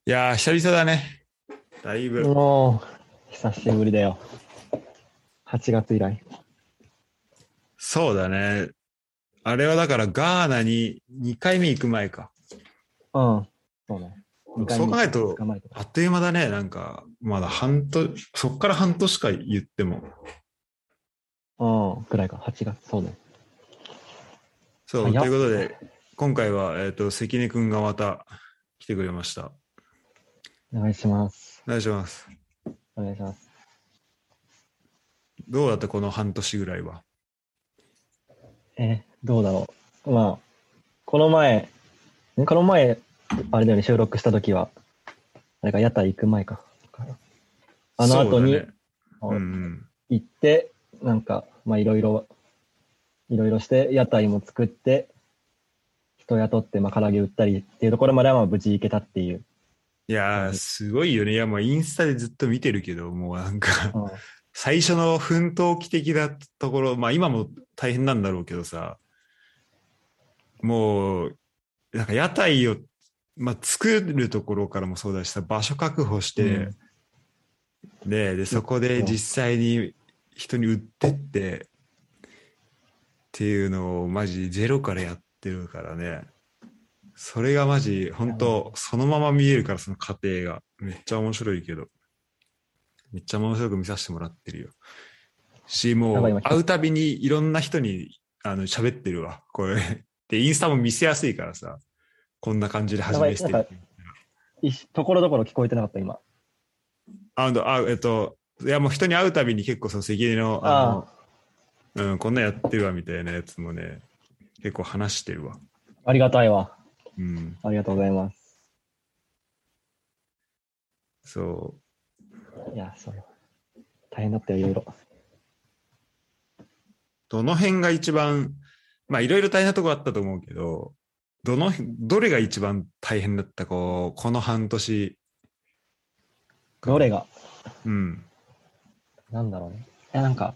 いやー、久々だね。だいぶ。 もう、久しぶりだよ。8月以来。 そうだね。あれはだからガーナに2回目行く前か。 うん。そうね。2 そう回目行った2 考えると、 日前とか。 あっという間だね。なんか、まだそっから半年か言っても。 うん。くらいか。8月。そうね。 そう、と早っ。 いうことで、今回は、関根くんがまた来てくれました。 お願いします。 お願いします。 お願いします。 どうだったこの半年ぐらいは。 どうだろう。まあ、この前、この前、あれだよね、収録した時は、あれか、屋台行く前か。あの後に、 そうだね。うんうん。 行って、なんか、まあ、いろいろして、屋台も作って、人雇って、まあ、唐揚げ売ったりっていうところまでは、まあ、無事行けたっていういやー、 感じ。 すごいよね。いや、もうインスタでずっと見てるけど、もうなんかうん。 最初の奮闘期的なところ、まあ今も大変なんだろうけどさ、もう、なんか屋台を、まあ作るところからもそうだしさ、場所確保して、 うん。 で、そこでそう実際に人に売ってってっていうのをマジゼロからやってるからね。それがマジ、本当そのまま見えるから、その過程が。めっちゃ面白いけど、めっちゃ面白く見させてもらってるよ。し、 やばい、 もう今、 会うたびにいろんな人に喋ってるわ。これ。で、インスタも見せやすいからさ、こんな感じでやばい、 始めしてる。 なんか、ところどころ聞こえてなかった、今。 いやもう人に会うたびに結構その関根の、 あこんなんやってるわみたいなやつもね、結構話してるわ。 あ、ありがたいわ。 うん。 ありがとうございます。 そう。 いや、そう。大変だったよ、いろいろ。 どの辺が一番、まあいろいろ大変なとこあったと思うけど、どれが一番大変だったこの半年間で。 どれが、 うん。 なんだろうね。なんか、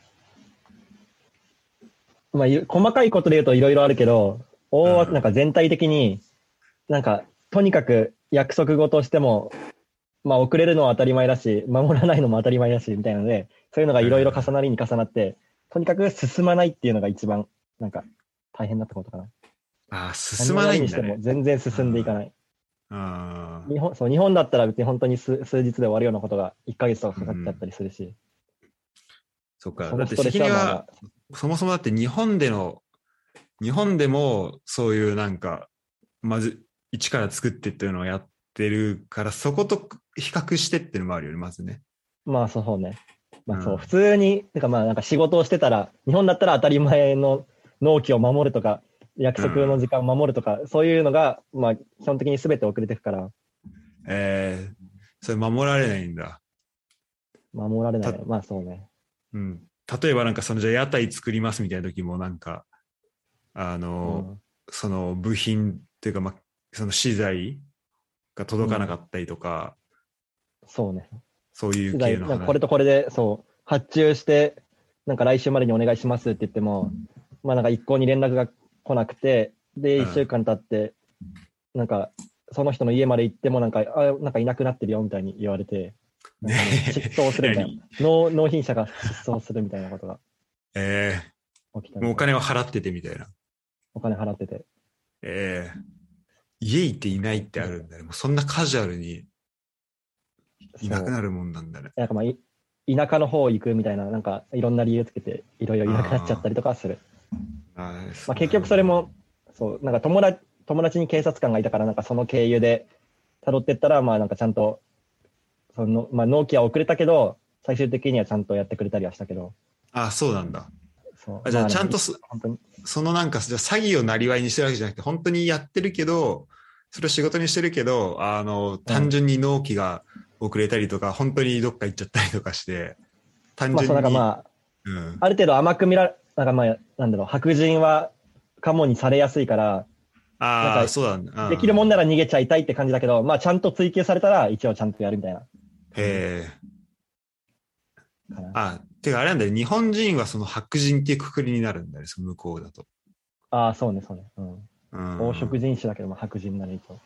まあ、細かいことで言うといろいろあるけど、なんうん。 か全体的に、なんか、とにかく約束事をしても、まあ、遅れるのは当たり前だし、守らないのも当たり前だし、みたいなので、そういうのがいろいろ重なりに重なって、とにかく進まないっていうのが一番、なんか、大変だったことかな。 ああ、進ま何をやるにしないんだね。 ても全然進んでいかない。 ああ、 日本だったら別に本当に数日で終わるようなことが1ヶ月とかかかっちゃったうん。 りするし、 そっか。だってそのストレス関根は、 はまだ、 そもそもだって日本でもそういうなんか、まず一から作ってっていうのをやってるから、そこと比較してっていうのもあるよね、まずね。 まあそうね。まあそう、普うん。 通に、てかまあなんか仕事をしてたら、日本だったら当たり前の納期を守るとか、約うん。 束の時間を守るとか、そういうのが、まあ基本的に全て遅れていくから、 それ守られないんだ。 守られないた、 ね。まあそうね。 うん。例えばなんかじゃあ屋台作りますみたいな時もなんか、あの、 うん。 その部品っていうか、まあ、その資材が届かなかうん。 ったりとか、 そうね。 そういう資材、 系の話。 なんかこれとこれで、そう、発注して、なんか来週までにお願いしますって言っても、まあなんか一向に連絡が来なくて、で、 うん。 一週間経って、なんか、その人の家まで行ってもなんかいなくなってるよみたいに言われて、なんかもう失踪するみたいな。 何納品者が失踪するみたいなことがえもうお起きたみたい。 金は払っててみたいな。 お金払ってて。 え家行っていないってあるんだね。もうそんなカジュアルにいなくそう。 なるもんなんだね。 なんかまあ、田舎の方行くみたいな、なんかいろんな理由つけて、いろいろいなくなっちゃったありとかする。まあ結なるほど。 局それも、そう、なんか友達に警察官がいたから、なんかその経由で辿ってったら、まあなんかちゃんと、まあ納期は遅れたけど、最終的にはちゃんとやってくれたりはしたけど、 そうなんだ。 そう、 じゃあまあでも、 ちゃんと本当に、 そのなんか、じゃあ詐欺をなりわいにしてるわけじゃなくて、本当にやってるけど、それを仕事にしてるけど、 うん。 単純に納期が遅れたりとか、本当にどっか行っちゃったりとかして、単まあそう、なんか純に、 まあ、 うん。 ある程度甘くなんかまあ、なんだろう、白人はカモにされやすいから、なんか、 そうなんだ。 できるもんなら逃げちゃいたいって感じだけど、まあちゃんと追及されたら一応ちゃんとやるみたいなへ感じえ。 かな。 てかあれなんだよ。日本人はその白人っていうくくりになるんだよ、その向こうだと。 ああ、そうね、そうね。うん。 う黄色ん。 人種だけど、まあ白人なら一応。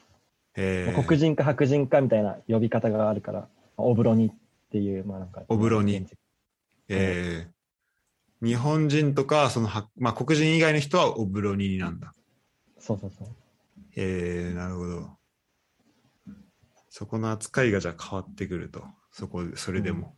黒人か白人かみたいな呼び方があるから、オブロニっていう、まあなんか。 オブロニ。日本人とか、まあ、黒人以外の人はオブロニなんだ。 そうそうそう。 なるほど。そこの扱いがじゃあ変わってくると。それでも。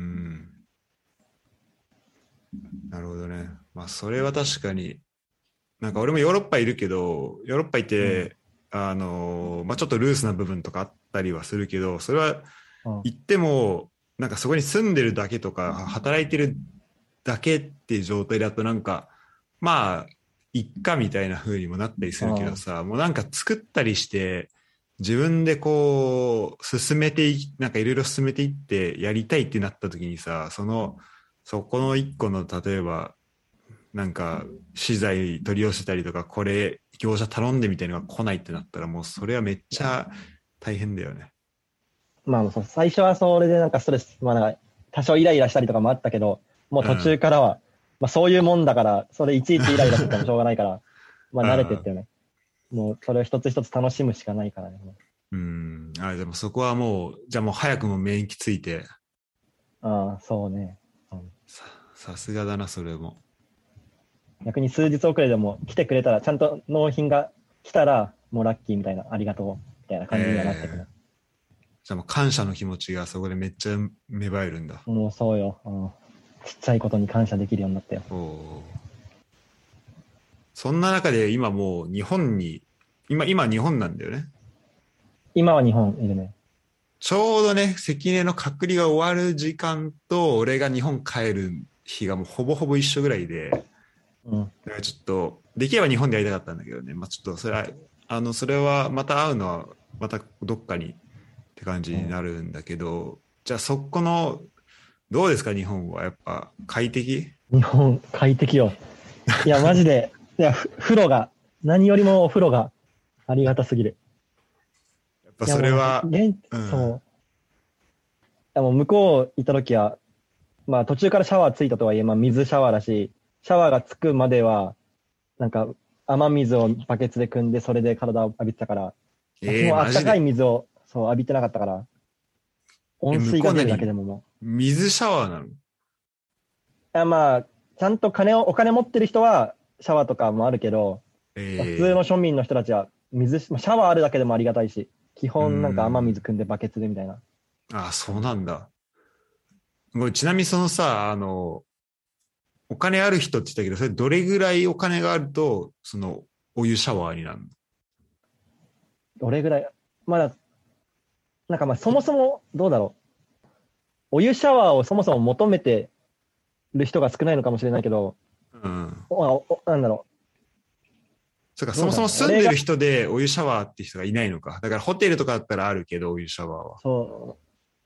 なるほどね。まあ、それは確かに、なんか俺もヨーロッパいるけど、ヨーロッパいて、まあ、ちょっとルースな部分とかあったりはするけど、それは行っても、なんかそこに住んでるだけとか、働いてるだけっていう状態だとなんか、まあ、いっかみたいな風にもなったりするけどさ、もうなんか作ったりして、自分でこう、なんかいろいろ進めていってやりたいってなった時にさ、そこの一個の、例えば、なんか資材取り寄せたりとか、これ業者頼んでみたいなのが来ないってなったら、もうそれはめっちゃ大変だよね。 まあ、最初はそれでなんかストレス、まあなんか多少イライラしたりとかもあったけど、もう途中からは、まあそういうもんだから、それいちいちイライラしててもしょうがないから、まあ慣れてってよね。もうそれを一つ一つ楽しむしかないからね。 でもそこはもう、じゃあもう早くも免疫ついて。 ああ、そうね。 さすがだな、それも。 逆に数日遅れでも来てくれたら、ちゃんと納品が来たら、もうラッキーみたいな、ありがとうみたいな感じにはなってくる。 じゃあもう感謝の気持ちがそこでめっちゃ芽生えるんだ。 もうそうよ。ちっちゃいことに感謝できるようになったよ。 そんな中で今もう日本に、今日本なんだよね。 今は日本いるね。 ちょうどね、関根の隔離が終わる時間と俺が日本帰る日がもうほぼほぼ一緒ぐらいで、だからちょっと、できれば日本でやりたかったんだけどね、まあちょっとそれはまた会うのはまたどっかにって感じになるんだけど、じゃあそこの、どうですか日本はやっぱ快適？ 日本快適よ。いや、マジで、いや、風呂が、何よりもお風呂がありがたすぎる。 やっぱそれは、 そう。でも向こう行った時は、まあ途中からシャワーついたとはいえ、まあ水シャワーだし、シャワーがつくまでは、なんか雨水をバケツで汲んで、それで体を浴びてたから、もうあったかい水をそう浴びてなかったから、温水が出るだけでももう。水シャワーなの？いや、まあ、ちゃんとお金持ってる人はシャワーとかもあるけど、普通の庶民の人たちはシャワーあるだけでもありがたいし、基本なんか雨水汲んでバケツでみたいな。 ああ、そうなんだ。ちなみにそのさ、お金ある人って言ったけど、それどれぐらいお金があると、そのお湯シャワーになるの？ どれぐらいまだ、なんかまあそもそもどうだろう。お湯シャワーをそもそも求めてる人が少ないのかもしれないけど、なんだろう。 そうか、そもそも住んでる人でお湯シャワーって人がいないのか。だからホテルとかだったらあるけど、お湯シャワーは。 そう、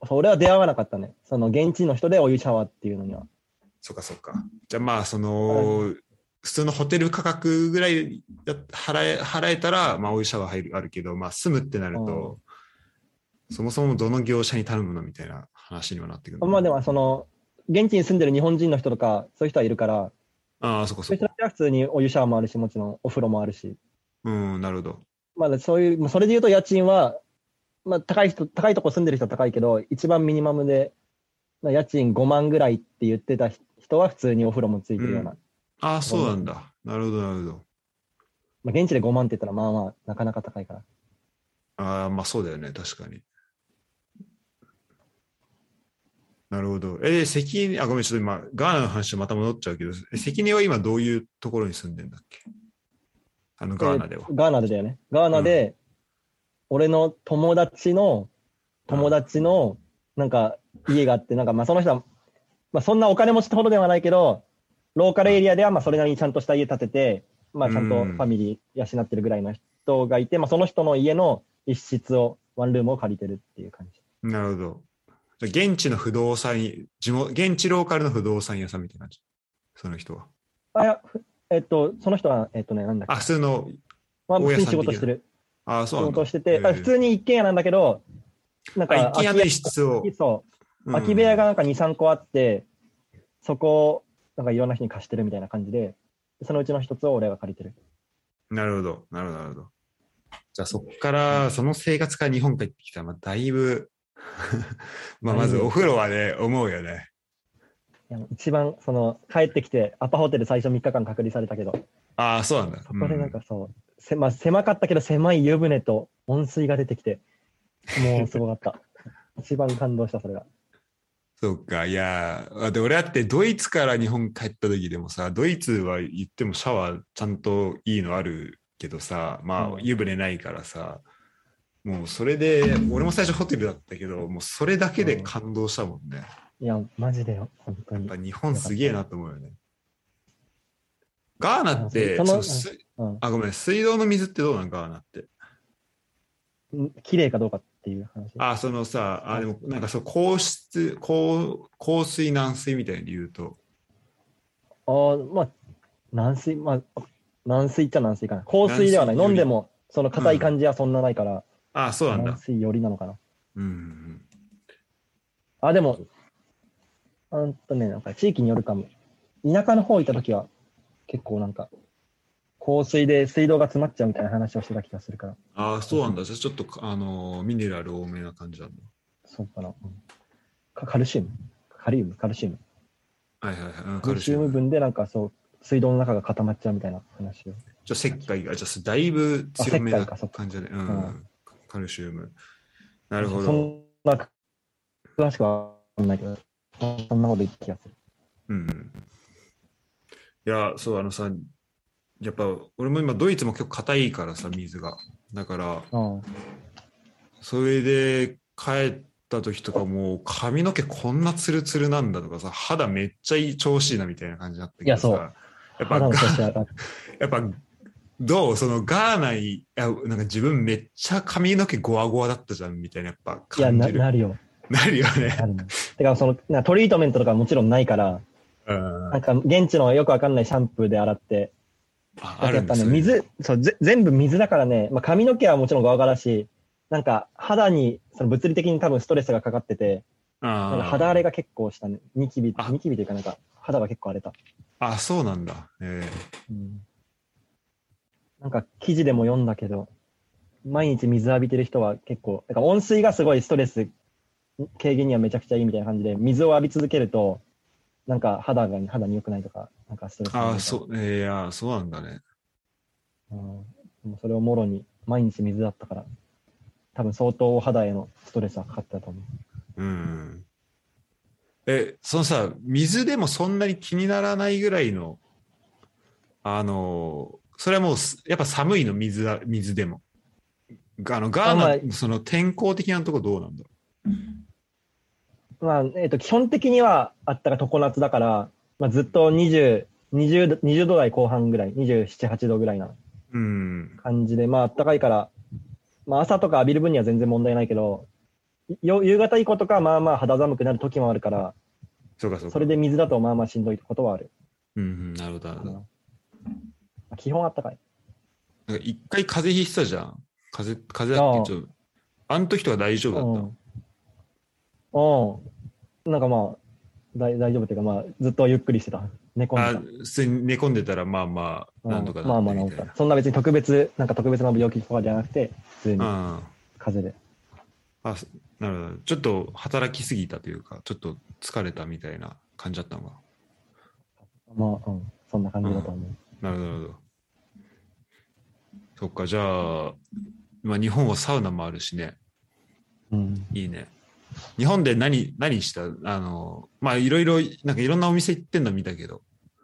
俺は出会わなかったね。その現地の人でお湯シャワーっていうのには。 そうか。じゃあまあ、普通のホテル価格ぐらい払えたら、まあ、お湯シャワーあるけど、まあ、住むってなると、そもそもどの業者に頼むのみたいな話にはなってくる。 まあでも、現地に住んでる日本人の人とか、そういう人はいるから、そういう人は普通にお湯シャワーもあるし、もちろんお風呂もあるし。 なるほど。 まあそういう、それで言うと家賃は、まあ高いとこ住んでる人は高いけど、一番ミニマムで、家賃5万ぐらいって言ってた人は普通にお風呂もついてるような。 ああ、そうなんだ。なるほど。 まあ現地で5万って言ったらまあまあ、なかなか高いから。 ああ、まあそうだよね、確かに。なるほど。ごめん、ちょっと今、ガーナの話また戻っちゃうけど、関根は今どういうところに住んでんだっけ？ガーナでは。 ガーナでだよね。ガーナで、俺の友達の、なんか、家があって、なんか、まあその人は、まあそんなお金持ちってほどではないけど、ローカルエリアではまあそれなりにちゃんとした家建てて、まあちゃんとファミリー養ってるぐらいの人がいて、まあその人の家の一室を、ワンルームを借りてるっていう感じ。 なるほど。現地の不動産、現地ローカルの不動産屋さんみたいな感じ。その人は。 その人は、なんだっけ。 普通のまあ、普通に仕事してる。 そうなんだ。 仕事してて、普通に一軒家なんだけど、なんか、 一軒家の一室を。 空き部屋がなんか2、3個あって、そこを、なんかいろんな人に貸してるみたいな感じで、そのうちの一つを俺が借りてる。 なるほど。 じゃあそっからその生活から日本帰ってきたら、まあ、だいぶまあまずお風呂はね思うよね。 いや一番その帰ってきてアパホテル最初3日間隔離されたけど、 ああそうなんだ。 そこでなんかそう、まあ、狭かったけど狭い湯船と温水が出てきて、もうすごかった。一番感動したそれが。 そうか、いやで俺だってドイツから日本帰った時でもさ、ドイツは言ってもシャワーちゃんといいのあるけどさ、まあ湯船ないからさ、もうそれで、俺も最初ホテルだったけど、もうそれだけで感動したもんね。 いや、マジでよ、本当に。 やっぱ日本すげえなと思うよね。ガーナって、ごめん、水道の水ってどうなんガーナって。 綺麗かどうかっていう話。 そのさ、でもなんかそう、硬水軟水みたいに言うと。 まあ、軟水、まあ、軟水っちゃ軟水かな。硬水ではない。飲んでも、その硬い感じはそんなないから。 そうなんだ。 軟水よりなのかな。 うん。 でも、なんか地域によるかも。田舎の方行った時は、結構なんか、硬水で水道が詰まっちゃうみたいな話をしてた気がするから。 そうなんだ。じゃあちょっと、ミネラル多めな感じなんだ。 そうかな。カルシウムカリウムカルシウム。 はいはいはい。 カルシウム分でなんかそう、水道の中が固まっちゃうみたいな話を。 石灰が、だいぶ強めな感じで。カルシウム。なるほど。 そんな詳しくはわかんないけど、そんなこと言った気がする。 いや、そう、やっぱ俺も今ドイツも結構硬いからさ、水が。だから、それで帰った時とかもう髪の毛こんなツルツルなんだとかさ、肌めっちゃ調子いいなみたいな感じだったけどさ、やっぱどうそのガーナに、なんか自分めっちゃ髪の毛ゴワゴワだったじゃんみたいなやっぱ感じる。 なるよ。 なるよね。 てかトリートメントとかもちろんないから、なんか現地のよくわかんないシャンプーで洗って、やっぱね、全部水だからね、まあ、髪の毛はもちろんゴワゴワだし、なんか肌にその物理的に多分ストレスがかかってて、なんか肌荒れが結構したね。ニキビというかなんか肌が結構荒れた。 そうなんだ。 なんか記事でも読んだけど、毎日水浴びてる人は結構、なんか温水がすごいストレス軽減にはめちゃくちゃいいみたいな感じで、水を浴び続けると、なんか肌に良くないとか、なんかストレスそうなんだね。 それをもろに毎日水だったから、多分相当肌へのストレスはかかってたと思う。 そのさ、水でもそんなに気にならないぐらいの、それはもうやっぱ寒いの水でも。ガーナ、その天候的なところどうなんだろう。まあ、基本的にはあったか常夏だから、まあ、ずっと20度台後半ぐらい、27、8度ぐらいな感じで、まあ、あったかいから、まあ、朝とか浴びる分には全然問題ないけど、夕方以降とかまあまあ肌寒くなる時もあるから、それで水だとまあまあしんどいことはある。 なるほど。 基本あったかい。 一回風邪ひいてたじゃん。風邪だっけ？あの時とか大丈夫だった？ なんかまあ大丈夫っていうか、まあずっとゆっくりしてた。寝込んでた。 普通に寝込んでたらまあまあなんとかなってみたいな。まあまあ治った。そんな別に特別な病気とかじゃなくて、普通に風邪で。 なるほど。ちょっと働きすぎたというか、ちょっと疲れたみたいな感じだったのか。 まあ、そんな感じだと思う。 なるほど。そっか、じゃあ、まあ、日本はサウナもあるしね。いいね。日本で何したまあ、いろいろんなお店行ってんの見たけど。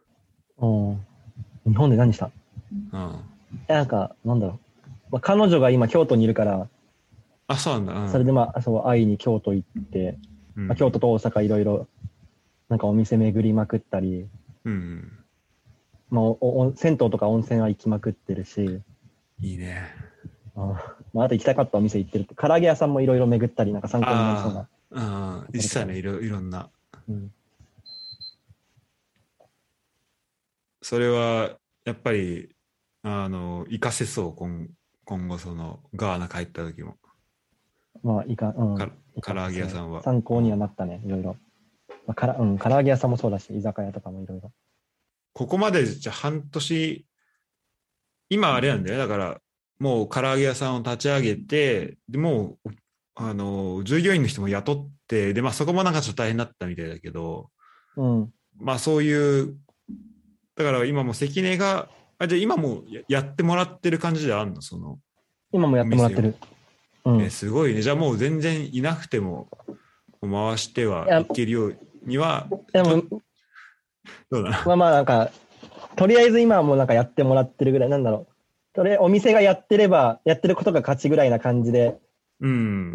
日本で何した？なんか、なんだろう。まあ、彼女が今京都にいるから、 そうなんだ。 それでまあ、会いに京都行って、京都と大阪いろいろ、なんかお店巡りまくったり、まあ、銭湯とか温泉は行きまくってるし。 いいね。 まあ、あと行きたかったお店行ってるって、唐揚げ屋さんもいろいろ巡ったり、なんか参考になりそうな。 実際ね、いろんな。それは、やっぱり、活かせそう、今後、その、ガーナ帰った時も。 まあ、 唐揚げ屋さんは。 参考にはなったね、いろいろ。唐揚げ屋さんもそうだし、居酒屋とかもいろいろ。 ここまで、じゃ半年、今あれなんだよ。だから、 もう唐揚げ屋さんを立ち上げて、でもう従業員の人も雇って、で、まあそこもなんかちょっと大変だったみたいだけど、 うん。 まあそういう、だから今も関根が、じゃあ今もやってもらってる感じであんの、その今もやお店を。 ってもらってる。うん。 すごいね。じゃあもう全然いなくても回していや、 はいけるようには、 でも、 どうだな。 まあまあなんか、とりあえず今はもうなんかやってもらってるぐらい、なんだろう。お店がやってれば、やってることが勝ちぐらいな感じで、 うん。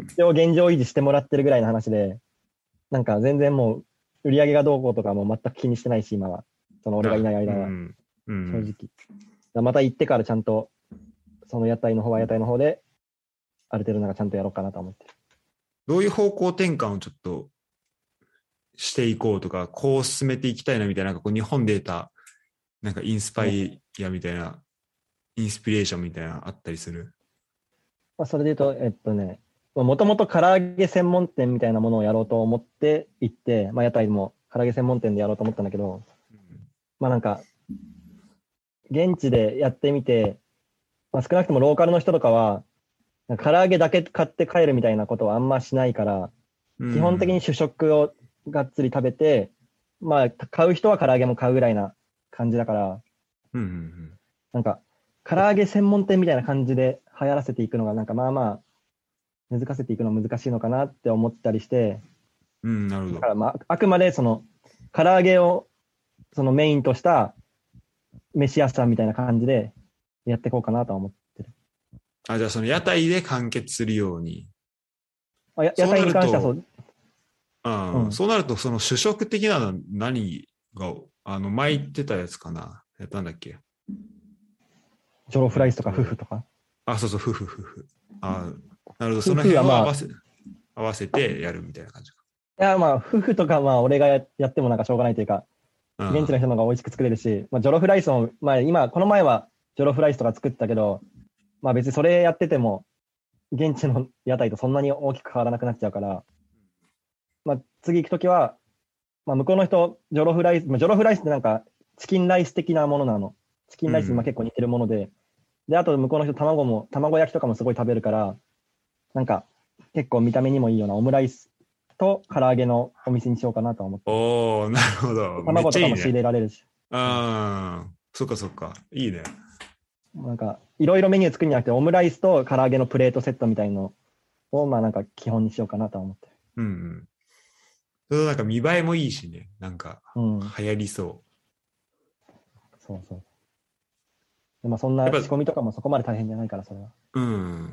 一応現状維持してもらってるぐらいの話で、なんか全然もう、売り上げがどうこうとかも全く気にしてないし、今は。その俺がいない間は、 うん。う正ん。 直。また行ってからちゃんと、その屋台の方は屋台の方で、ある程度なんかちゃんとやろうかなと思ってる。 どういう方向転換をちょっとしていこうとか、こう進めていきたいなみたいな、なんかこう日本で得た、なんかインスパイアみたいな、インスピレーションみたいなあったりする？ まあ、それで言うと、もともと唐揚げ専門店みたいなものをやろうと思って行って、まあ、屋台も唐揚げ専門店でやろうと思ったんだけど、まあなんか、現地でやってみて、まあ、少なくともローカルの人とかは、なんか唐揚げだけ買って帰るみたいなことはあんましないから、 うん、 基本的に主食をがっつり食べて、まあ、買う人は唐揚げも買うぐらいな感じだから、 うんうんなんか、唐揚げ専門店みたいな感じで流行らせていくのが、なんかまあまあ、根付かせていくの難しいのかなって思ったりして、 うん、なるほど。 だからまあ、あくまでその、唐揚げをそのメインとした飯屋さんみたいな感じでやっていこうかなとは思ってる。 じゃあその屋台で完結するように。 まあ、屋そうな台にると、 関してはそう、うん。 そうなると、その主食的なのは何が、巻いてたやつかな、やったんだっけ？ ジョロフえっライスとかフフと、 とか。 そうそう、ふふふふ。なるほど、そフの辺フはまあ、 を合わせてやるみたいな感じいやまあ、フフとかまあ、俺がやってもなんかしょうがないというか、現地のか。 人の方が美味しく作れるし、まあ、ジョロフライスも、まあ今、この前はジョロフライスとか作ったけど、まあ別にそれやってても、現地の屋台とそんなに大きく変わらなくなっちゃうから、まあ次行くときは、まあ向こうの人、ジョロフライス、まあ、ジョロフライスってなんかチキンライス的なものなの。チキンライスにまあ結構似てるもので、で、あと向こうの人卵焼きとかもすごい食べるから、なんか結構見た目にもいいようなオムライスと唐揚げのお店にしようかなとは思ってる。 おー、なるほど。めっ卵とかも仕入ちゃいいね。 れられるし。 そっかそっか。いいね。 なんか、いろいろメニュー作るんじゃなくて、オムライスと唐揚げのプレートセットみたいのを、まあなんか基本にしようかなとは思ってうんうん。それなんか見栄えもいいしね。なんか、 る。うん。 流行りそそうそう。でまあそんう。やっぱ、 な仕込みとかもそこまで大変じゃないから、それは。 うん。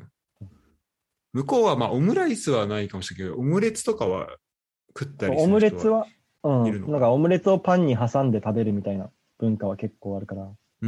向こうはまあオムライスはないかもしれないけど、オムレツとかは食ったりオする人はムレツは、うん。 いるのかな。 なんかオムレツをパンに挟んで食べるみたいな文化は結構あるから。 うん。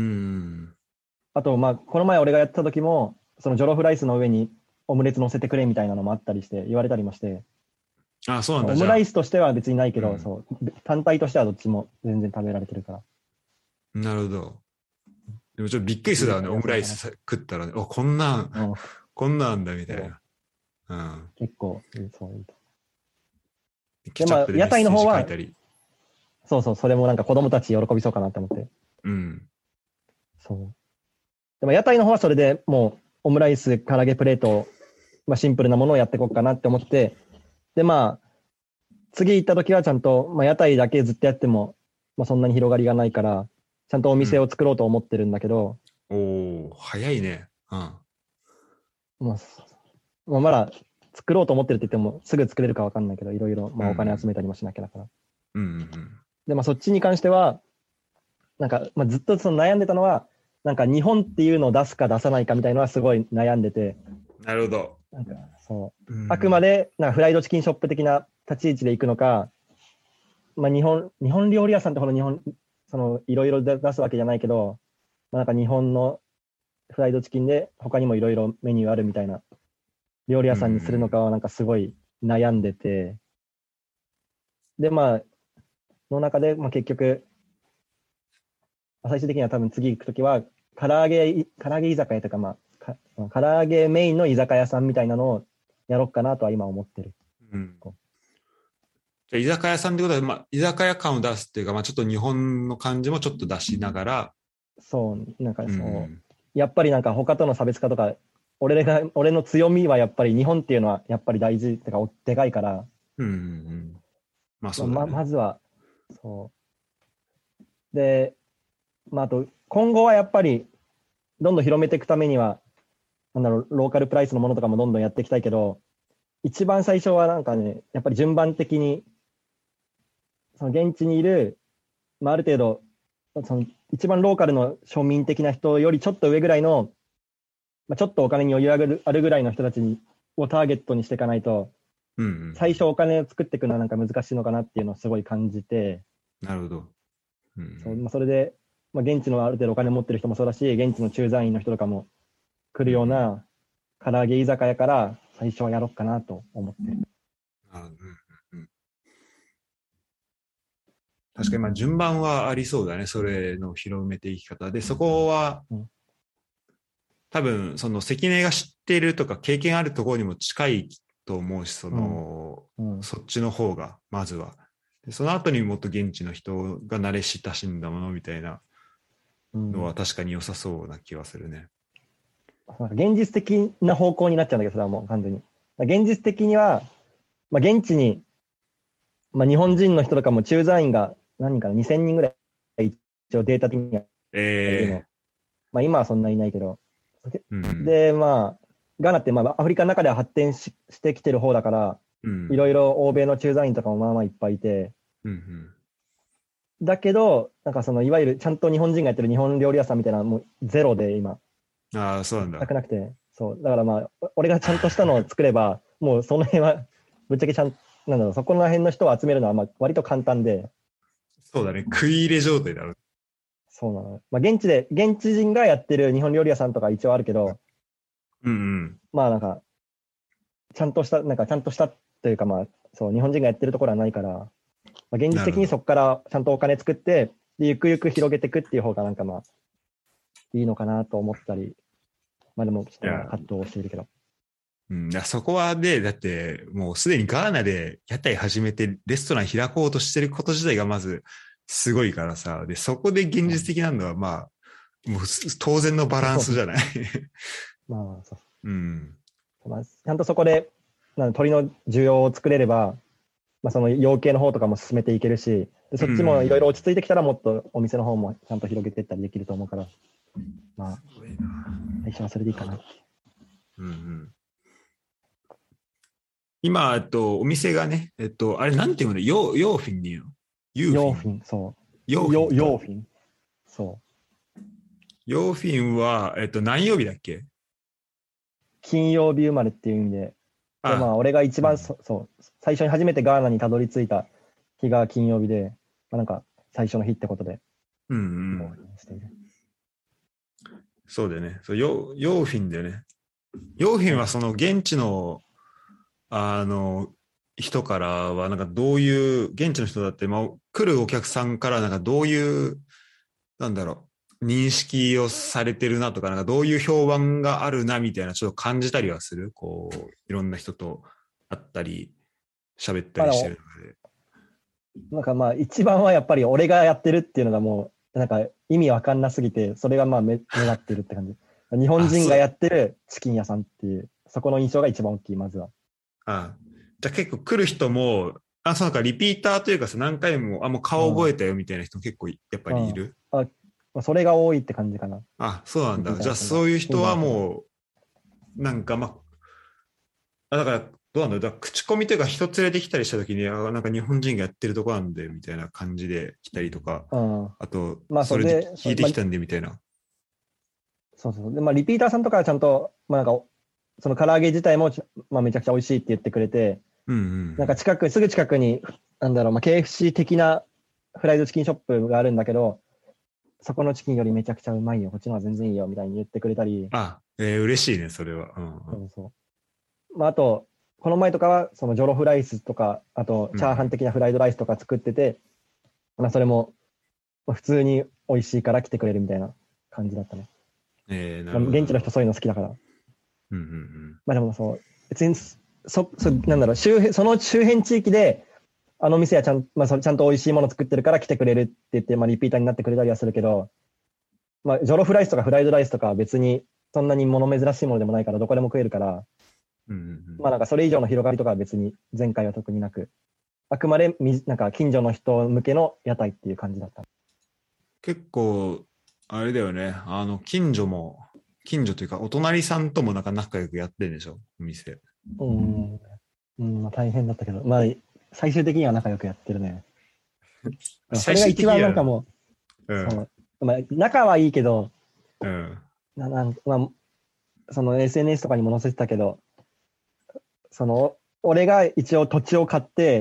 あと、まあ、この前俺がやってた時も、そのジョロフライスの上にオムレツ乗せてくれみたいなのもあったりして、言われたりもして、 そうなんだ。 オムじゃあ、 ライスとしては別にないけど、 うん。 そう、単体としてはどっちも全然食べられてるから。 なるほど。でもちょっとびっくりするだろうね。オムライス食ったらね。こんなん、 うん、 こんなんだみたいな。うん。 結構、そういうと。で、 ケチャッまあ、屋プでメッセー台の方は、 ジ書いたり。 そうそう、それもなんか子供たち喜びそうかなって思って。 うん。 そう。でも屋台の方はそれでもう、オムライス、唐揚げプレート、まあ、シンプルなものをやっていこうかなって思って、で、まあ、次行った時はちゃんと、まあ、屋台だけずっとやっても、まあ、そんなに広がりがないから、ちゃんとお店を作ろうと思ってるんだけど、 おー、早いね。うん。 まあ、まあ、まだ作ろうと思ってるって言っても、すぐ作れるかわかんないけど、いろいろ、まあ、お金集めたりもしなきゃだから。 うんうんで、まあ、そっちに関しては、なんか、まあ、ずっとその悩んでたのは、なんか日本っていうのを出すか出さないかみたいなのはすごい悩んでて、 うん。なるほど。 なんかそう、 うん、 あくまでなんかフライドチキンショップ的な立ち位置で行くのか、まあ、日本料理屋さんってほどそのいろいろ出すわけじゃないけど、まあ、なんか日本のフライドチキンで他にもいろいろメニューあるみたいな料理屋さんにするのかはなんかすごい悩んでて、でまあの中で、まあ、結局最終的には多分次行くときは唐揚げ居酒屋とか、まあ、唐揚げメインの居酒屋さんみたいなのをやろうかなとは今思ってる。 うん、じゃあ居酒屋さんってことは、まあ、居酒屋感を出すっていうか、まあ、ちょっと日本の感じもちょっと出しながら、 そう、なんかそう、 うん、 やっぱりなんか他との差別化とか、俺の強みはやっぱり日本っていうのはやっぱり大事ってか、でかいから、 うんうんうん。まあそうだね。 まずは、そう。で、あと、今後はやっぱり、どんどん広めていくためには、なんだろう、ローカルプライスのものとかもどんどんやっていきたいけど、一番最初はなんかね、やっぱり順番的に、その現地にいる、ある程度、その一番ローカルの庶民的な人よりちょっと上ぐらいの、ちょっとお金に余裕あるぐらいの人たちをターゲットにしていかないと、 うんうん。 最初お金を作っていくのはなんか難しいのかなっていうのをすごい感じて、 なるほど。うんそれで、現地のある程度お金持ってる人もそうだし、現地の駐在員の人とかも来るような唐揚げ居酒屋から最初はやろうかなと思ってる。 確かにまあ順番はありそうだね、それの広めていき方で、そこは、多分その関根が知っているとか経験あるところにも近いと思うし、そっちの方がまずはで、その後にもっと現地の人が慣れ親しんだものみたいなのは確かに良さそうな気はするね。 現実的な方向になっちゃうんだけど、それはもう完全に。現実的には、現地に、日本人の人とかも駐在員が何人かな、2000人ぐらい一応データ的にはいるの。今はそんなにいないけど。で、ガーナってアフリカの中では発展してきてる方だから、いろいろ欧米の駐在員とかもまあまあいっぱいいて、だけど、なんかそのいわゆるちゃんと日本人がやってる日本料理屋さんみたいなもうゼロで今。 ああ、そうなんだ。 全くなくて。そう。だから俺がちゃんとしたのを作れば、もうその辺は、ぶっちゃけなんだろう、そこら辺の人を集めるのは割と簡単で。 そうだね。食い入れ状態だろう。 そうなの。現地人がやってる日本料理屋さんとか一応あるけど、なんか、ちゃんとしたというかそう、日本人がやってるところはないから、現実的にそこからちゃんとお金作って、でゆくゆく広げていくっていう方がなんかいいのかなと思ったり、でもちょっと葛藤をしているけど。 そこはね、だってもうすでにガーナで屋台始めてレストラン開こうとしてること自体がまずすごいからさ、で、そこで現実的なのはもう当然のバランスじゃないそう。ちゃんとそこで鳥の需要を作れれば、その養鶏の方とかも進めていけるし、でそっちもいろいろ落ち着いてきたらもっとお店の方もちゃんと広げていったりできると思うから、最初はそれでいいかな。 今、お店がね、あれなんていうの、ヨーフィンで言うの？ ヨーフィン、そう。ヨーフィン。そう。 ヨーフィンは、何曜日だっけ？ 金曜日生まれっていう意味で、俺が一番最初に初めてガーナにたどり着いた日が金曜日で、なんか最初の日ってことで。 そうだよね。ヨーフィンだよね。ヨーフィンはその現地の人からはなんかどういう現地の人だって、来るお客さんからなんかどういう認識をされてるなとか、なんかどういう評判があるなみたいなちょっと感じたりはする。こういろんな人と会ったり喋ったりしてるので。なんか一番はやっぱり俺がやってるっていうのがもうなんか意味わかんなすぎて、それが目立ってるって感じ。日本人がやってるチキン屋さんっていう、そこの印象が一番大きい、まずは。 じゃあ結構来る人も、なんかリピーターというかさ、何回も、もう顔覚えたよみたいな人結構やっぱりいる？ それが多いって感じかな。 そうなんだ。じゃあそういう人はもう、なんかだからどうなんだろう。だから口コミというか人連れてきたりした時に、なんか日本人がやってるとこなんでみたいな感じで来たりとか、あと、それで聞いてきたんでみたいな。 そう。で、リピーターさんとかはちゃんと、なんか、その唐揚げ自体も、めちゃくちゃ美味しいって言ってくれて、なんかすぐ近くに、KFC 的なフライドチキンショップがあるんだけど、そこのチキンよりめちゃくちゃうまいよ、こっちの方が全然いいよ、みたいに言ってくれたり。 嬉しいね、それは。 あと、この前とかは、そのジョロフライスとか、あと、チャーハン的なフライドライスとか作ってて、それも、普通に美味しいから来てくれるみたいな感じだったね。現地の人そういうの好きだから。でも別に、その周辺地域で、あの店はちゃんと美味しいもの作ってるから来てくれるって言って、リピーターになってくれたりはするけど、 まあ、ジョロフライスとかフライドライスとかは別にそんなに物珍しいものでもないからどこでも食えるから、 うんうんうん。 まあなんかそれ以上の広がりとかは別に前回は特になく、あくまでなんか近所の人向けの屋台っていう感じだった。 結構、あれだよね。近所というか、お隣さんともなんか仲良くやってるんでしょ、お店。 まあ大変だったけど、まあ最終的には仲良くやってるね。そ最れが一終的には、 番なんかもう、 うん。 そう、まあ仲はいいけど、 うん。 まあ、その SNS とかにも載せてたけど、俺が一応土地を買って、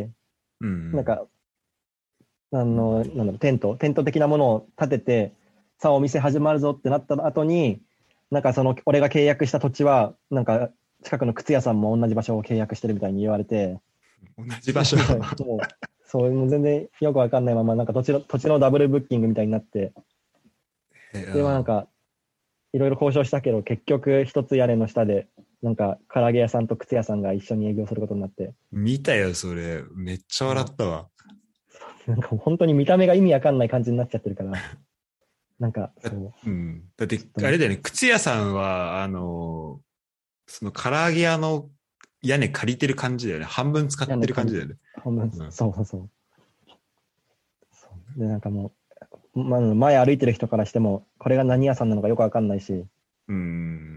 うん。 なんか、なんだろう、テント的なものを建てて、さあお店始まるぞってなった後に、なんか俺が契約した土地は、なんか近くの靴屋さんも同じ場所を契約してるみたいに言われて、 同じ場所。 もう、そう、もう全然よくわかんないまま、なんか土地のダブルブッキングみたいになって、で、まあなんか、いろいろ交渉したけど、結局一つ屋根の下で、なんか唐揚げ屋さんと靴屋さんが一緒に営業することになって、 見たよ、それ。めっちゃ笑ったわ。 なんか本当に見た目が意味わかんない感じになっちゃってるから、なんかそう、 うん。だって、 ちょっとね、 あれだよね、靴屋さんは、その唐揚げ屋の屋根借りてる感じだよね。半分使って屋根借り、 る感じだよね。 半分、 うん。 そう。で、なんかもう、まあ、前歩いてる人からしても、これが何屋さんなのかよくわかんないし、 うん。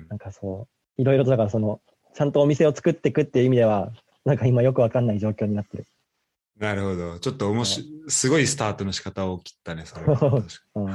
なんかそう、いろいろとだからちゃんとお店を作っていくっていう意味では、なんか今よくわかんない状況になってる。 なるほど。ちょっとそすごいスタートの仕方を切ったね、それは。 う。 確かうん、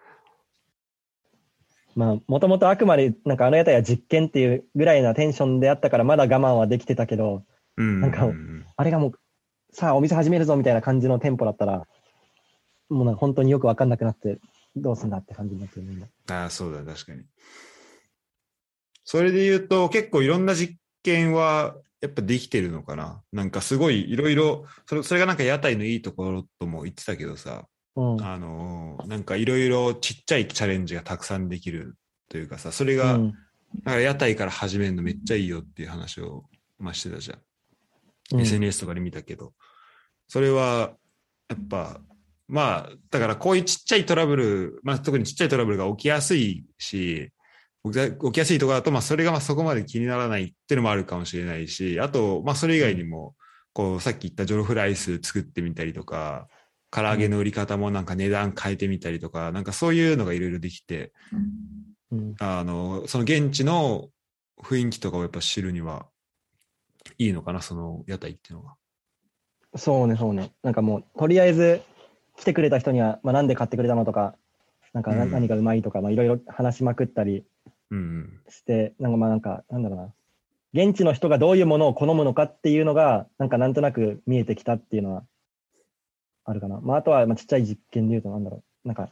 まあ、もともとあくまで、なんかあの屋台は実験っていうぐらいなテンションであったから、まだ我慢はできてたけど、 に。うんなんか、あれがもう、さあお店始めるぞみたいな感じのテンポだったら、もうなんか本当によくわかんなくなって、どうすんだって感じになってるね。 ああ、そうだ、確かに。それで言うと、結構いろんな実験はやっぱできてるのかな。なんかすごいいろいろ、それがなんか屋台のいいところとも言ってたけどさ、 うん。 なんかいろいろちっちゃいチャレンジがたくさんできるというかさ、それが、 うん。 なんか屋台から始めるのめっちゃいいよっていう話を、まあ、してたじゃん。 うん。 SNS とかで見たけど、それはやっぱ、まあ、だからこういうちっちゃいトラブル、まあ特にちっちゃいトラブルが起きやすいし、起きやすいところだと、まあそれがまあそこまで気にならないっていうのもあるかもしれないし、あと、まあそれ以外にも、こうさっき言ったジョロフライス作ってみたりとか、唐揚げの売り方もなんか値段変えてみたりとか、なんかそういうのがいろいろできて、 うん。 その現地の雰囲気とかをやっぱ知るにはいいのかな、その屋台っていうのが。 そうね、そうね。なんかもう、とりあえず来てくれた人には、まあ、なんで買ってくれたのとか、なんか何がうまいとか、まあ、いろいろ話しまくったりうん。 して、なんかまあなんか、なんだろうな。現地の人がどういうものを好むのかっていうのが、なんかなんとなく見えてきたっていうのはあるかな。まあ、あとは、まあ、ちっちゃい実験で言うと、なんだろう。なんか、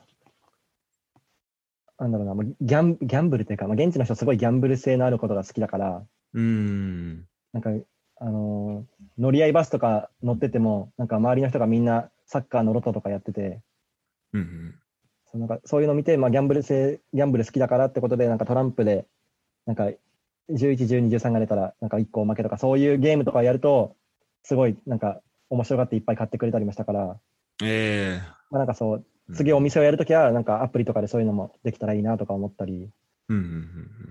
なんだろうな、まあ、ギャンブルっていうか、まあ、現地の人すごいギャンブル性のあることが好きだから、 うん。 なんか、乗り合いバスとか乗ってても、なんか周りの人がみんなサッカーのロトとかやってて、 うん。 なんかそういうのを見て、まあ、ギャンブル好きだからってことで、なんかトランプで、なんか11、12、13が出たら、なんか1個おまけとか、そういうゲームとかやると、すごいなんか面白がっていっぱい買ってくれたりもしたから、 ええまあ、なんかそう、 ー。う次おん。 店をやるときは、なんかアプリとかでそういうのもできたらいいなとか思ったり、 うん。うん。うん。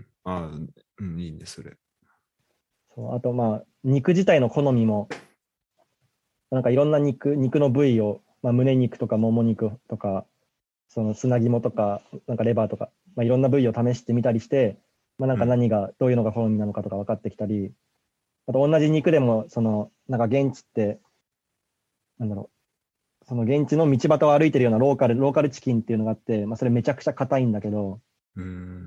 ああ、うん、いいね、それ。 そうあとまあ、肉自体の好みも、なんかいろんな肉の部位を、まあ、胸肉とかもも肉とか、その砂肝とか、なんかレバーとか、まあ、いろんな部位を試してみたりして、まあ、なんかうん。 どういうのが好みなのかとか分かってきたり、あと同じ肉でも、なんか現地って、なんだろその現地の道端を歩いてるようなローカルチキンっていうのがあって、まあ、それめちゃくちゃ硬いんだけど、 うん。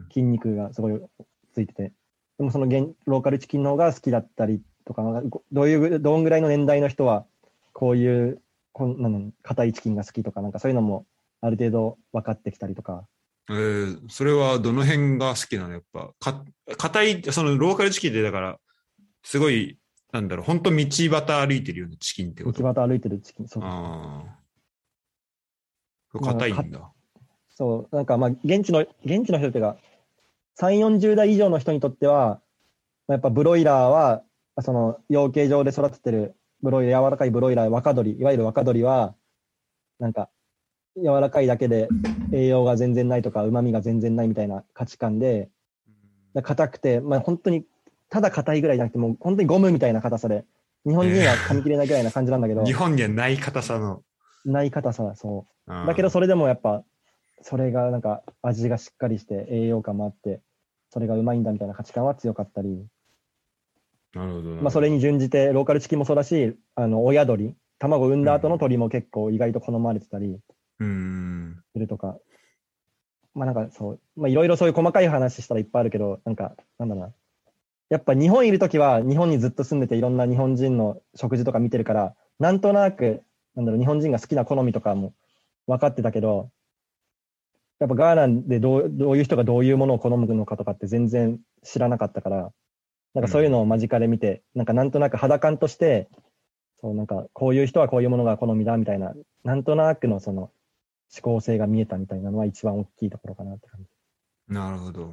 筋肉がすごいついてて、でもそのローカルチキンの方が好きだったりとか、どんぐらいの年代の人は、こういう、硬いチキンが好きとか、なんかそういうのもある程度分かってきたりとか、 それはどの辺が好きなのやっぱ。硬い、そのローカルチキンでだから、すごい、なんだろう、本当道端歩いてるようなチキンってこと？ 道端歩いてるチキン、そうそうそう。 ああ、 なんか硬いんだ。 そう、なんかまあ、現地の人っていうか、3、40代以上の人にとっては、まあやっぱブロイラーは、養鶏場で育ててる柔らかいブロイラー、若鶏、いわゆる若鶏は、なんか、 柔らかいだけで栄養が全然ないとか、旨味が全然ないみたいな価値観で、硬くて、まあ本当に、ただ硬いぐらいじゃなくて、もう本当にゴムみたいな硬さで、日本人は噛み切れないぐらいな感じなんだけど、 日本にはない硬さの。 ない硬さ、そう。だけどそれでもやっぱ、それがなんか味がしっかりして栄養価もあって、それがうまいんだみたいな価値観は強かったり、 なるほど。 まあそれに準じてローカルチキンもそうだし、親鳥、卵を産んだ後の鳥も結構意外と好まれてたりするとか、まあなんかそう、まあいろいろそういう細かい話したらいっぱいあるけど、なんか、なんだろうな。やっぱ日本いるときは日本にずっと住んでていろんな日本人の食事とか見てるから、なんとなく、なんだろう、日本人が好きな好みとかも分かってたけど、やっぱガーナでどういう人がどういうものを好むのかとかって全然知らなかったから、なんかそういうのを間近で見て、なんとなく肌感として、そうなんかこういう人はこういうものが好みだみたいな、なんとなくのその思考性が見えたみたいなのは一番大きいところかなって感じ。 なるほど。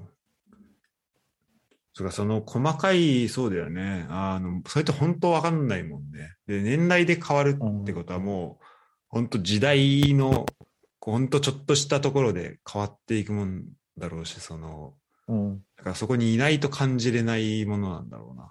そうか、その細かい、そうだよね。それって本当わかんないもんね。で、年代で変わるってことはもう、本当時代の、本当ちょっとしたところで変わっていくもんだろうし、だからそこにいないと感じれないものなんだろうな。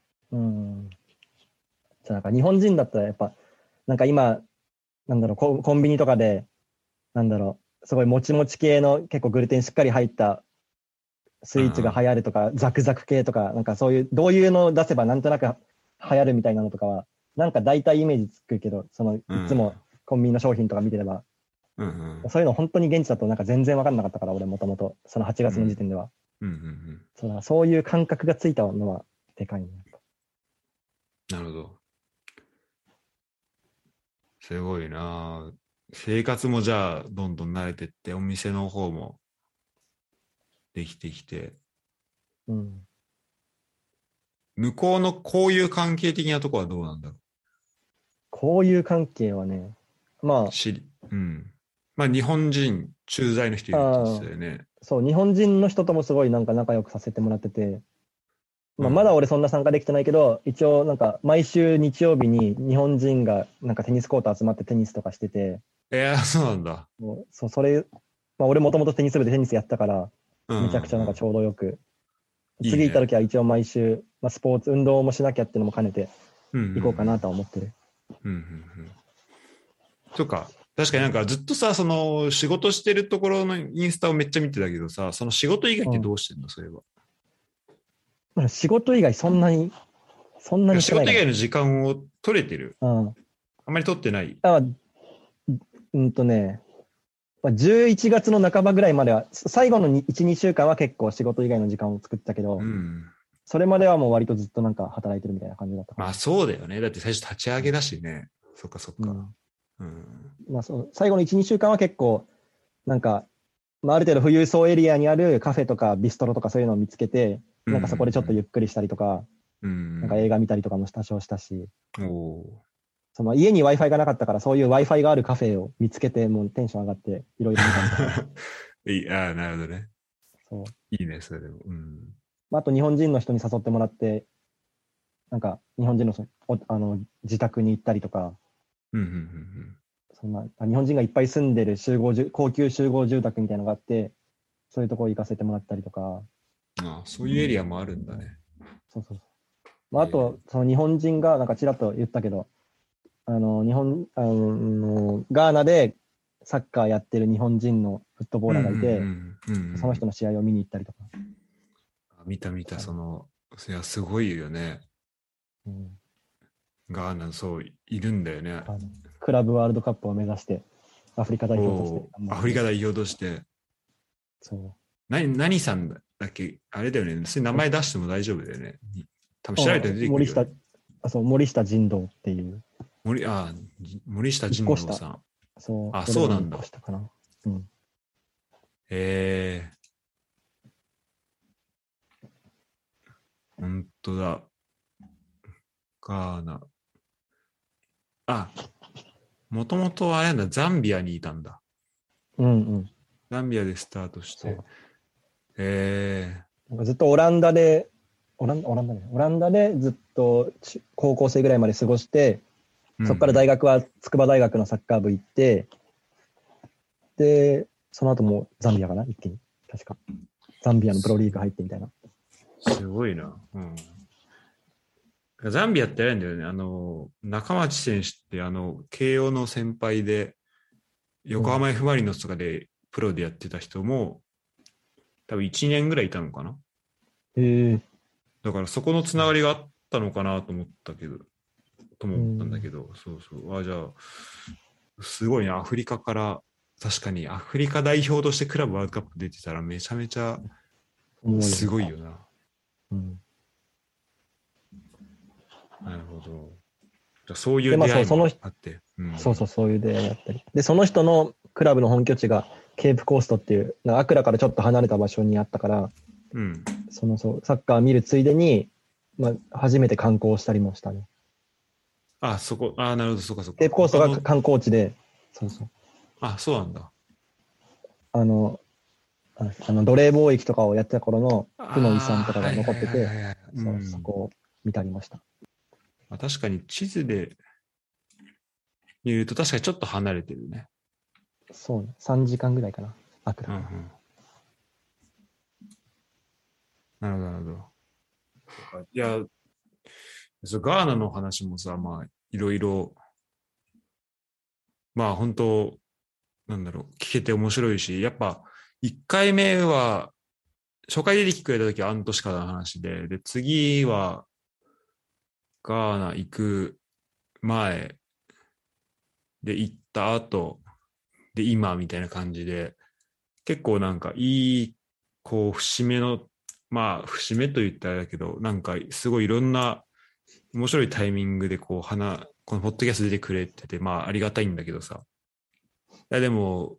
じゃなんか日本人だったらやっぱ、なんか今、なんだろう、コンビニとかで、なんだろう、すごいもちもち系の結構グルテンしっかり入ったスイーツが流行るとか、ザクザク系とか、なんかそういう、どういうのを出せばなんとなく流行るみたいなのとかは、なんか大体イメージつくけど、いつもコンビニの商品とか見てれば、そういうの本当に現地だとなんか全然分かんなかったから、俺もともと、その8月の時点では。そういう感覚がついたのはでかいね。 なるほど。すごいな。生活もじゃあどんどん慣れてって、お店の方もできてきて、向こうのこういう関係的なところはどうなんだろう。 こういう関係はね、まあ、 まあ日本人駐在の人いるって言ってたよね。 そう、日本人の人ともすごいなんか仲良くさせてもらってて、まだ俺そんな参加できてないけど、一応なんか毎週日曜日に日本人がなんかテニスコート集まってテニスとかしてて。 そうなんだ。 それ、俺もともとテニス部でテニスやったから、めちゃくちゃなんかちょうどよく。次行った時は一応毎週、スポーツ、運動もしなきゃっていうのも兼ねて行こうかなとは思ってる。 とか、確かになんかずっとさ、その仕事してるところのインスタをめっちゃ見てたけどさ、その仕事以外ってどうしてんの、そういえば。 仕事以外そんなに仕事以外の時間を取れてる。あんまり取ってない。 11月の半ばぐらいまでは、最後の1、2週間は結構仕事以外の時間を作ってたけど、それまではもう割とずっとなんか働いてるみたいな感じだった。 まあそうだよね。だって最初立ち上げだしね。そっかそっか。 最後の1、2週間は結構、なんか、ある程度富裕層エリアにあるカフェとかビストロとかそういうのを見つけて、なんかそこでちょっとゆっくりしたりとか、なんか映画見たりとかも多少したし、その家に Wi-Fi がなかったから、そういう Wi-Fi があるカフェを見つけて、もうテンション上がって、いろいろ見たりとか。 なるほどね。いいね、それでも。 あと日本人の人に誘ってもらって、なんか日本人の自宅に行ったりとか、そんな日本人がいっぱい住んでる高級集合住宅みたいなのがあって、そういうところ行かせてもらったりとか。 そういうエリアもあるんだね。 あと、その日本人が、なんかちらっと言ったけど、ガーナでサッカーやってる日本人のフットボーラーがいて、その人の試合を見に行ったりとか。 見た、いや、すごいよね。ガーナ、そう、いるんだよね。 クラブワールドカップを目指して、アフリカ代表として。 アフリカ代表として。何さんだっけ、あれだよね。それ名前出しても大丈夫だよね。多分調べて出てくるよ、ね。 森下仁道っていう。 森下仁道さん。そうなんだ。本当だ。ガーナ。もともとあれなんだ、ザンビアにいたんだ。ザンビアでスタートして。 ずっとオランダでずっと高校生ぐらいまで過ごして、そこから大学は筑波大学のサッカー部行って、 で、その後もザンビアかな、一気に。確か。ザンビアのプロリーグ入ってみたいな。 すごいな。うん。ザンビアってあれなんだよね。中町選手って慶応の先輩で、横浜 F マリノスとかでプロでやってた人も、多分1年ぐらいいたのかな。だからそこのつながりがあったのかなと思ったんだけど、そうそう。じゃあ、すごいね。アフリカから、確かにアフリカ代表としてクラブワールドカップ出てたらめちゃめちゃすごいよな。 うん、 なるほど。じゃあそういう出会いもあって。 そういう出会いがあったり。で、その人のクラブの本拠地がケープコーストっていう、アクラからちょっと離れた場所にあったから、 うん、 サッカー見るついでに、初めて観光したりもしたね。 なるほど、そこ。 ケープコーストが観光地で、そうそう。 そうなんだ。 奴隷貿易とかをやってた頃の負の遺産とかが残ってて、そこを見たりました。 確かに地図で見ると確かにちょっと離れてるね。 そうね。3時間ぐらいかな。アクラ。 なるほど、なるほど。いや、ガーナの話もさ、いろいろ、本当、聞けて面白いし、やっぱ、1回目は、初回出てきてくれた時はアントシカの話で、次は、ガーナ行く前で行った後で今みたいな感じで、結構いい、節目の、節目と言ったらだけど、すごいいろんな面白いタイミングでこのポッドキャスト出てくれてて、ありがたいんだけどさ。いや、でも、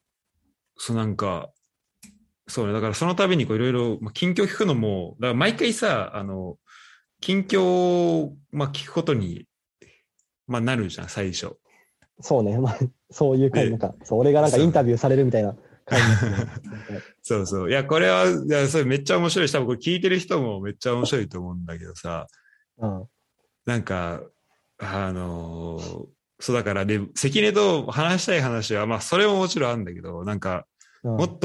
そうね、だからその度にいろいろ、近況聞くのも、だから毎回さ、近況を、聞くことに、なるじゃん、最初。 そうね、そういう回俺がインタビューされるみたいな回ですね。 そうそう。いや、これは、それめっちゃ面白いし、多分これ聞いてる人もめっちゃ面白いと思うんだけどさ、そうだからで、関根と話したい話は、それももちろんあるんだけど、もっと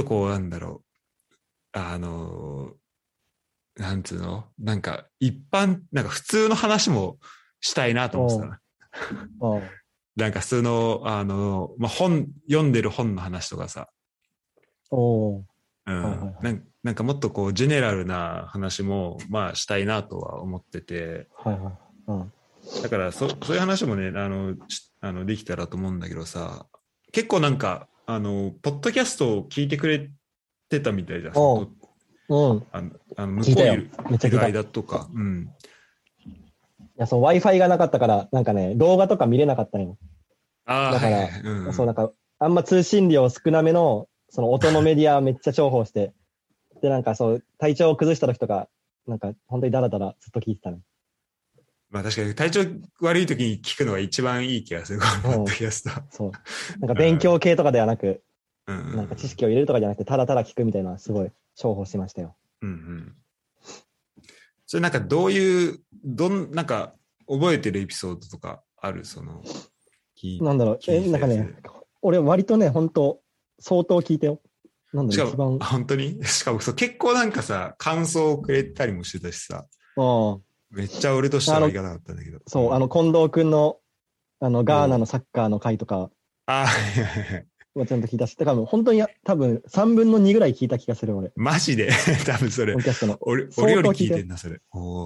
なんつうの一般、普通の話もしたいなと思ってた。普通の、読んでる本の話とかさ。もっとジェネラルな話も、したいなとは思ってて。だからそういう話もね、できたらと思うんだけどさ、結構ポッドキャストを聞いてくれてたみたいじゃん。向こういる間とか。 いや、Wi-Fi がなかったから、動画とか見れなかったのよ。だから、あんま通信量少なめの、音のメディアめっちゃ重宝して、で、体調を崩した時とか、本当にダラダラずっと聞いてたね。 確かに体調悪い時に聞くのが一番いい気がする、このポッドキャスト。 そう。勉強系とかではなく、知識を入れるとかじゃなくて、ただただ聞くみたいなのはすごい重宝しましたよ。 それどういう、覚えてるエピソードとかある俺割とね、本当相当聞いてよ。 本当にしかも結構感想をくれたりもしてたしさ。めっちゃ俺としてはありがたかったんだけど。 そう、近藤くんの、ガーナのサッカーの回とか、ちゃんと聞いたし、だから本当に多分3分の2ぐらい聞いた気がする、俺。 マジで多分それ。俺より聞いてんな、それ。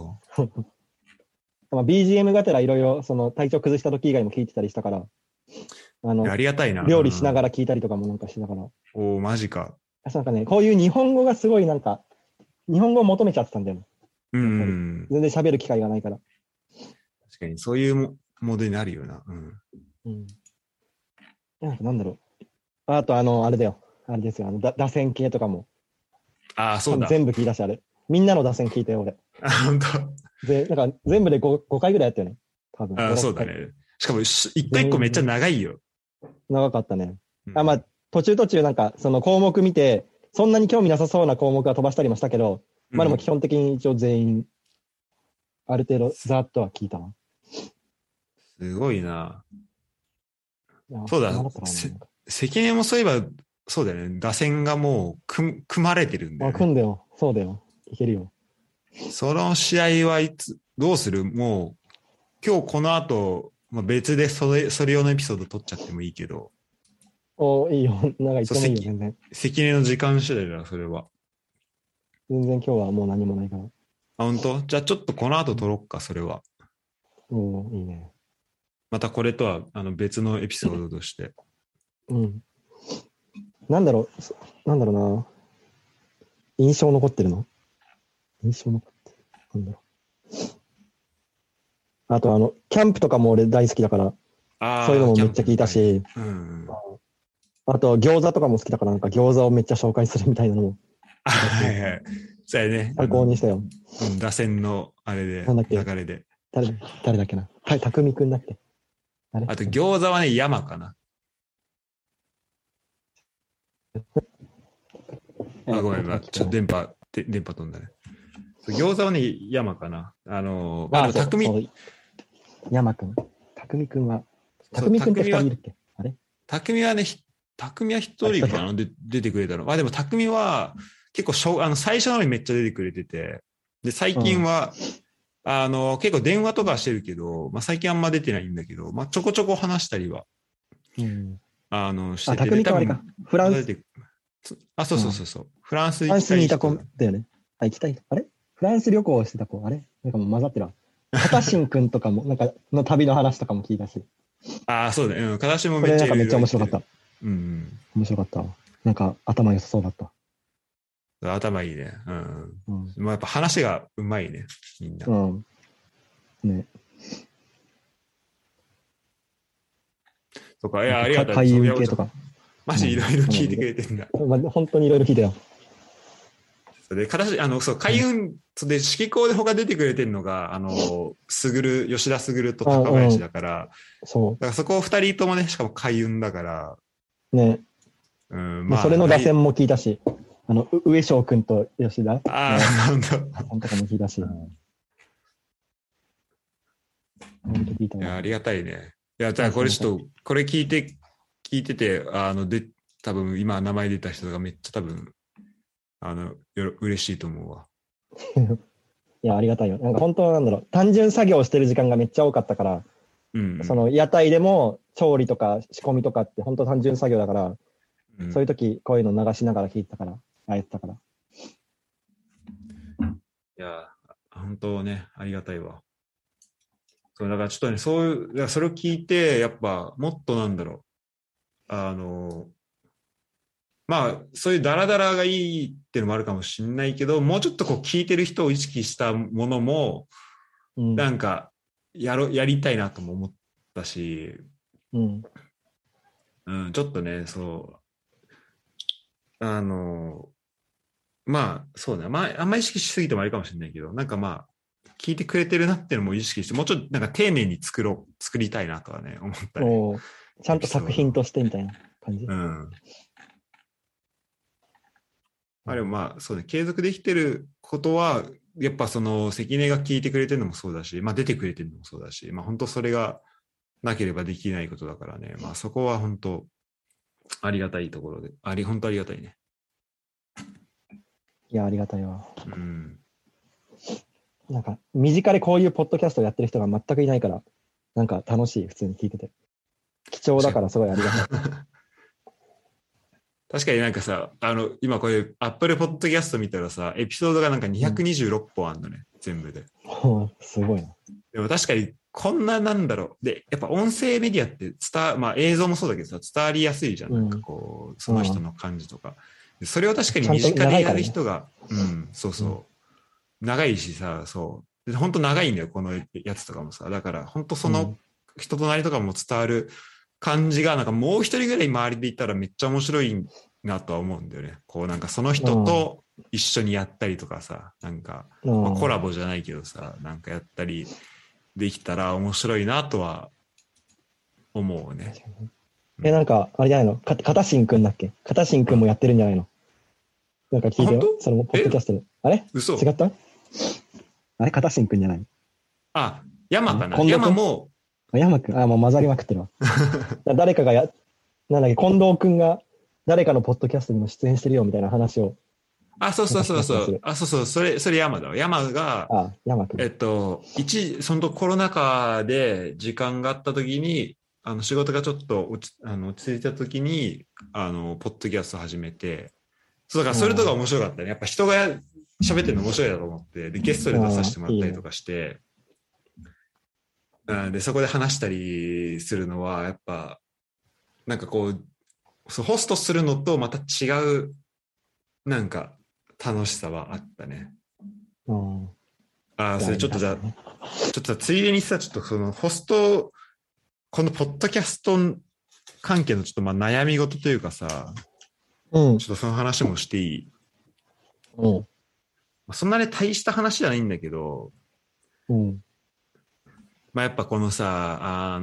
BGM がてらいろいろ、体調崩した時以外も聞いてたりしたから、 ありがたいな。 料理しながら聞いたりとかもしてたから。 マジか。 こういう日本語がすごい日本語を求めちゃってたんだよね。全然喋る機会がないから。 確かに、そういうモードになるよな。 なんだろう。あと、あれだよ。あれですよ。打線系とかも。 そうだ。 全部聞いたし、あれ。みんなの打線聞いたよ、俺。 本当。 全部で 5回ぐらいやったよね。多分。 そうだね。しかも、一個一個めっちゃ長いよ。 長かったね。途中項目見て、そんなに興味なさそうな項目は飛ばしたりもしたけど、でも基本的に一応全員、ある程度、ざっとは聞いたな。 すごいな。そうだ。 関根もそういえば、そうだよね。打線がもう組まれてるんだよね。 組んでよ。そうだよ。いけるよ。 その試合はいつ、どうする？もう、今日この後、まあ、別でそれ用のエピソード撮っちゃってもいいけど、 いいよ。なんか言っそう、 てもいいよ、全然。 関根の時間次第だな、それは。 全然今日はもう何もないから。 あ、本当？じゃあちょっとこの後撮ろっか、それは。 いいね。 またこれとは別のエピソードとして。 うん。なんだろうな。印象残ってるの？印象残ってる。なんだろう。あとキャンプとかも俺大好きだから、そういうのもめっちゃ聞いたし、 うん、 あと餃子とかも好きだから、なんか餃子をめっちゃ紹介するみたいなのも。 はいはい。そうやね。 参考にしたよ。 打線のあれで、 なんだっけ流れで。 誰だっけな。匠くんだっけ。 あと餃子はね、山かな。あ、ごめん、ちょっと電波飛んだね。餃子はね、山かな。匠。 山くん。匠くんは、匠くんって2人いるっけ？あれ？ 匠はね、匠は一人かなで出てくれたの。あ、でも匠は結構最初の方にめっちゃ出てくれてて、で、最近は、結構電話とかしてるけど、まあ最近あんま出てないんだけど、まあちょこちょこ話したりは、してて。 匠くんあれか。フランス。 あ、そう。フランス行きたい。フランスにいた子だよね。行きたい。あれ？フランス旅行をしてた子。あれ？なんかもう混ざってるわ。カタシンくんとかも、なんかの旅の話とかも聞いたし。 あ、そうだね。カタシンもめっちゃ面白かった。 面白かった。なんか頭良さそうだった。 頭いいね。まあやっぱ話がうまいね、みんな。 ね。 とか、いや、ありがとう。 海運系とか。 マジいろいろ聞いてくれてんだ。 本当にいろいろ聞いたよ。 で、海運、で、四季校で他出てくれてるのが、吉田卓と高林だから、だからそこ二人ともね、しかも海運だから。 ね。まあ、それの打線も聞いたし、上昇君と吉田。 本当。 とかも聞いたし。 いや、ありがたいね。いや、じゃあこれちょっと、これ聞いてて、多分今名前出た人がめっちゃ多分、嬉しいと思うわ。 いや、ありがたいよ。なんか本当なんだろう、単純作業をしてる時間がめっちゃ多かったから、その屋台でも調理とか仕込みとかって本当単純作業だから、そういう時こういうの流しながら聞いてたから、やってたから。 いや、本当ね、ありがたいわ。そう、だからちょっとね、それを聞いて、やっぱもっとなんだろう、まあ、そういうダラダラがいいっていうのもあるかもしれないけど、もうちょっとこう聞いてる人を意識したものも、なんかやりたいなとも思ったし、ちょっとね、まあ、そうね、まあ、あんまり意識しすぎてもあれかもしれないけど、なんかまあ、聞いてくれてるなっていうのも意識して、もうちょっとなんか丁寧に作りたいなとはね、思ったね。 ちゃんと作品としてみたいな感じ。 でもまあそうね、継続できてることは、やっぱ関根が聞いてくれてるのもそうだし、まあ出てくれてるのもそうだし、まあ本当それがなければできないことだからね、まあそこは本当ありがたいところで、本当ありがたいね。 いや、ありがたいわ。なんか、身近でこういうポッドキャストをやってる人が全くいないから、なんか楽しい、普通に聞いてて。貴重だからすごいありがたい。 確かになんかさ、今これ、Apple Podcast 見たらさ、エピソードがなんか226本あるのね、全部で。 すごいな。 でも確かに、こんななんだろう。で、やっぱ音声メディアってまあ映像もそうだけどさ、伝わりやすいじゃん。なんかこう、その人の感じとか。それを確かに身近でやる人が、そうそう。長いしさ、そう。本当長いんだよ、このやつとかもさ。だから、本当その人となりとかも伝わる感じが、なんかもう一人ぐらい周りでいたらめっちゃ面白いなとは思うんだよね。こうなんかその人と一緒にやったりとかさ、なんか、まあ、コラボじゃないけどさ、なんかやったりできたら面白いなとは思うね。 なんか、あれじゃないの？カタシンくんだっけ？カタシンくんもやってるんじゃないの？なんか聞いてよ。それもポッドキャストで。あれ？ 嘘？ 違った？あれカタシンくんじゃない？ あ、山かな？山も。 山くん、もう混ざりまくってるわ。誰かがなんだっけ、近藤くんが誰かのポッドキャストにも出演してるよみたいな話を。 あ、そうそうそうそう。あ、そうそう。それ山だわ。山が、 あ、山くん。 そのコロナ禍で時間があった時に、仕事がちょっと落ち着いた時に、ポッドキャスト始めて、そうだからそれとか面白かったね。やっぱ人が喋ってるの面白いだと思って、で、ゲストで出させてもらったりとかして、で、そこで話したりするのは、やっぱ、なんかこう、そうホストするのとまた違う、なんか、楽しさはあったね。 うん。 それちょっとじゃあ、ちょっとついでにさ、ちょっとそのホスト、このポッドキャスト関係のちょっとまあ悩み事というかさ、 うん。 ちょっとその話もしていい？ うん。 そんなに大した話じゃないんだけど、 うん。 まあやっぱこのさ、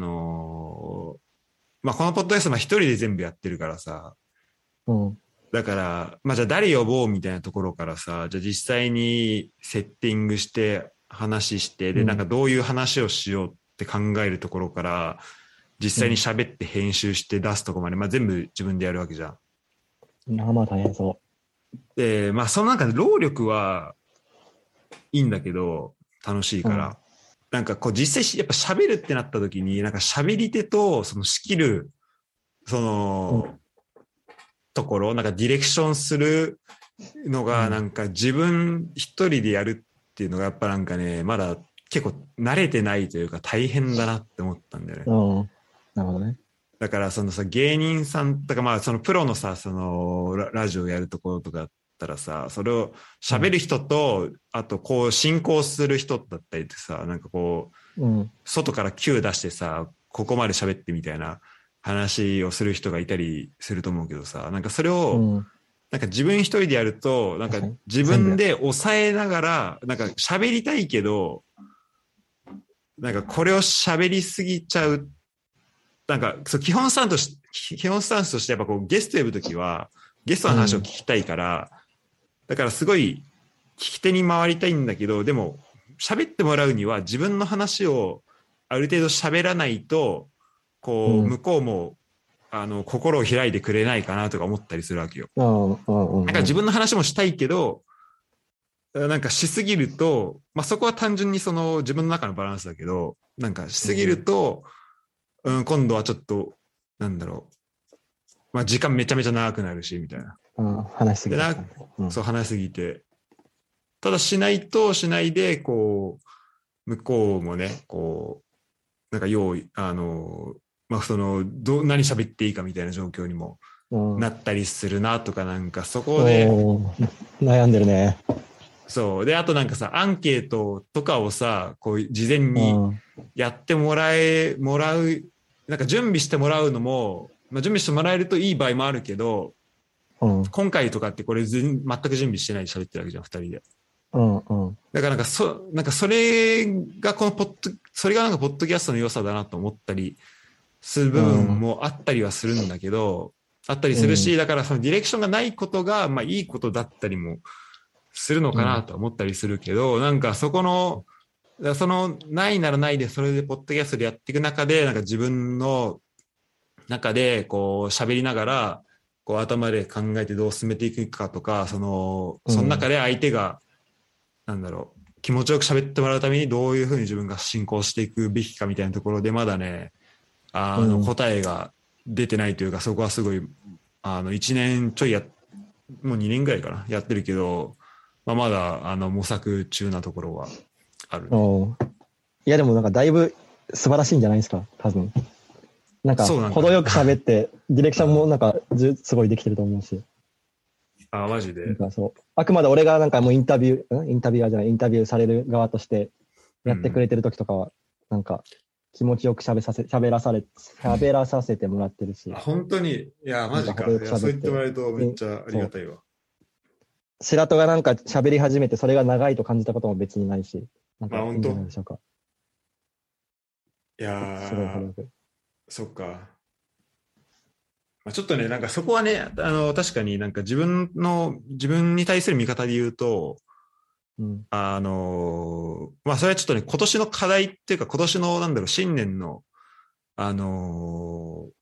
まあこのポッドキャスト一人で全部やってるからさ、 うん。 だから、まあじゃあ誰呼ぼうみたいなところからさ、じゃあ実際にセッティングして話して、で、なんかどういう話をしようって考えるところから、実際に喋って編集して出すところまで、まあ全部自分でやるわけじゃん。 まあ大変そで、まあそのなんか労力はいいんだけど、楽しいから。なんかこう実際やっぱ喋るってなった時に、なんか喋り手とその仕切る、その、ところ、なんかディレクションするのが、なんか自分一人でやるっていうのがやっぱなんかね、まだ結構慣れてないというか大変だなって思ったんだよね。 なるほどね。 だからそのさ、芸人さんとかまあそのプロのさ、そのラジオやるところとかだったらさ、それを喋る人と、あとこう進行する人だったりってさ、なんかこう、外から Q 出してさ、ここまで喋ってみたいな話をする人がいたりすると思うけどさ、なんかそれを、なんか自分一人でやると、なんか自分で抑えながら、なんか喋りたいけど、なんかこれを喋りすぎちゃう。なんかそう基本スタンスとしてやっぱこうゲスト呼ぶときは、ゲストの話を聞きたいから、だからすごい聞き手に回りたいんだけど、でも喋ってもらうには自分の話をある程度喋らないと、こう向こうも心を開いてくれないかなとか思ったりするわけよ。なんか自分の話もしたいけど、なんかしすぎると、まあ、そこは単純にその自分の中のバランスだけど、なんかしすぎると、今度はちょっと、なんだろう、まあ、時間めちゃめちゃ長くなるし、みたいな。 話しすぎて。 そう、話しすぎて。ただしないとしないで、こう、向こうもね、こう、なんか用意、まあ、その、何喋っていいかみたいな状況にもなったりするなとか、なんかそこで、 悩んでるね。 そう。で、あとなんかさ、アンケートとかをさ、こう、事前にやってもらう、なんか準備してもらうのも、まあ、準備してもらえるといい場合もあるけど、今回とかってこれ全く準備してないで喋ってるわけじゃん、二人で。だからなんかそれがそれがなんかポッドキャストの良さだなと思ったりする部分もあったりはするんだけど、あったりするし、だからそのディレクションがないことが、まあいいことだったりもするのかなと思ったりするけど、なんかそのないならないでそれでポッドキャストでやっていく中で、なんか自分の中でこう喋りながら、こう頭で考えてどう進めていくかとか、その中で相手が、なんだろう、気持ちよく喋ってもらうためにどういうふうに自分が進行していくべきかみたいなところでまだね、答えが出てないというか、そこはすごい、1年ちょいもう2年ぐらいかな、やってるけど、まあ、まだ、模索中なところはある、ね。 いや、でもなんかだいぶ素晴らしいんじゃないですか、多分。なんか、程よく喋って、ディレクションもなんか、すごいできてると思うし。 マジで。 なんかそう。あくまで俺がなんかもうインタビューされる側としてやってくれてる時とかは、なんか、気持ちよく喋らさせてもらってるし。 本当に、いや、マジか。いや、そう言ってもらえるとめっちゃありがたいわ。 白戸がなんか喋り始めて、それが長いと感じたことも別にないし。なんかいいんじゃないでしょうか。 いやー、そっか。ちょっとね、なんかそこはね、確かになんか自分に対する見方で言うと、まあそれはちょっとね、今年の課題っていうか、今年のなんだろう、新年の、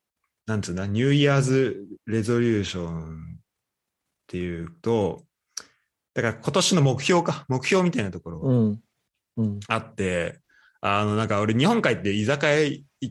なんつうんだ、ニューイヤーズレゾリューションっていうと、だから今年の目標みたいなところがうん。うん。 あって、なんか俺日本帰って居酒屋行って、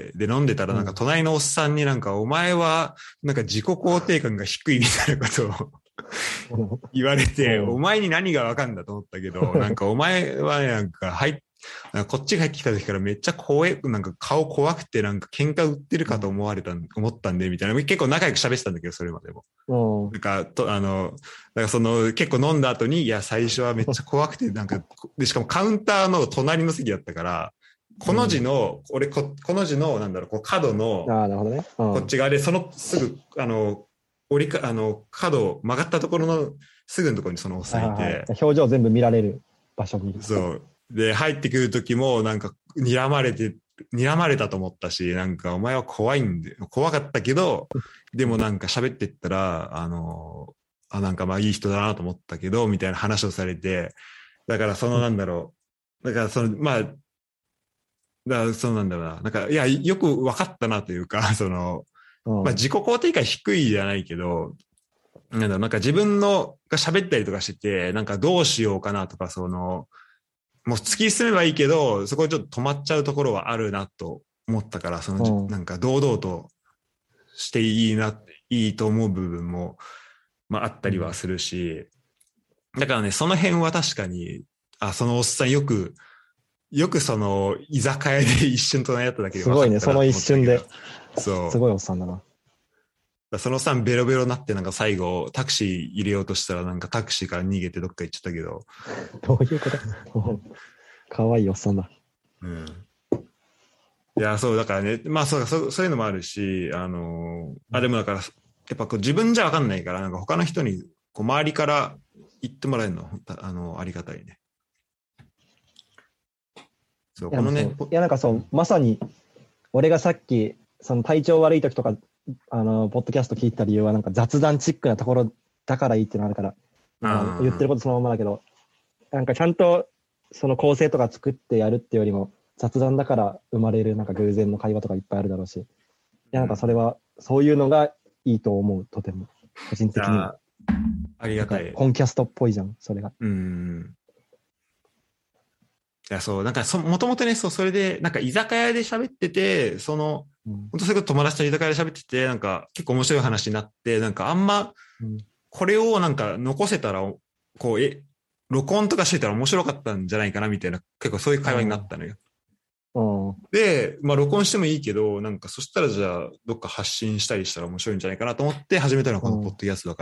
で飲んでたらなんか隣のおっさんになんかお前はなんか自己肯定感が低いみたいなことを言われて、お前に何がわかんだと思ったけど、なんかお前はね、なんかこっちが入ってきた時からめっちゃなんか顔怖くてなんか喧嘩売ってるかと思ったんで、みたいな。結構仲良く喋ってたんだけど、それまでも。なんか、その、結構飲んだ後に、いや、最初はめっちゃ怖くて、なんか、で、しかもカウンターの隣の席だったから、この字の、この字の、なんだろう、こう角の、 なるほどね。 こっち側で、そのすぐ、角曲がったところのすぐのところにそのおっさんいて、 表情全部見られる場所にいる。 そう。で、入ってくる時も、なんか、睨まれたと思ったし、なんか、お前は怖かったけど、でもなんか喋ってったら、なんかまあいい人だなと思ったけど、みたいな話をされて、だからそのなんだろう、だからその、まあ、だからそうなんだろうな、なんか、いや、よく分かったなというか、その、まあ自己肯定感低いじゃないけど、なんか自分が喋ったりとかしてて、なんかどうしようかなとか、その、もう突き進めばいいけど、そこでちょっと止まっちゃうところはあるなと思ったから、その、なんか堂々としていいと思う部分も、まああったりはするし、だからね、その辺は確かに、そのおっさんよくその、居酒屋で一瞬と悩っただけで分かったなと思ったけど。すごいね、その一瞬で。 そう。すごいおっさんだな。 そのおっさんベロベロになってなんか最後タクシー入れようとしたらなんかタクシーから逃げてどっか行っちゃったけど。 どういうことかわいいおっさんだ。 うん。いや、そう、だからね、まあそういうのもあるし、でもだから、やっぱこう自分じゃ分かんないから、なんか他の人にこう周りから言ってもらえるの、ありがたいね。そう、このね。 いや、なんかそう、まさに、俺がさっき、その体調悪い時とか、ポッドキャスト聞いた理由は、なんか雑談チックなところだからいいっていうのがあるから、言ってることそのままだけど、なんかちゃんと、その構成とか作ってやるってよりも、雑談だから生まれるなんか偶然の会話とかいっぱいあるだろうし、いや、なんかそれは、そういうのがいいと思う、とても。個人的には。 ありがたい。 本キャストっぽいじゃん、それが。 いや、そう、なんかもともとね、それで、なんか居酒屋で喋ってて、本当それこそ友達と居酒屋で喋ってて、なんか結構面白い話になって、なんかあんま、これをなんか残せたら、こう、録音とかしてたら面白かったんじゃないかなみたいな、結構そういう会話になったのよ。で、まあ録音してもいいけど、なんかそしたらじゃあ、どっか発信したりしたら面白いんじゃないかなと思って始めたのがこのポッドキャストだから、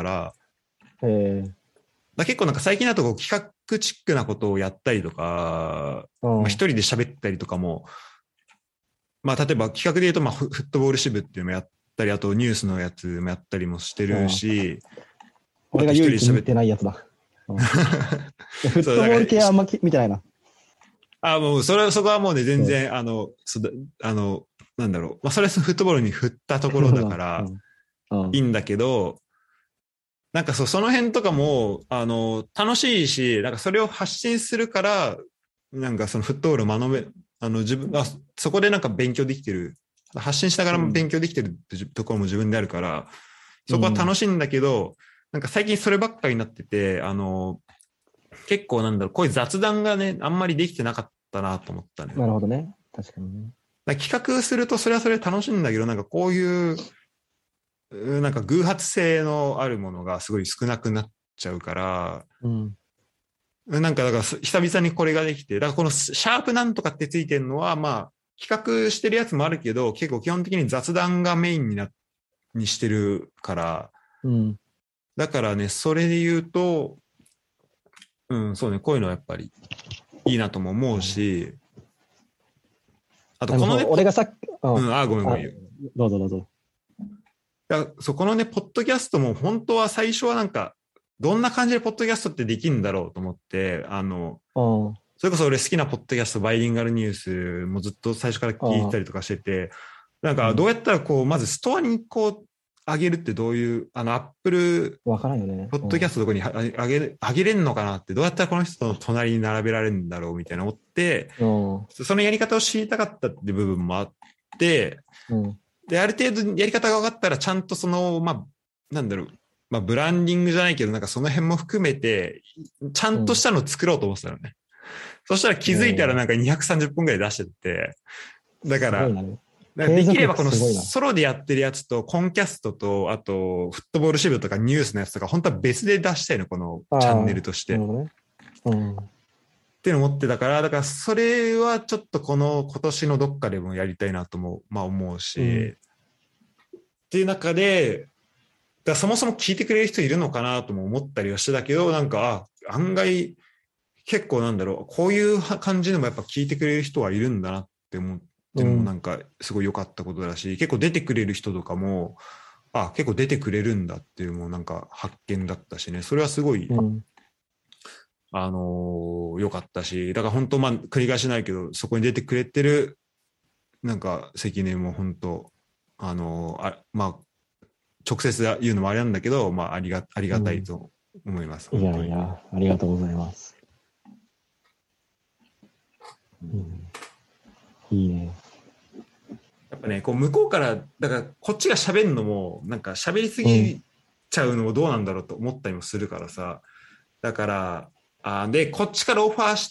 結構なんか最近だとこう企画チックなことをやったりとか、まあ、一人で喋ったりとかも、まあ例えば企画で言うとまあフットボール支部っていうのもやったり、あとニュースのやつもやったりもしてるし、 俺が唯一見てないやつだ。フットボール系はあんま見てないな。 もうそこはもうね全然、なんだろう、まあそれはフットボールに振ったところだからいいんだけど、なんかその辺とかも、楽しいし、なんかそれを発信するから、なんかそのフットボールを自分は、そこでなんか勉強できてる、発信しながら勉強できてるってところも自分であるから、そこは楽しいんだけど、なんか最近そればっかりになってて、結構なんだろう、こういう雑談がね、あんまりできてなかったなと思ったね。 なるほどね。確かにね。 企画するとそれはそれで楽しいんだけど、なんかこういう、なんか偶発性のあるものがすごい少なくなっちゃうから、なんかだから久々にこれができて、だからこのシャープなんとかってついてるのは、まあ、企画してるやつもあるけど、結構基本的に雑談がメインにしてるから、だからね、それで言うと、そうね、こういうのはやっぱりいいなとも思うし、あとこのね、 俺がさっき、 ごめんごめん。 どうぞどうぞ。 このね、ポッドキャストも本当は最初はなんか、どんな感じでポッドキャストってできるんだろうと思って、それこそ俺好きなポッドキャスト、バイリンガルニュースもずっと最初から聞いたりとかしてて、なんかどうやったらこう、まずストアにこう、上げるってどういう、アップル、 わからんよね。 ポッドキャストどこに上げれんのかなって、どうやったらこの人の隣に並べられるんだろうみたいな思って、そのやり方を知りたかったっていう部分もあって、 で、ある程度やり方が分かったら、ちゃんとその、なんだろう、ブランディングじゃないけど、なんかその辺も含めて、ちゃんとしたのを作ろうと思ってたのね。そしたら気づいたらなんか230分ぐらい出してて、だから、できればこのソロでやってるやつと、コンキャストと、あと、フットボール支部とかニュースのやつとか、本当は別で出したいの、このチャンネルとして。っていうのを思ってたから、だからそれはちょっと今年のどっかでもやりたいなとも、思うし、っていう中で、だそもそも聞いてくれる人いるのかなとも思ったりはしてたけど、なんか、案外、結構なんだろう、こういう感じでもやっぱ聞いてくれる人はいるんだなって思ってもなんかすごい良かったことだし、結構出てくれる人とかも、結構出てくれるんだっていうもなんか発見だったしね、それはすごい、良かったし、だから本当繰り返しないけど、そこに出てくれてる、なんか関根も本当、直接言うのもあれなんだけど、ありがたいと思います。 いやいや、ありがとうございます。いいね。 やっぱね、こう向こうから、だからこっちが喋るのも、なんか喋りすぎちゃうのもどうなんだろうと思ったりもするからさ、だから、で、こっちからオファーして、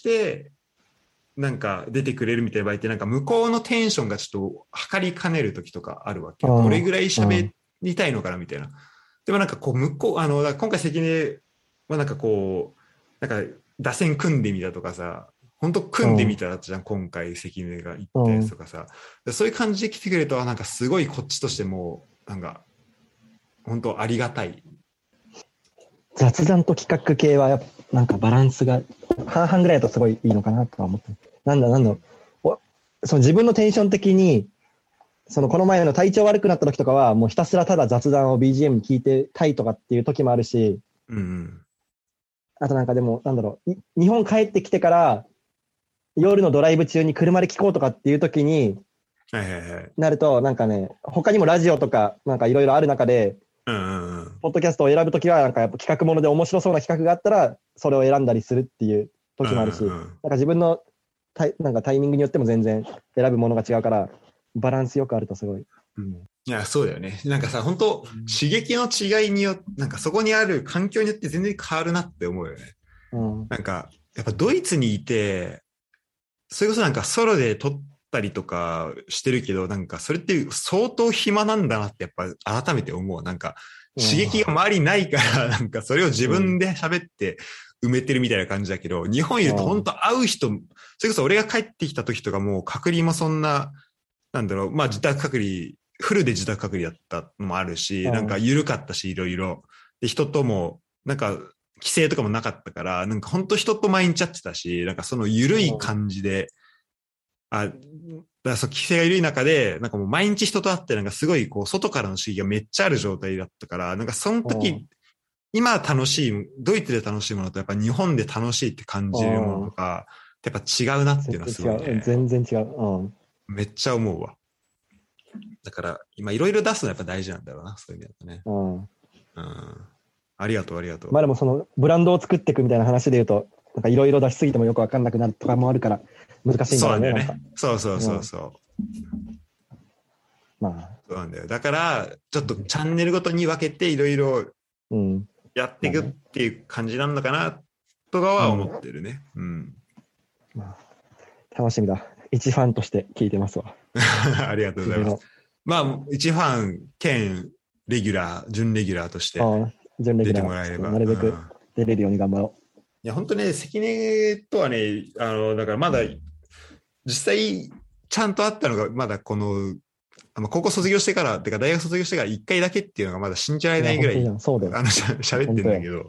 なんか出てくれるみたいな場合って、なんか向こうのテンションがちょっと測りかねる時とかあるわけ。どれぐらい喋りたいのかなみたいな。でもなんかこう向こう、今回関根はなんかこう、なんか打線組んでみたとかさ、本当組んでみたらじゃん、今回関根が言ったやつとかさ、そういう感じで来てくれると、なんかすごいこっちとしても、なんか、本当ありがたい。 雑談と企画系はやっぱなんかバランスが半々ぐらいだとすごいいいのかなとは思って。その自分のテンション的に、この前の体調悪くなった時とかは、もうひたすらただ雑談を BGM に聞いてたいとかっていう時もあるし、あとなんかでも、日本帰ってきてから、夜のドライブ中に車で聞こうとかっていう時に、なると、なんかね、他にもラジオとか、なんかいろいろある中で、ポッドキャストを選ぶときは、なんかやっぱ企画もので面白そうな企画があったら、それを選んだりするっていう時もあるし、なんか自分のなんかタイミングによっても全然選ぶものが違うから、バランスよくあるとすごい。 いや、そうだよね。なんかさ、本当刺激の違いによって、なんかそこにある環境によって全然変わるなって思うよね。なんか、やっぱドイツにいて、それこそなんかソロで撮ったりとかしてるけど、なんかそれって相当暇なんだなってやっぱ改めて思う。なんか刺激が周りにないから、なんかそれを自分で喋って埋めてるみたいな感じだけど、日本いると本当会う人、それこそ俺が帰ってきた時とかも隔離もそんな、なんだろう、自宅隔離、フルで自宅隔離だったのもあるし、なんか緩かったし、いろいろ。で、人とも、なんか、規制とかもなかったから、なんか本当人と毎日会ってたし、なんかその緩い感じで、だから規制が緩い中で、なんかもう毎日人と会って、なんかすごいこう、外からの刺激がめっちゃある状態だったから、なんかその時、今楽しい、ドイツで楽しいものとやっぱ日本で楽しいって感じるものとか、やっぱ違うなっていうのはすごいね。 全然違う。 めっちゃ思うわ。だから、今いろいろ出すのはやっぱ大事なんだろうな、そういうのね。ありがとう。 でもそのブランドを作っていくみたいな話で言うと、なんかいろいろ出しすぎてもよくわかんなくなるとかもあるから難しいんだろうね。 そうなんだよね。そう。そうなんだよ。だから、ちょっとチャンネルごとに分けていろいろやっていくっていう感じなのかなとかは思ってるね。 楽しみだ。一ファンとして聞いてますわ。 ありがとうございます。一ファン兼レギュラー、準レギュラーとして出てもらえれば。 なるべく出れるように頑張ろう。 いや、本当ね、関根とはね、だからまだ、実際、ちゃんと会ったのが、まだこの、高校卒業してから、てか大学卒業してから1回だけっていうのがまだ信じられないぐらい、喋ってんだけど、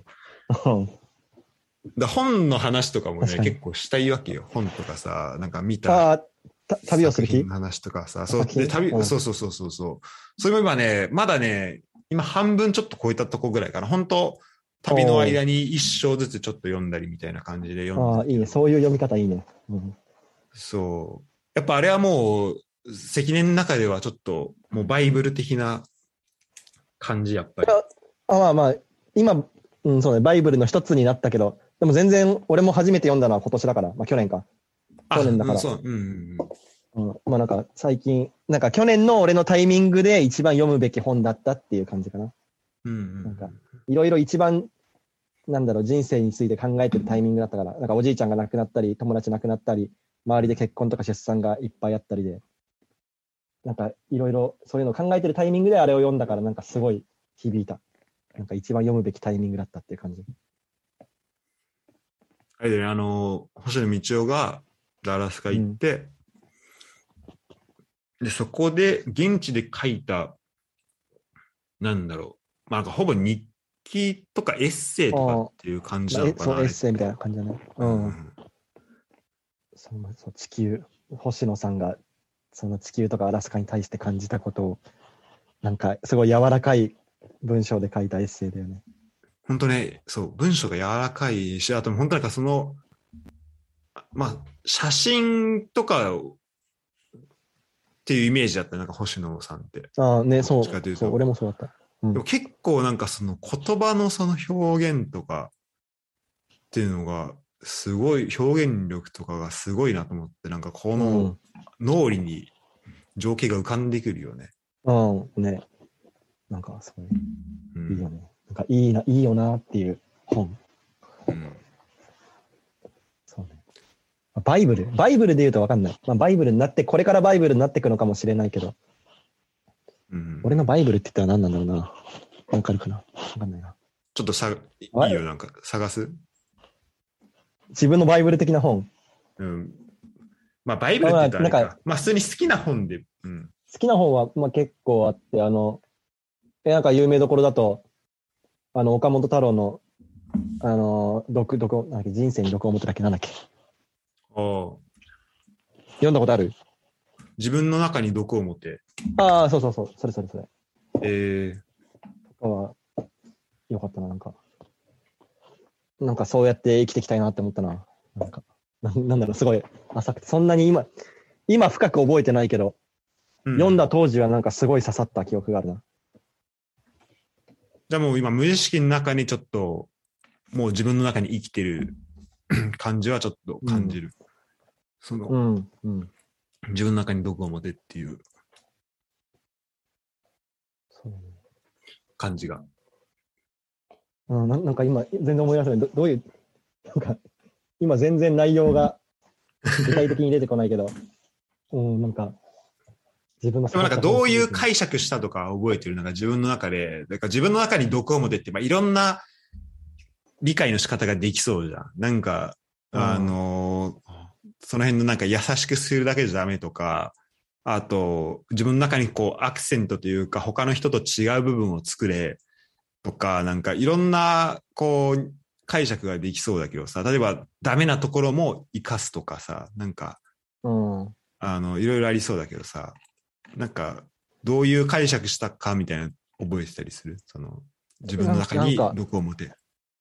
本の話とかもね、結構したいわけよ。本とかさ、なんか見た。 旅をする日話とかさ、そう。で、そう。それも今ね、まだね、今半分ちょっと超えたとこぐらいかな。本当旅の間に一章ずつちょっと読んだりみたいな感じで読んで。 いいね。そういう読み方いいね。 そう。やっぱあれはもう、関根の中ではちょっと、もうバイブル的な感じ、やっぱり。 今、そうね、バイブルの一つになったけど、でも全然俺も初めて読んだのは今年だから、去年か。去年だから。 まあなんか最近、なんか去年の俺のタイミングで一番読むべき本だったっていう感じかな。なんか、いろいろ一番、なんだろう、人生について考えてるタイミングだったから、なんかおじいちゃんが亡くなったり、友達亡くなったり、周りで結婚とか出産がいっぱいあったりで、なんかいろいろそういうのを考えてるタイミングであれを読んだから、なんかすごい響いた。なんか一番読むべきタイミングだったっていう感じ。 あれでね、星野道夫がダラスカ行って、で、そこで、現地で書いた、なんだろう、まあなんかほぼ日記とかエッセイとかっていう感じなのかな。 そう、エッセイみたいな感じだね。そう地球、星野さんが、その地球とかアラスカに対して感じたことを、なんかすごい柔らかい文章で書いたエッセイだよね。 本当ね、そう、文章が柔らかいし、あと本当なんかその、まあ、写真とかっていうイメージだった、なんか星野さんって。 ああね、そう、俺もそうだった。 でも結構なんかその言葉のその表現とかっていうのが、すごい、表現力とかがすごいなと思って、なんかこの脳裏に情景が浮かんでくるよね。 ね。なんかすごい、いいよね。なんかいいよなっていう本。そうね。バイブルで言うと分かんない。まあ、バイブルになって、これからバイブルになっていくのかもしれないけど、俺のバイブルって言ったら何なんだろうな。分かるかな、分かんないな。 ちょっといいよ、なんか探す。 自分のバイブル的な本。 まあ、バイブルって言ったらあれか。まあ、普通に好きな本で。 好きな本は、まあ、結構あって、なんか有名どころだと、岡本太郎の、なんだっけ、人生に毒を持ってたっけ、なんだっけ。読んだことある？ 自分の中に毒を持って。 ああ、そう。それ。とかは、よかったな、なんかそうやって生きていきたいなって思ったな。なんだろう、すごい浅くて、そんなに今深く覚えてないけど、読んだ当時はなんかすごい刺さった記憶があるな。 じゃあもう今無意識の中にちょっと、もう自分の中に生きてる感じはちょっと感じる。その、自分の中に毒を持てっていう感じが。 なんか今、全然思い出せない。どういう、なんか、今全然内容が具体的に出てこないけど、なんか、 でもなんかどういう解釈したとか覚えてる？なんか自分の中で、なんか自分の中に毒を持てって、まあ、いろんな理解の仕方ができそうじゃん。なんか、その辺のなんか優しくするだけじゃダメとか、あと、自分の中にこうアクセントというか他の人と違う部分を作れとか、なんかいろんなこう解釈ができそうだけどさ、例えばダメなところも生かすとかさ、なんか、いろいろありそうだけどさ、なんかどういう解釈したかみたいな覚えてたりする？その自分の中に毒を持て。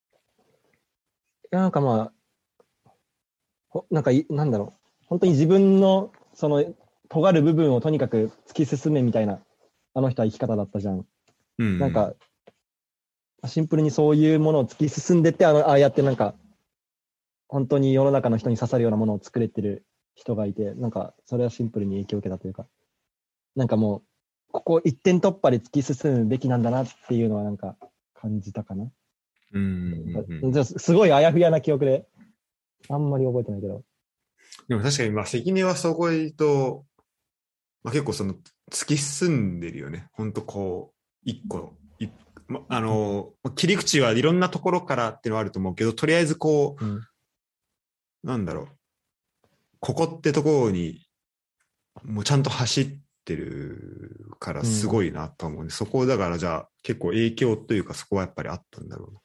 なんかまあ、なんだろう、本当に自分のその尖る部分をとにかく突き進めみたいな、あの人は生き方だったじゃん。なんかシンプルにそういうものを突き進んでって、ああやってなんか本当に世の中の人に刺さるようなものを作れてる人がいて、なんかそれはシンプルに影響を受けたというか、なんかもうここ一点突破で突き進むべきなんだなっていうのはなんか感じたかな。すごいあやふやな記憶であんまり覚えてないけど。 でも確かにまあ関根はそこで言うと、まあ、結構その突き進んでるよね。本当こう一個切り口はいろんなところからっていうのはあると思うけど、とりあえずこう、なんだろう、ここってところにもうちゃんと走ってるからすごいなと思うね。そこだからじゃあ結構影響というかそこはやっぱりあったんだろうな。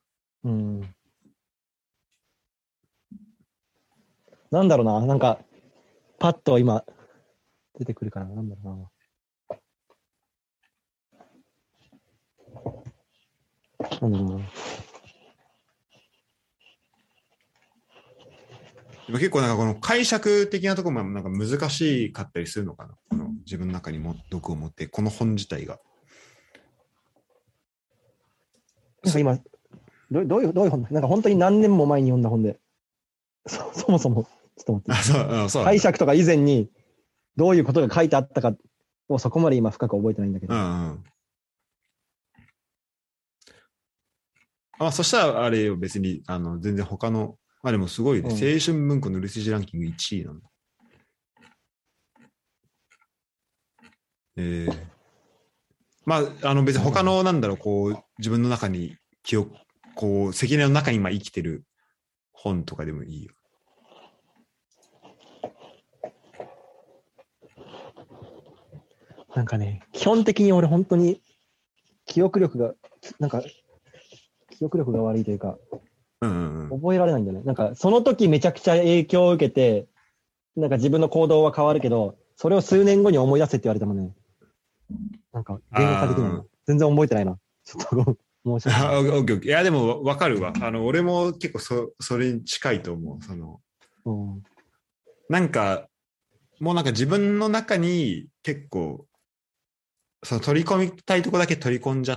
なんだろうな、なんかパッと今出てくるからなんだろうな。 結構なんかこの解釈的なところもなんか難しかったりするのかな。この自分の中にも毒を持ってこの本自体が。 なんか今どういう本？なんか本当に何年も前に読んだ本で、そもそもちょっと待って。解釈とか以前にどういうことが書いてあったかをそこまで今深く覚えてないんだけど。 うんうん。そしたらあれよ、別に、全然他の、でもすごいね、 うん青春文庫の売れ筋ランキング1位なの。別に他の、こう、自分の中にこう、関根の中に今生きてる本とかでもいいよ。 なんかね、基本的に俺本当に記憶力が悪いというか、 うんうん。 覚えられないんだよね。なんかその時めちゃくちゃ影響を受けて、なんか自分の行動は変わるけど、それを数年後に思い出せって言われてもね、なんか言語化できないな。全然覚えてないな。ちょっと申し訳ない。 オッケーオッケー。いや、でも分かるわ。俺も結構それに近いと思う。 うん。 なんか、もうなんか自分の中に結構、取り込みたいとこだけ取り込んじゃって、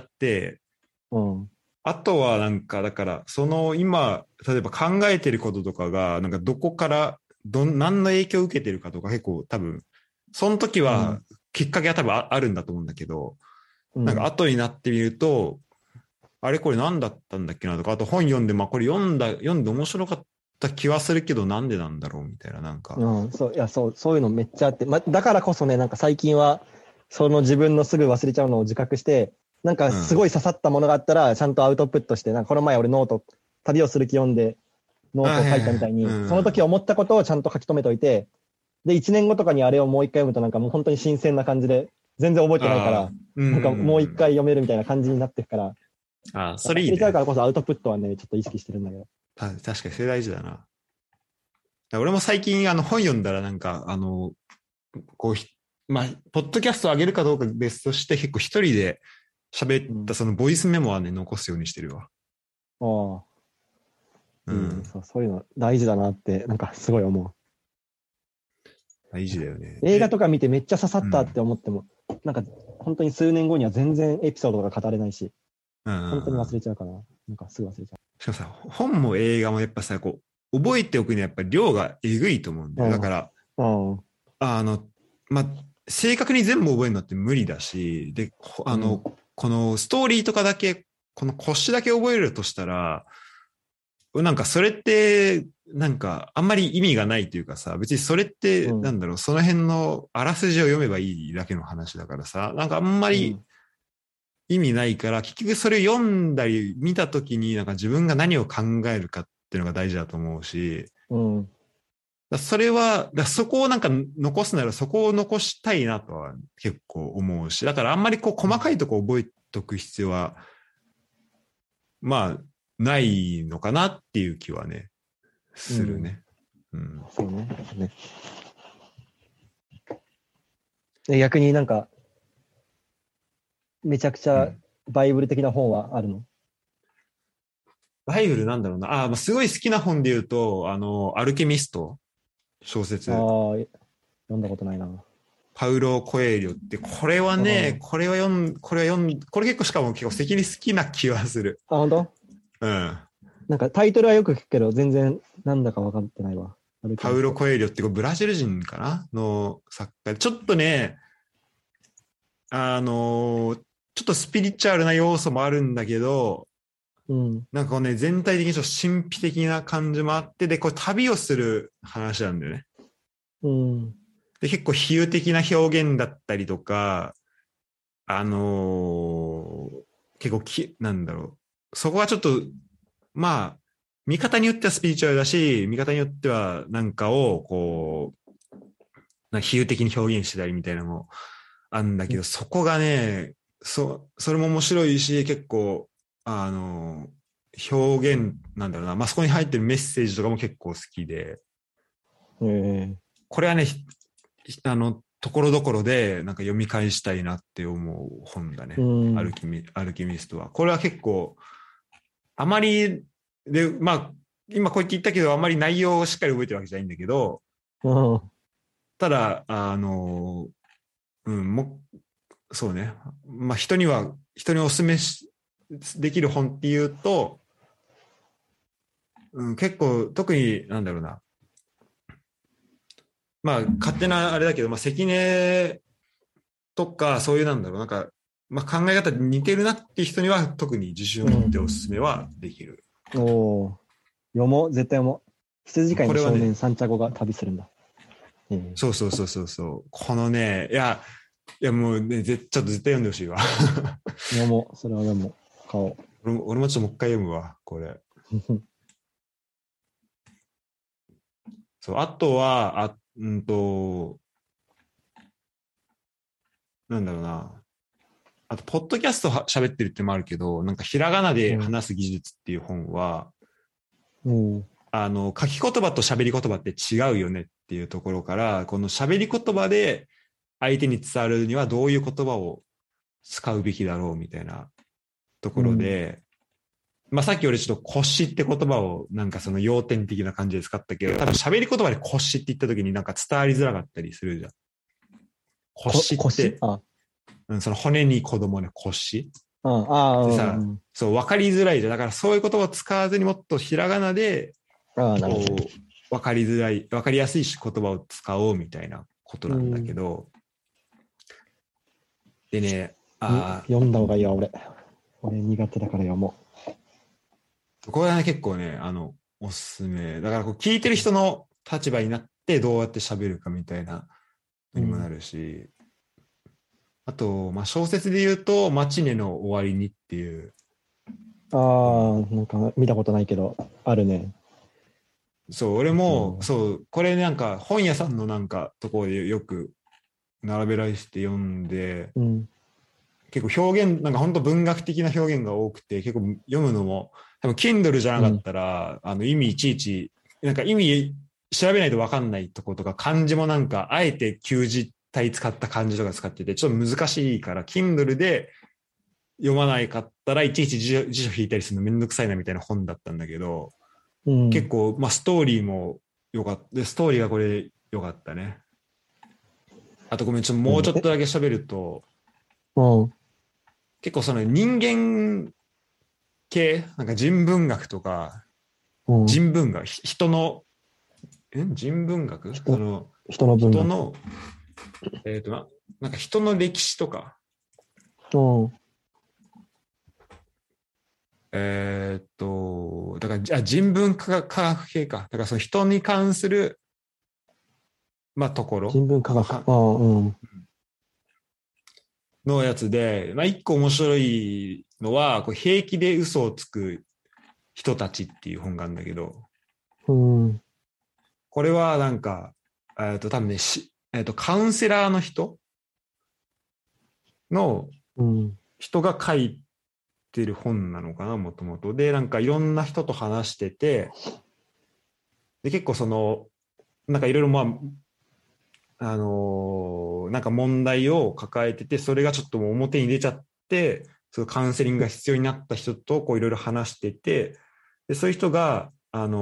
うん。 あとはなんか、だから、今、例えば考えてることとかが、なんかどこから、何の影響を受けてるかとか結構多分、その時は、きっかけは多分あるんだと思うんだけど、 うん。 なんか後になってみると、あれこれ何だったんだっけなとか、あと本読んで、これ読んで面白かった気はするけど、なんでなんだろうみたいな、なんか。 うん、そう、いや、そういうのめっちゃあって、だからこそね、なんか最近は、その自分のすぐ忘れちゃうのを自覚して、なんかすごい刺さったものがあったら、ちゃんとアウトプットして、なんかこの前俺旅をする気読んで、ノートを書いたみたいに、その時思ったことをちゃんと書き留めといて、で、1年後とかにあれをもう一回読むと、なんかもう本当に新鮮な感じで、全然覚えてないから、なんかもう一回読めるみたいな感じになっていくから、 それいいね。 忘れちゃうからこそアウトプットはね、ちょっと意識してるんだけど。 確かにそれ大事だな。俺も最近本読んだらなんか、こうポッドキャスト上げるかどうか別として結構一人で喋ったそのボイスメモはね、残すようにしてるわ。 ああ、いいね。そういうの大事だなって、なんかすごい思う。 大事だよね。 映画とか見てめっちゃ刺さったって思っても、なんか本当に数年後には全然エピソードが語れないし、本当に忘れちゃうから、なんかすぐ忘れちゃう。 しかもさ、本も映画もやっぱさ、こう、覚えておくにはやっぱり量がえぐいと思うんだよ。だから、正確に全部覚えるのって無理だし、で、このストーリーとかだけ、この腰だけ覚えるとしたら、なんかそれって、なんかあんまり意味がないというかさ、別にそれって、なんだろう、その辺のあらすじを読めばいいだけの話だからさ、なんかあんまり意味ないから、結局それ読んだり見たときになんか自分が何を考えるかっていうのが大事だと思うし、それは、そこをなんか残すならそこを残したいなとは結構思うし、だからあんまりこう細かいとこ覚えとく必要は、ないのかなっていう気はね、するね。 そうね。で逆になんか、めちゃくちゃバイブル的な本はあるの？ バイブルなんだろうな。すごい好きな本で言うと、アルケミスト小説。 読んだことないな。 パウロ・コエリョって、これはね、これ結構しかも結構関に好きな気はする。 本当？なんかタイトルはよく聞くけど、全然なんだか分かってないわ。 パウロ・コエリョってブラジル人かなの作家で、ちょっとね、ちょっとスピリチュアルな要素もあるんだけど、なんかね、全体的にちょっと神秘的な感じもあって、で、これ旅をする話なんだよね。で、結構比喩的な表現だったりとか、結構なんだろう。そこはちょっと、見方によってはスピリチュアルだし、見方によってはなんかを、こう、なんか比喩的に表現してたりみたいなのもあるんだけど、そこがね、それも面白いし、結構、表現なんだろうな。そこに入ってるメッセージとかも結構好きで、これはね、ところどころでなんか読み返したいなって思う本だね。アルケミストは。これは結構、あまり、で、今こうやって言ったけど、あまり内容をしっかり覚えてるわけじゃないんだけど、ただ、そうね。人にお勧めできる本っていうと、結構、特に、なんだろうな。 まあ勝手なあれだけど、まあ関根とかそういうなんだろう、なんか、まあ考え方に似てるなっていう人には特に自信を持っておすすめはできる。 おお、読もう、絶対読もう。羊飼いの少年これはね、 サンチャゴが旅するんだ。 そうそうそうそうそう。このね、いやもうね、ちょっと絶対読んでほしいわ。 読もう、それは読もう。買おう。 俺もちょっともう一回読むわ、これ。そう、あとは、なんだろうな。あと、ポッドキャスト喋ってるってのもあるけど、なんか、ひらがなで話す技術っていう本は、書き言葉と喋り言葉って違うよねっていうところから、この喋り言葉で相手に伝わるにはどういう言葉を使うべきだろうみたいなところで、まあさっき俺ちょっと腰って言葉をなんかその要点的な感じで使ったけど、多分喋り言葉で腰って言った時になんか伝わりづらかったりするじゃん。腰って、その骨に子供ね、腰。でさ、そう、わかりづらいじゃん。だからそういう言葉を使わずにもっとひらがなで、こう、わかりづらい、わかりやすい言葉を使おうみたいなことなんだけど、でね、 読んだ方がいいわ、俺苦手だから読もう。これはね、結構ね、おすすめ。だからこう聞いてる人の立場になってどうやって喋るかみたいなのにもなるし、あと、まあ、小説で言うと、マチネの終わりにっていう。 なんか見たことないけど、あるね。 そう、俺も、そう、これなんか本屋さんのなんかところでよく並べられて読んで、結構表現、なんか本当文学的な表現が多くて、結構読むのも、多分 Kindle じゃなかったら、意味いちいち、なんか意味調べないと分かんないとことか、漢字もなんか、あえて旧字体使った漢字とか使ってて、ちょっと難しいから、Kindle で読まないかったらいちいち辞書引いたりするのめんどくさいなみたいな本だったんだけど、結構、まあ、ストーリーも良かった。ストーリーがこれ良かったね。あとごめん、もうちょっとだけ喋ると、結構その人間系、なんか人文学とか、人文学、人の、人文学人の文学。 人の、なんか人の歴史とか、だから人文科学系か。だからその人に関する、まあところ。 人文科学。 のやつで、まあ一個面白いのは、こう平気で嘘をつく人たちっていう本があるんだけど、これはなんか、多分ね、カウンセラーの人が書いてる本なのかな、もともと。で、なんかいろんな人と話してて、で、結構その、なんかいろいろまあ、なんか問題を抱えてて、それがちょっともう表に出ちゃって、そのカウンセリングが必要になった人とこういろいろ話してて、で、そういう人が、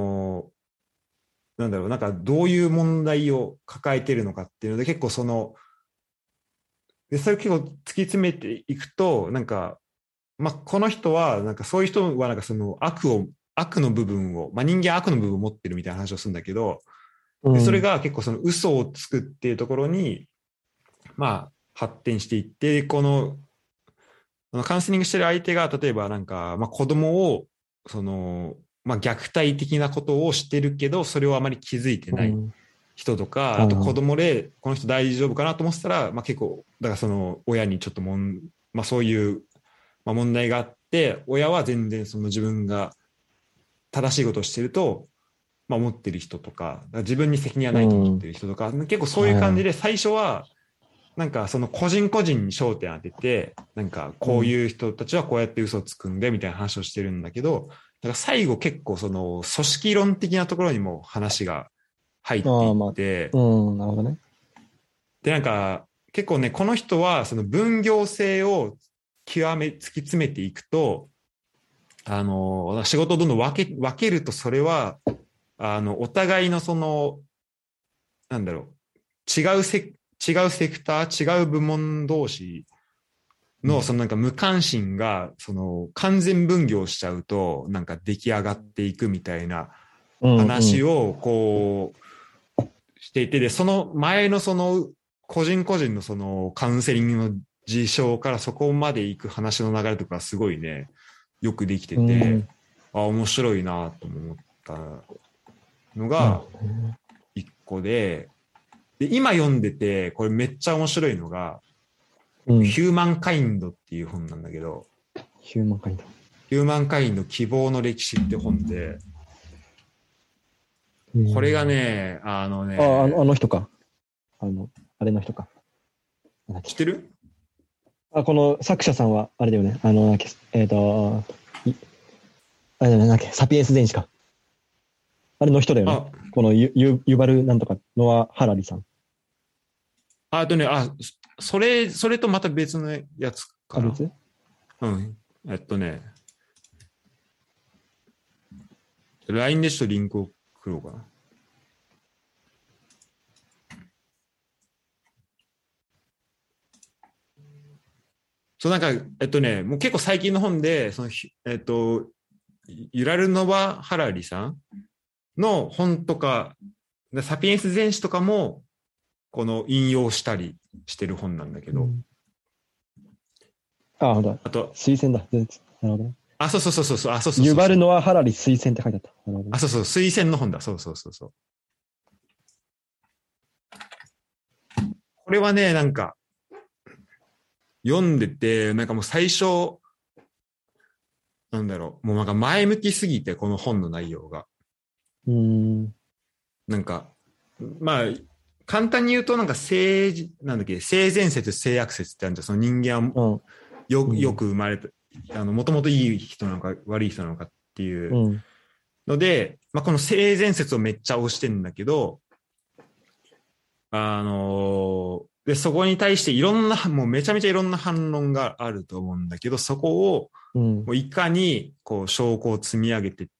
なんだろう、なんかどういう問題を抱えてるのかっていうので、結構その、で、それ結構突き詰めていくと、なんか、まあ、この人は、なんかそういう人はなんかその悪の部分を、まあ、人間悪の部分を持ってるみたいな話をするんだけど、でそれが結構その嘘をつくっていうところに、まあ、発展していって、このカウンセリングしてる相手が、例えばなんか、まあ、子供を、その、まあ、虐待的なことをしてるけど、それをあまり気づいてない人とか、あと子供で、この人大丈夫かなと思ってたら、まあ、結構、だからその親にちょっとまあ、そういう、まあ、問題があって、親は全然その自分が正しいことをしてると、まあ、思ってる人とか、自分に責任はないと思ってる人とか、結構そういう感じで、最初は、なんかその個人個人に焦点当てて、なんかこういう人たちはこうやって嘘をつくんでみたいな話をしてるんだけど、だから最後結構その組織論的なところにも話が入っていって、 なるほどね。 でなんか結構ね、この人はその分業制を突き詰めていくと、仕事をどんどん分けると、それはお互いのそのなんだろう、違うセクター、違う部門同士の、そのなんか無関心が、その完全分業しちゃうと、なんか出来上がっていくみたいな話を、こう、 していて、で、その前のその個人個人のそのカウンセリングの事象からそこまで行く話の流れとかすごいね、よくできてて、面白いなと思ったのが一個で、で、今読んでて、これめっちゃ面白いのが、ヒューマンカインドっていう本なんだけど、 ヒューマンカインド。 ヒューマンカインド希望の歴史って本で、これがね、 あの人か。あれの人か。 知ってる？ この作者さんは、あれだよね。あれなんだっけ、サピエンス全史か。あれの人だよね。このユバルなんとか、ノア・ハラリさん。 それとまた別のやつかな。 別？ うん。LINE でちょっとリンクを送ろうかな。そう、なんか、もう結構最近の本で、ユラルノバ・ハラリさんの本とか、サピエンス全史とかも、この引用したりしてる本なんだけど。 あと、推薦だ。なるほどね。 そう。 ユバルノア・ハラリ推薦って書いてあった。なるほどね。 そう、推薦の本だ。そう。これはね、なんか、読んでて、なんかもう最初、なんだろう、もうなんか前向きすぎて、この本の内容が。なんか、まあ、簡単に言うと、なんかなんだっけ、性善説、性悪説ってあるんじゃん。その人間はよく生まれた、もともといい人なのか悪い人なのかっていうので、まあ、この性善説をめっちゃ推してるんだけど、で、そこに対してもうめちゃめちゃいろんな反論があると思うんだけど、そこを、もういかに、こう、証拠を積み上げていって、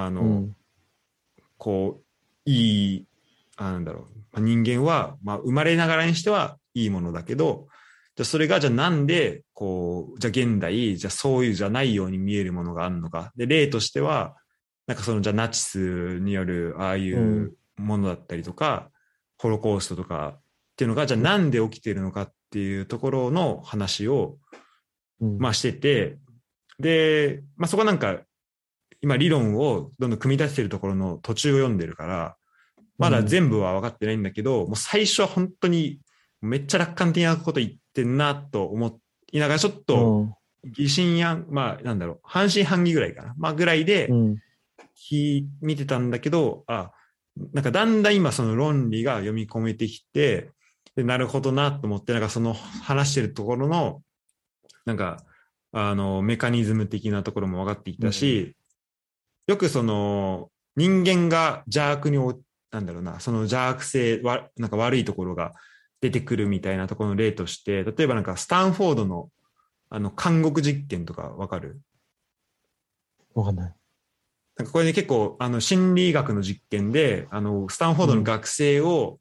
こう、なんだろう、人間は、まあ、生まれながらにしてはいいものだけど、じゃそれが、じゃあなんで、こう、じゃあ現代、じゃあそういうじゃないように見えるものがあるのか。で、例としては、なんかじゃあナチスによる、ああいうものだったりとか、ホロコーストとかっていうのが、じゃあなんで起きているのかっていうところの話を、まあしてて、で、まあそこなんか、今理論をどんどん組み立ててるところの途中を読んでるから、まだ全部は分かってないんだけど、もう最初は本当にめっちゃ楽観的なこと言ってんなと思いながら、ちょっと疑心や、まあなんだろう、半信半疑ぐらいかな。まあぐらいで見てたんだけど、なんかだんだん今その論理が読み込めてきて、でなるほどなと思って、なんかその話してるところの、なんか、メカニズム的なところも分かってきたし、よくその人間が邪悪になんだろうな、その邪悪性、なんか悪いところが出てくるみたいなところの例として、例えばなんかスタンフォードの監獄実験とかわかる？ わかんない。 なんかこれね、結構心理学の実験で、スタンフォードの学生を、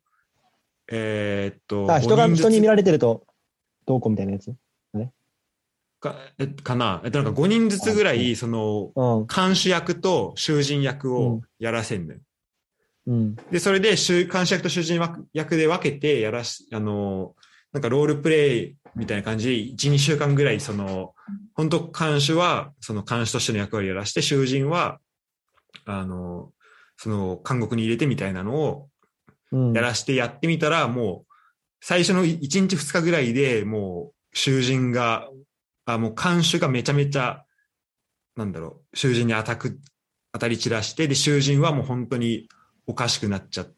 人に見られてるとどうこうみたいなやつかな。なんか5人ずつぐらい、その、看守役と囚人役をやらせんのよ。で、それで、監視役と囚人役で分けてなんかロールプレイみたいな感じで、1、2週間ぐらい、本当看守は、その看守としての役割をやらして、囚人は、その監獄に入れてみたいなのを、やらしてやってみたら、もう、最初の1日2日ぐらいでもう、囚人が、もう看守がめちゃめちゃ、なんだろう、囚人に当たり散らして、で、囚人はもう本当におかしくなっちゃって、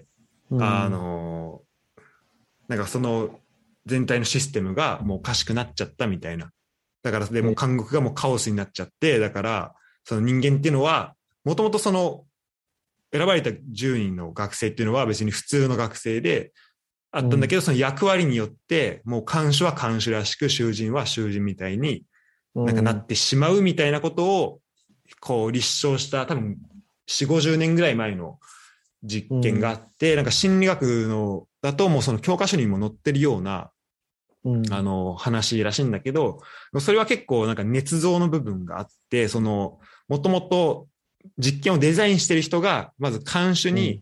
なんかその全体のシステムがもうおかしくなっちゃったみたいな。だから、でも監獄がもうカオスになっちゃって、だから、その人間っていうのは、もともとその、選ばれた10人の学生っていうのは別に普通の学生で、あったんだけど、その役割によって、もう看守は看守らしく、囚人は囚人みたいになんかなってしまうみたいなことを、こう立証した多分4、50年ぐらい前の実験があって、なんか心理学のだともうその教科書にも載ってるような、話らしいんだけど、それは結構なんか捏造の部分があって、もともと実験をデザインしてる人が、まず看守に、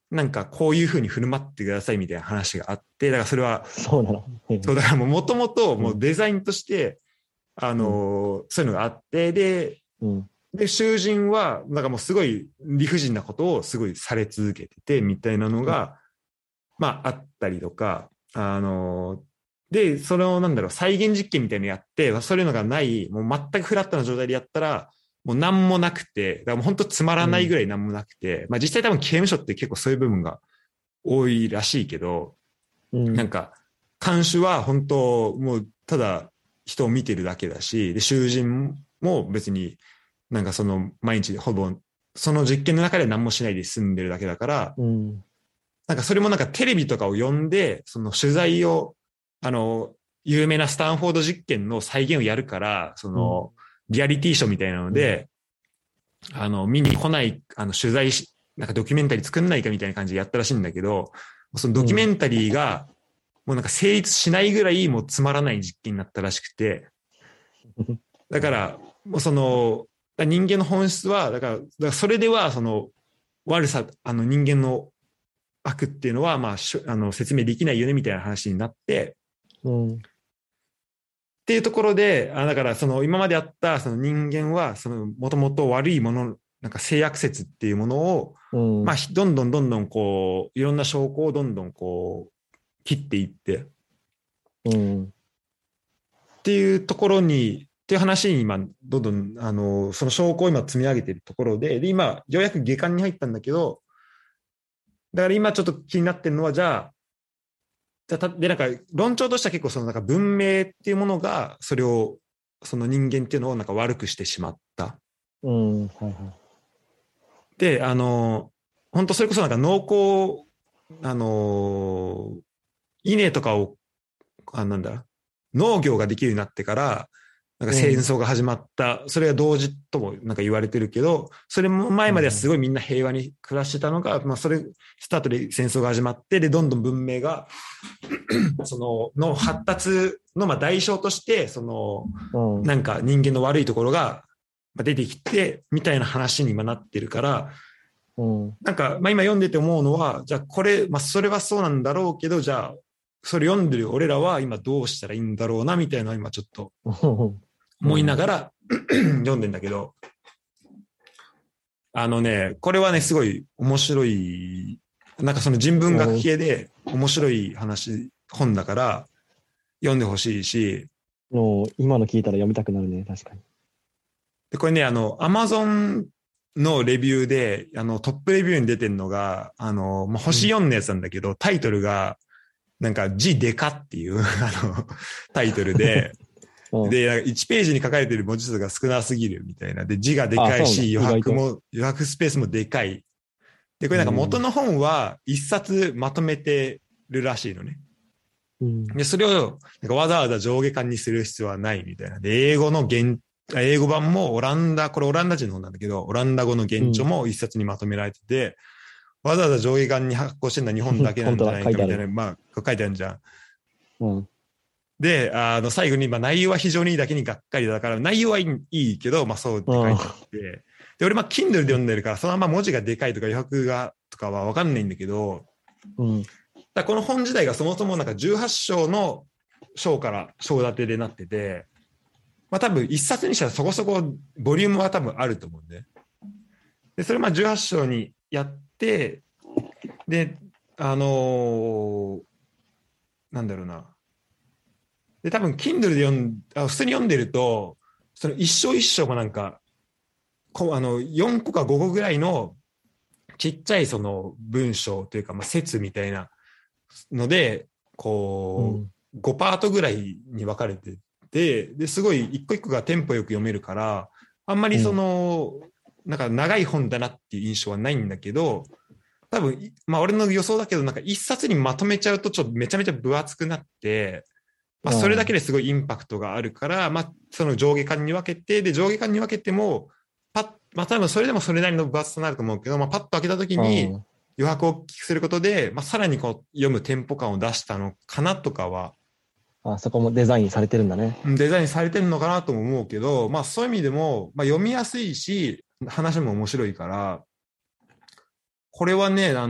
なんかこういうふうに振る舞ってくださいみたいな話があって、だからそれは、 そうなの。 そうだからもともともうデザインとして、そういうのがあって、で、囚人は、なんかもうすごい理不尽なことをすごいされ続けてて、みたいなのが、まああったりとか、で、それをなんだろう、再現実験みたいなのやって、そういうのがない、もう全くフラットな状態でやったら、もう何もなくて、だからもう本当つまらないぐらい何もなくて、まあ実際多分刑務所って結構そういう部分が多いらしいけど、なんか、看守は本当もうただ人を見てるだけだし、で、囚人も別になんかその毎日ほぼその実験の中で何もしないで済んでるだけだから、なんかそれもなんかテレビとかを呼んで、その取材を、有名なスタンフォード実験の再現をやるから、その、リアリティショーみたいなので、見に来ない、取材し、なんかドキュメンタリー作んないかみたいな感じでやったらしいんだけど、そのドキュメンタリーが、もうなんか成立しないぐらいもうつまらない実験になったらしくて、だから、もうその、人間の本質は、だからそれでは、その、悪さ、人間の悪っていうのは、まあ、説明できないよねみたいな話になって、っていうところで、だからその今まであったその人間はそのもともと悪いもの、なんか性悪説っていうものを、まあどんどんこういろんな証拠をどんどんこう切っていって、っていうところにっていう話に今どんどんその証拠を今積み上げているところで、今ようやく下巻に入ったんだけど、だから今ちょっと気になってるのはで、なんか論調としては結構そのなんか文明っていうものがそれを、その人間っていうのをなんか悪くしてしまった。で、本当それこそなんか農耕、稲とかを、なんだ、農業ができるようになってから、なんか戦争が始まった、それが同時ともなんか言われてるけど、それも前まではすごいみんな平和に暮らしてたのが、まあそれ、スタートで戦争が始まって、で、どんどん文明が、の発達のまあ代償として、なんか人間の悪いところが出てきて、みたいな話に今なってるから、なんか、まあ今読んでて思うのは、じゃあこれ、まあそれはそうなんだろうけど、じゃあ、それ読んでる俺らは今どうしたらいいんだろうな、みたいなのを今ちょっと思いながら読んでんだけど、これはね、すごい面白い、なんかその人文学系で面白い本だから読んでほしいし、 もう今の聞いたら読みたくなるね、確かに。 で、これね、Amazon のレビューで、トップレビューに出てるのが、まあ、星4のやつなんだけど、タイトルが、なんか、字でかっていうタイトルで、で、1ページに書かれてる文字数が少なすぎるみたいな。で、字がでかいし、余白スペースもでかい。で、これなんか元の本は一冊まとめてるらしいのね。で、それをなんかわざわざ上下巻にする必要はないみたいな。で、英語版もこれオランダ人の本なんだけど、オランダ語の原著も一冊にまとめられてて、わざわざ上下巻に発行してるのは日本だけなんじゃないかみたいな、まあ、書いてあるじゃん。で、最後に、まあ、内容は非常にいいだけにがっかりだから、内容はいいけど、まあ、そうって書いてあって、で、俺、まあ、Kindle で読んでるから、そのまま文字がでかいとか余白が、とかはわかんないんだけど、だこの本自体がそもそもなんか18章の章から章立てでなってて、まあ、多分一冊にしたらそこそこボリュームは多分あると思うんで。で、それまあ18章にやって、で、なんだろうな。で、多分 Kindle で普通に読んでると、その一章一章がなんか、4個か5個ぐらいのちっちゃいその文章というか、まあ、説みたいなので、こう、5パートぐらいに分かれてて、で、すごい一個一個がテンポよく読めるから、あんまりなんか長い本だなっていう印象はないんだけど、多分、まあ俺の予想だけど、なんか一冊にまとめちゃうとちょっとめちゃめちゃ分厚くなって、まあそれだけですごいインパクトがあるから、まあその上下巻に分けて、で、上下巻に分けても、まあ多分それでもそれなりの分厚さになると思うけど、まあパッと開けたときに余白を大きくすることで、まあさらにこう読むテンポ感を出したのかなとかは。 そこもデザインされてるんだね。 デザインされてるのかなとも思うけど、まあそういう意味でも、まあ読みやすいし、話も面白いから、 これはね、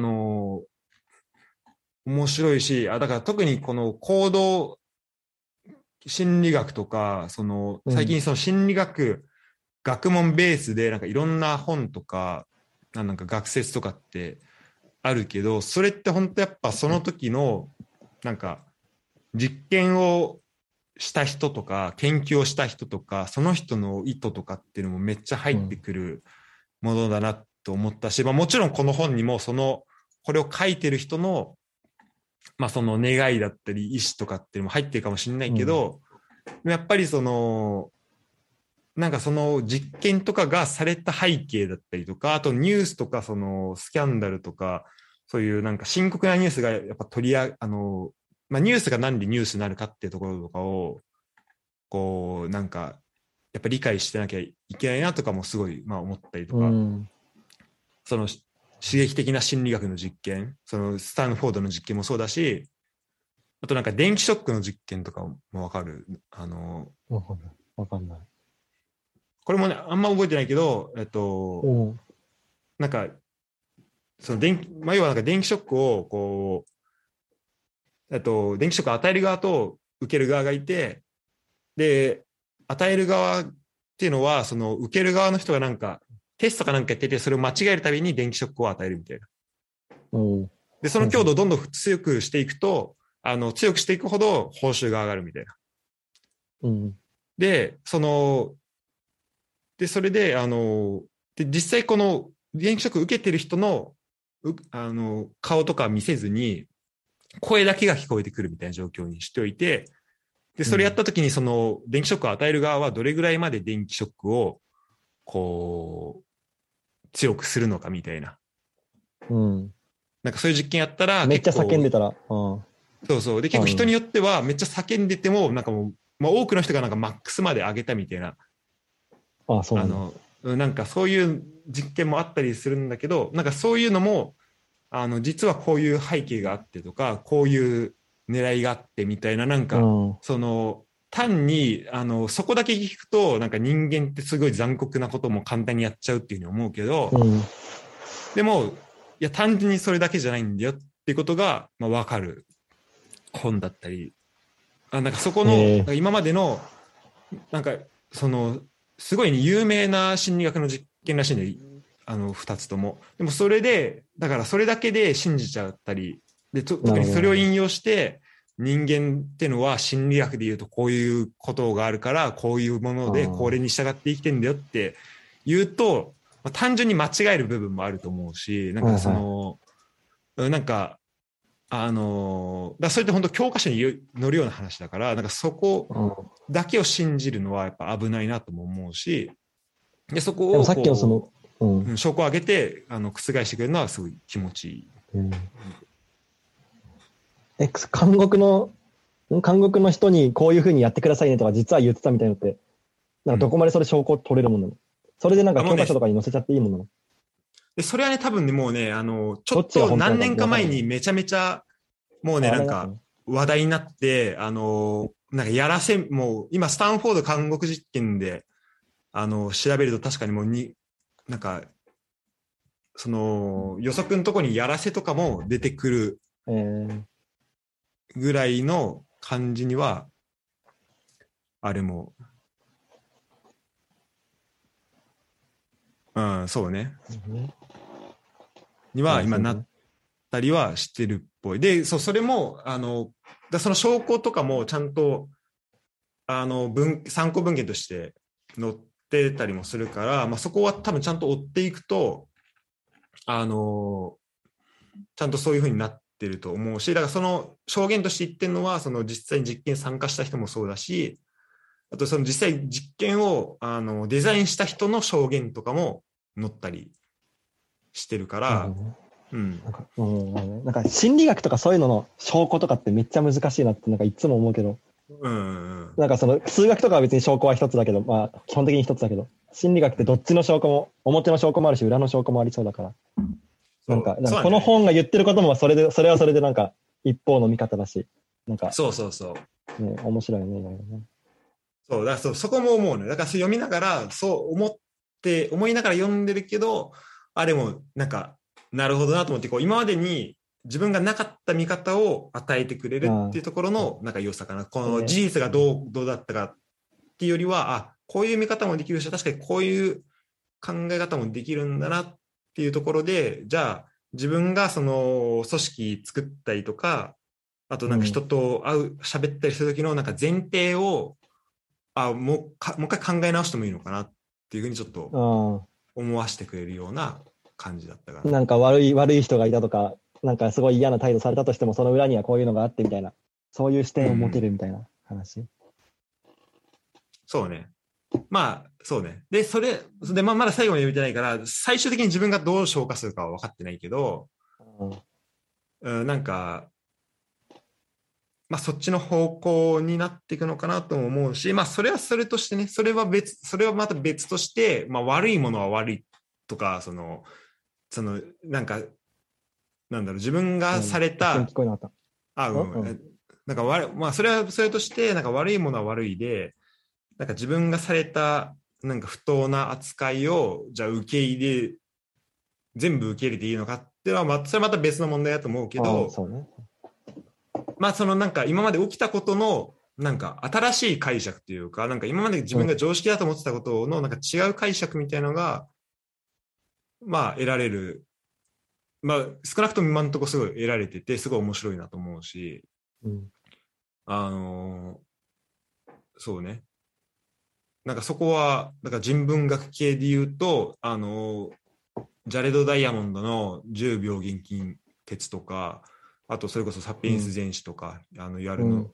面白いし、だから特にこの行動心理学とか、最近その心理学、学問ベースでなんかいろんな本とか、なんか学説とかってあるけど、それって本当やっぱその時の、なんか実験をした人とか、研究をした人とか、その人の意図とかっていうのもめっちゃ入ってくるものだなと思ったし、まあもちろんこの本にもこれを書いてる人の、まあその願いだったり意思とかっていうのも入ってるかもしれないけど、やっぱりなんかその実験とかがされた背景だったりとか、あとニュースとかそのスキャンダルとか、そういうなんか深刻なニュースがやっぱまあニュースがなんでニュースになるかっていうところとかを、こうなんかやっぱ理解してなきゃいけないなとかもすごいまあ思ったりとか、その刺激的な心理学の実験、そのスタンフォードの実験もそうだし、あとなんか電気ショックの実験とかもわかる。 わかんない。 これもね、あんま覚えてないけど、なんか、まあ、要はなんか電気ショックを、こう、電気ショックを与える側と受ける側がいて、で、与える側っていうのは、その受ける側の人がなんか、テストかなんかやってて、それを間違えるたびに電気ショックを与えるみたいな。で、その強度をどんどん強くしていくと、強くしていくほど報酬が上がるみたいな。で、それで、実際この電気ショック受けてる人の、顔とか見せずに、声だけが聞こえてくるみたいな状況にしておいて、で、それやった時にその電気ショックを与える側はどれぐらいまで電気ショックを、こう、強くするのかみたいな。なんかそういう実験やったら、 めっちゃ叫んでたら。 そうそう。で、結構人によってはめっちゃ叫んでても、なんかもう、まあ多くの人がなんかマックスまで上げたみたいな。なんかそういう実験もあったりするんだけど、なんかそういうのも、実はこういう背景があってとか、こういう狙いがあってみたいな、なんか、単に、そこだけ聞くと、なんか人間ってすごい残酷なことも簡単にやっちゃうっていうふうに思うけど、でも、いや、単純にそれだけじゃないんだよっていうことが、まあ、わかる本だったり、なんかそこの、今までの、なんか、すごい、ね、有名な心理学の実験らしいんで、二つとも。でもそれで、だからそれだけで信じちゃったり、で、特にそれを引用して、人間っていうのは心理学で言うとこういうことがあるから、こういうものでこれに従って生きてんだよって言うと、まあ、単純に間違える部分もあると思うし、なんかなんか、それって本当教科書に載るような話だから、なんかそこだけを信じるのはやっぱ危ないなとも思うし、でそこをさっきの証拠を上げて覆してくれるのはすごい気持ちいい。 監獄の人にこういうふうにやってくださいねとか実は言ってたみたいなのって、なんかどこまでそれ証拠取れるもんなの？それでなんか教科書とかに載せちゃっていいもんなの？ でそれはね、多分ね、もうね、ちょっと何年か前にめちゃめちゃ、もうね、なんか話題になって、なんかもう今スタンフォード監獄実験で、調べると確かにもうなんか、その予測のとこにやらせとかも出てくるぐらいの感じには、あれも、そうね。には今なったりはしてるっぽい。で、それも、その証拠とかもちゃんと、参考文献として載ってたりもするから、まあ、そこは多分ちゃんと追っていくと、ちゃんとそういうふうになってると思うし、だからその証言として言ってるのは、その実際に実験参加した人もそうだし、あとその実際実験をデザインした人の証言とかも載ったりしてるから、 なんか心理学とかそういうのの証拠とかってめっちゃ難しいなってなんかいつも思うけど、なんかその数学とかは別に証拠は一つだけど、まあ基本的に一つだけど、心理学ってどっちの証拠も、表の証拠もあるし裏の証拠もありそうだから、なんかこの本が言ってることもそれはそれでなんか一方の見方だし、なんかね、面白いね。 そうだからそこも思うのよ。だから読みながらそう思いながら読んでるけど、でもなんかなるほどなと思って、こう今までに自分がなかった見方を与えてくれるっていうところのなんか良さかな。この事実がどうだったかっていうよりは、あ、こういう見方もできるし、確かにこういう考え方もできるんだなっていうところで、じゃあ自分がその組織作ったりとか、あとなんか人と喋ったりする時のなんか前提を、もう一回考え直してもいいのかなっていうふうにちょっと思わせてくれるような感じだったかな。 なんか悪い人がいたとか、なんかすごい嫌な態度されたとしても、その裏にはこういうのがあってみたいな、そういう視点を持てるみたいな話。 そうね。まあ、そうね。で、まだ最後まで見てないから、最終的に自分がどう消化するかは分かってないけど、なんか、まあそっちの方向になっていくのかなとも思うし、まあそれはそれとしてね、それはまた別として、まあ悪いものは悪いとか、なんか、なんだろう、自分がされた、なんかまあそれはそれとして、なんか悪いものは悪いで、なんか自分がされた、なんか不当な扱いを、じゃあ全部受け入れていいのかっていうのは、それはまた別の問題だと思うけど、まあそのなんか今まで起きたことのなんか新しい解釈というか、なんか今まで自分が常識だと思ってたことのなんか違う解釈みたいなのが、まあ得られる。まあ少なくとも今のところすごい得られてて、すごい面白いなと思うし、そうね。なんかそこは、なんか人文学系で言うと、ジャレド・ダイヤモンドの10秒現金鉄とか、あとそれこそサピエンス全史とか、やるの、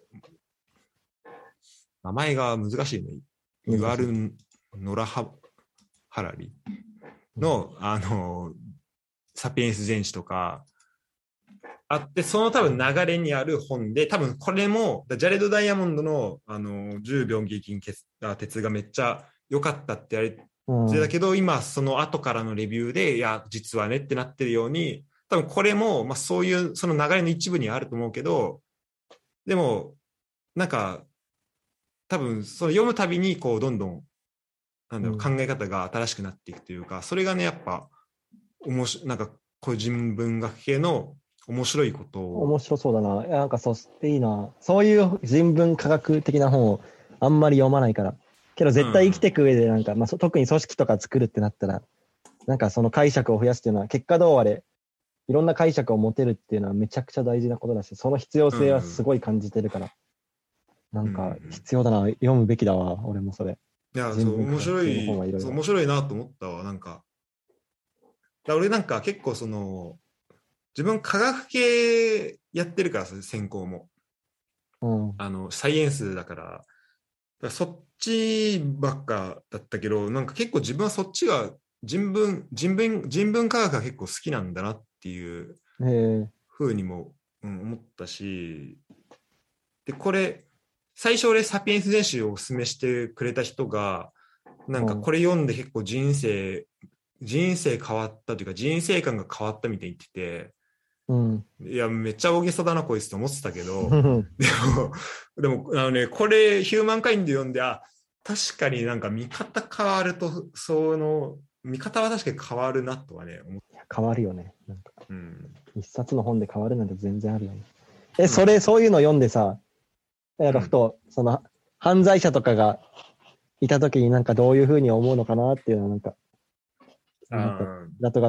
名前が難しいね。ユアル・ノラハラリの、サピエンス全史とかあって、その多分流れにある本で、多分これも、ジャレド・ダイヤモンドの、10秒現金鉄がめっちゃ良かったって言われてたけど、今その後からのレビューで、いや、実はねってなってるように、多分これも、まあそういうその流れの一部にあると思うけど、でも、なんか、多分その読むたびにこうどんどん考え方が新しくなっていくというか、それがねやっぱなんかこういう人文学系の面白いことを。 面白そうだな。なんかいいな。そういう人文科学的な本をあんまり読まないから。けど絶対生きていく上でなんか、まあ特に組織とか作るってなったら、なんかその解釈を増やすっていうのは結果どうあれ、いろんな解釈を持てるっていうのはめちゃくちゃ大事なことだし、その必要性はすごい感じてるから、なんか必要だな、読むべきだわ、俺もそれ。 いや、そう面白いなと思ったわ。なんか俺なんか結構自分科学系やってるから専攻も、サイエンスだからそっちばっかだったけど、なんか結構自分はそっちが人文科学が結構好きなんだなっていうふうにも、思ったし、でこれ最初俺サピエンス全史をおすすめしてくれた人がなんかこれ読んで結構人生変わったというか人生観が変わったみたいに言ってて、いやめっちゃ大げさだなこいつと思ってたけどでもこれヒューマンカインド読んで確かになんか見方変わると見方は確かに変わるなとはね思って。 変わるよね。なんか一冊の本で変わるなんて全然あるよね。そういうの読んでさ、なんかふと、犯罪者とかがいたときになんかどういうふうに思うのかなっていうのはなんかだとか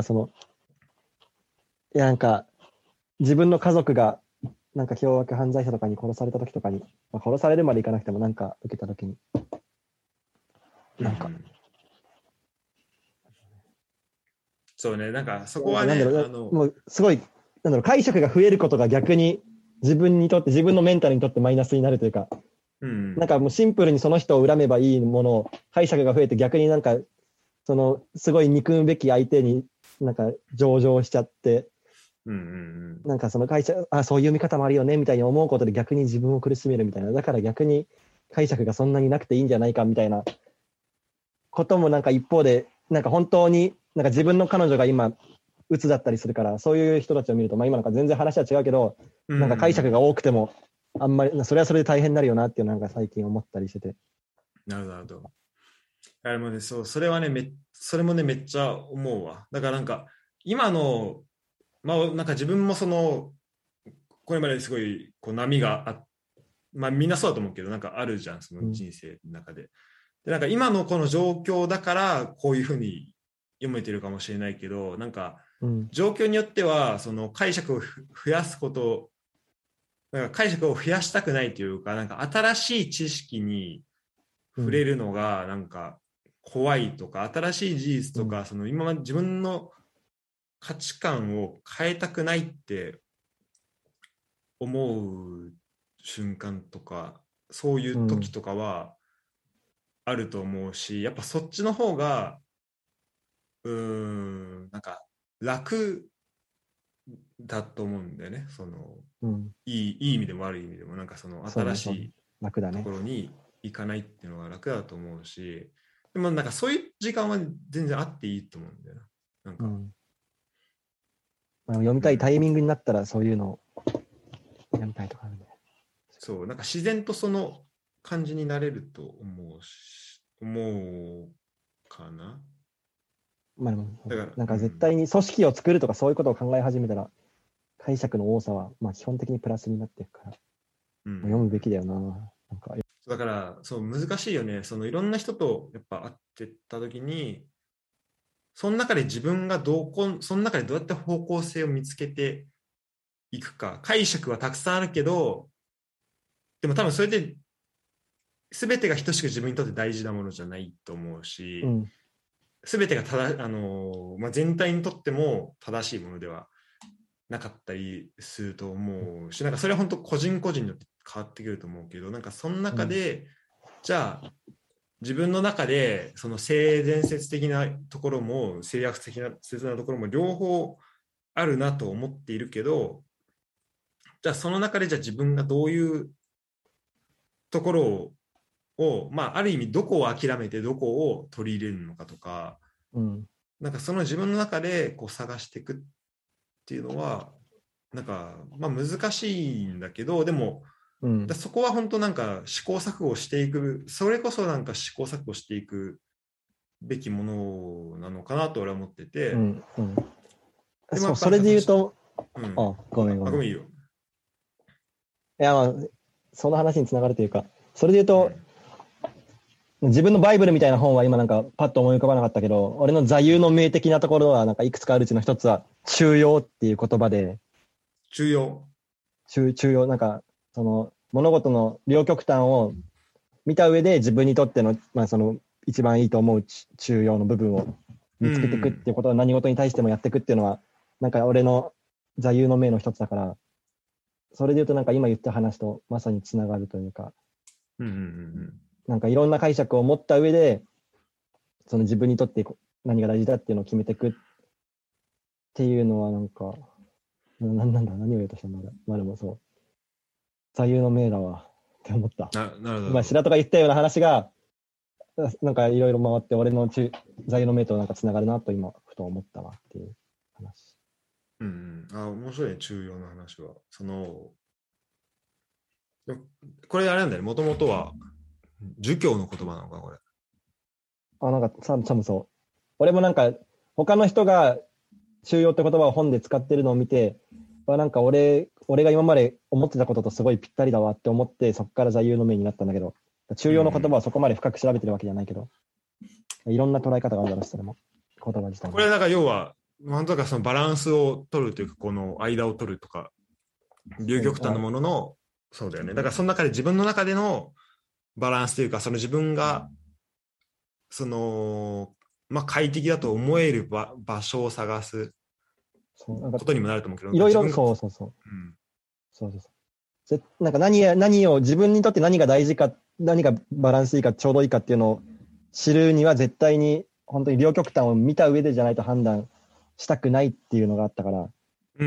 なんか、自分の家族が、なんか凶悪犯罪者とかに殺されたときとかに、まあ、殺されるまでいかなくてもなんか受けたときに、なんか。 そうね、なんかそこはね、 もうすごい、解釈が増えることが逆に自分のメンタルにとってマイナスになるというか、なんかもうシンプルにその人を恨めばいいものを解釈が増えて逆になんか、すごい憎むべき相手になんか上場しちゃって、なんか解釈、そういう見方もあるよねみたいに思うことで逆に自分を苦しめるみたいな、だから逆に解釈がそんなになくていいんじゃないかみたいなこともなんか一方で、なんか本当になんか自分の彼女が今鬱だったりするから、そういう人たちを見ると、まあ今なんか全然話は違うけど、なんか解釈が多くてもあんまりそれはそれで大変になるよなっていうなんか最近思ったりしてて。 なるほど。それはねそれもねめっちゃ思うわ。だからなんか今のまあなんか自分もこれまですごいこう波がまあみんなそうだと思うけど、なんかあるじゃん、その人生の中で。で、なんか今のこの状況だからこういうふうに読めてるかもしれないけど、なんか状況によってはその解釈を増やすこと、なんか解釈を増やしたくないというか、なんか新しい知識に触れるのがなんか怖いとか、新しい事実とか、その今まで自分の価値観を変えたくないって思う瞬間とか、そういう時とかはあると思うし、やっぱそっちの方がなんか楽だと思うんだよね。いい意味でも悪い意味でも、なんかその新しいところに行かないっていうのが楽だと思うし、でもなんかそういう時間は全然あっていいと思うんだよな。なんか、 読みたいタイミングになったらそういうのを読みたいとかあるね。 そう、なんか自然とその感じになれると思うかな。 まあでも、なんか絶対に組織を作るとかそういうことを考え始めたら、解釈の多さはまあ基本的にプラスになっていくから、読むべきだよな。なんかだからそう難しいよね。そのいろんな人とやっぱ会ってた時に、その中で自分がその中でどうやって方向性を見つけていくか。解釈はたくさんあるけど、でも多分それで全てが等しく自分にとって大事なものじゃないと思うし、全てが全体にとっても正しいものではなかったりすると思うし、なんかそれは本当個人個人によって変わってくると思うけど、なんかその中で、じゃあ自分の中でその性善説的なところも性悪的な説なところも両方あるなと思っているけど、じゃあその中でじゃあ自分がどういうところをまあある意味どこを諦めてどこを取り入れるのかとか、なんかその自分の中でこう探していくっていうのはなんかまあ難しいんだけど、でもそこは本当なんか試行錯誤していく、それこそなんか試行錯誤していくべきものなのかなと俺は思ってて、 それで言うと、ごめん。 ごめんよ。 いや、まあ、その話につながるというか、それで言うと、自分のバイブルみたいな本は今なんかパッと思い浮かばなかったけど、俺の座右の銘的なところはなんかいくつかあるうちの一つは、中庸っていう言葉で、 中庸、 なんか、その、物事の両極端を見た上で自分にとっての、まあその、一番いいと思う中庸の部分を見つけていくっていうことを何事に対してもやっていくっていうのは、なんか俺の座右の銘の一つだから、それで言うとなんか今言った話とまさにつながるというか、なんかいろんな解釈を持った上で、その自分にとって何が大事だっていうのを決めていくっていうのはなんか、何を言おうとしたんだろう。まあでもそう。座右の銘だわって思った。今白戸が言ったような話が、なんかいろいろ回って俺の座右の銘となんかつながるなと今ふと思ったわっていう話。 面白いね、中庸の話は。これあれなんだよね、もともとは儒教の言葉なのかな、これ。 なんか多分そう。俺もなんか他の人が中庸って言葉を本で使ってるのを見て、なんか俺が今まで思ってたこととすごいぴったりだわって思って、そこから座右の銘になったんだけど、中庸の言葉はそこまで深く調べてるわけじゃないけど、いろんな捉え方があるだろうし、それも言葉自体。 これなんか要は、なんとかそのバランスを取るというか、この間を取るとか、両極端のものの、そうだよね。だからその中で自分の中でのバランスというか、その自分が、まあ快適だと思える場所を探すことにもなると思うけど、 いろいろ、なんか何を自分にとって何が大事か、何がバランスいいか、ちょうどいいかっていうのを知るには絶対に本当に両極端を見た上でじゃないと判断したくないっていうのがあったから、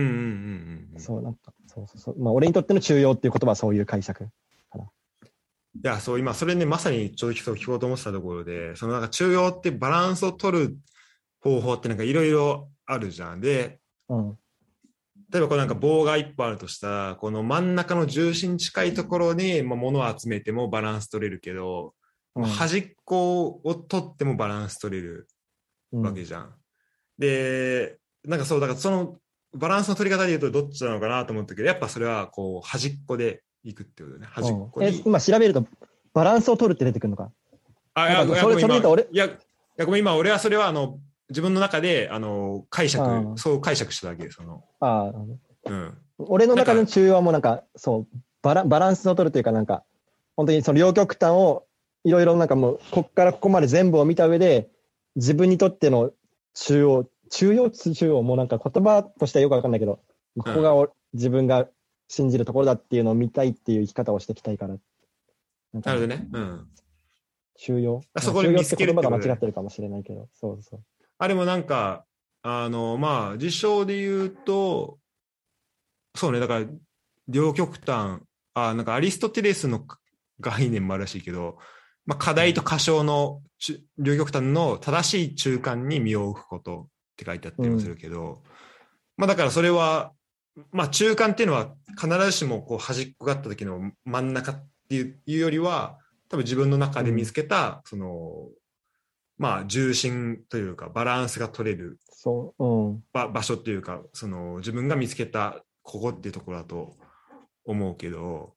まあ俺にとっての中庸っていう言葉はそういう解釈かな。 いや、そう今それねまさにちょうど聞こうと思ってたところで、そのなんか中庸ってバランスを取る方法ってなんかいろいろあるじゃん。で、例えばこれなんか棒が一本あるとしたら、この真ん中の重心に近いところに、物を集めてもバランス取れるけど、端っこを取ってもバランス取れるわけじゃん。で、なんかそう、だからそのバランスの取り方で言うとどっちなのかなと思ったけど、やっぱそれはこう端っこでいくってことね。端っこに。 今調べると、バランスを取るって出てくるのか。 あ、いや、それで言うと俺、ごめん、今俺はそれは自分の中でそう解釈しただけ。 俺の中の中央もなんか、そう、バランスを取るというか、なんか、本当にその両極端をいろいろなんかもう、こっからここまで全部を見た上で、自分にとっての中央もなんか言葉としてはよくわかんないけど、ここが自分が信じるところだっていうのを見たいっていう生き方をしていきたいから。 なるほどね。うん。 中央。 そこで見つけるって言葉が間違ってるかもしれないけど、そうそう。 でもなんか、まあ、事象で言うと、そうね、だから、両極端、なんかアリストテレスの概念もあるらしいけど、まあ、課題と過小の両極端の正しい中間に身を置くことって書いてあったりもするけど、まあだからそれは、まあ中間っていうのは必ずしもこう端っこがあった時の真ん中っていうよりは、多分自分の中で見つけた、まあ重心というかバランスが取れる場所っていうか、自分が見つけたここっていうところだと思うけど、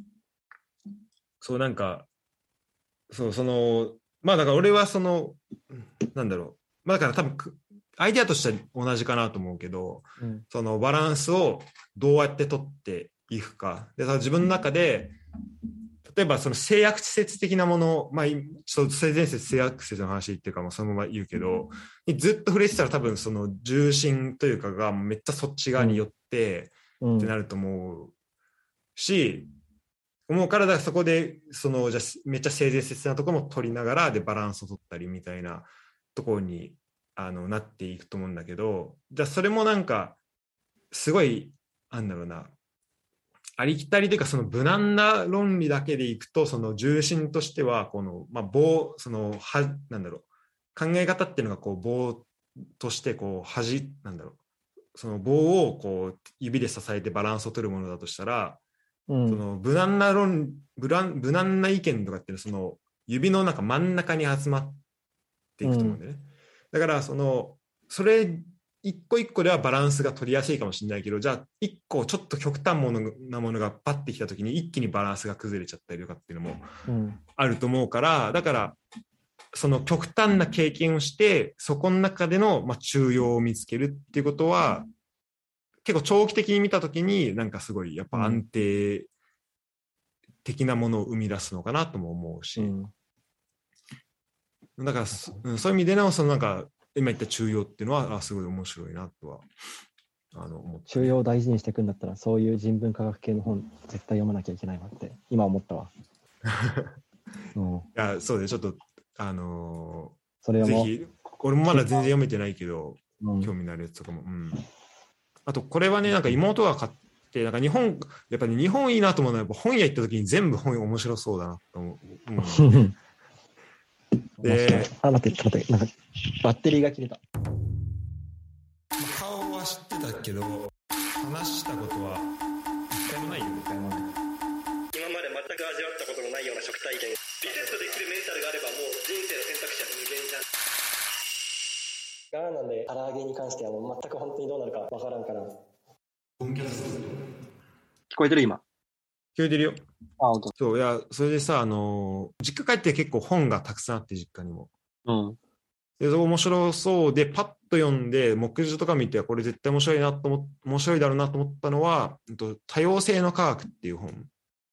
そうなんか、まあだから俺はなんだろう、まあだから多分アイデアとしては同じかなと思うけど、そのバランスをどうやって取っていくか。で、自分の中で、例えばその性悪説的なもの、まあ、ちょっと性善説、性悪説の話っていうか、そのまま言うけど、ずっと触れてたら多分その重心というかがめっちゃそっち側に寄って、ってなると思うし、思うからだそこでじゃめっちゃ性善説なところも取りながらでバランスを取ったりみたいなところになっていくと思うんだけど、じゃあそれもなんかすごいなんだろうな、ありきたりというかその無難な論理だけでいくと、その重心としてはこのまあなんだろう、考え方っていうのがこう棒としてこうなんだろう、その棒をこう指で支えてバランスを取るものだとしたら、その無難な意見とかっていうのはその指の中真ん中に集まっていくと思うんだよね。だからそれ一個一個ではバランスが取りやすいかもしれないけど、じゃあ一個ちょっと極端なものがパッてきた時に一気にバランスが崩れちゃったりとかっていうのもあると思うから、だからその極端な経験をしてそこの中での中庸を見つけるっていうことは、結構長期的に見たときになんかすごいやっぱ安定的なものを生み出すのかなとも思うし、だからそういう意味でのなんか今言った中庸っていうのはすごい面白いなとは思って。 中庸を大事にしていくんだったらそういう人文科学系の本絶対読まなきゃいけないなって今思ったわ。 いやそうでちょっとそれもぜひ俺もまだ全然読めてないけど、興味のあるやつとかも、あとこれはね、なんか妹が買ってなんかやっぱり、日本いいなと思うのはやっぱ本屋行った時に全部本面白そうだなと思う。 で、待ってなんかバッテリーが切れた。 顔は知ってたけど話したことは一回もないよ。今まで全く味わったことのないような食体験。リセットできるメンタルがあればもう人生の選択肢は無限じゃん。 ガーなんで唐揚げに関してはもう全く本当にどうなるかわからんから。聞こえてる今。 聞こえてるよ。 本当。 そういや、それでさ、実家帰って結構本がたくさんあって、実家にも。で、面白そうで、パッと読んで、目次とか見て、これ絶対面白いだろうなと思ったのは、多様性の科学っていう本。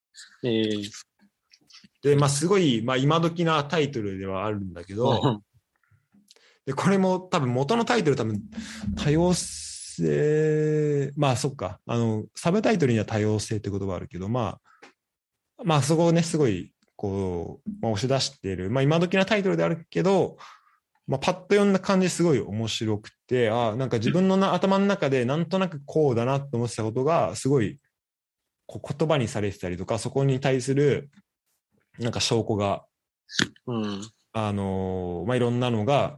で、すごい、今時なタイトルではあるんだけど、で、これも多分元のタイトル多様性、そっか、サブタイトルには多様性って言葉あるけど、そこをね、すごい、こう、押し出している、今時なタイトルであるけど、パッと読んだ感じすごい面白くて、なんか自分の頭の中でなんとなくこうだなと思ってたことが、すごい、こう言葉にされてたりとか、そこに対する、なんか証拠が、いろんなのが、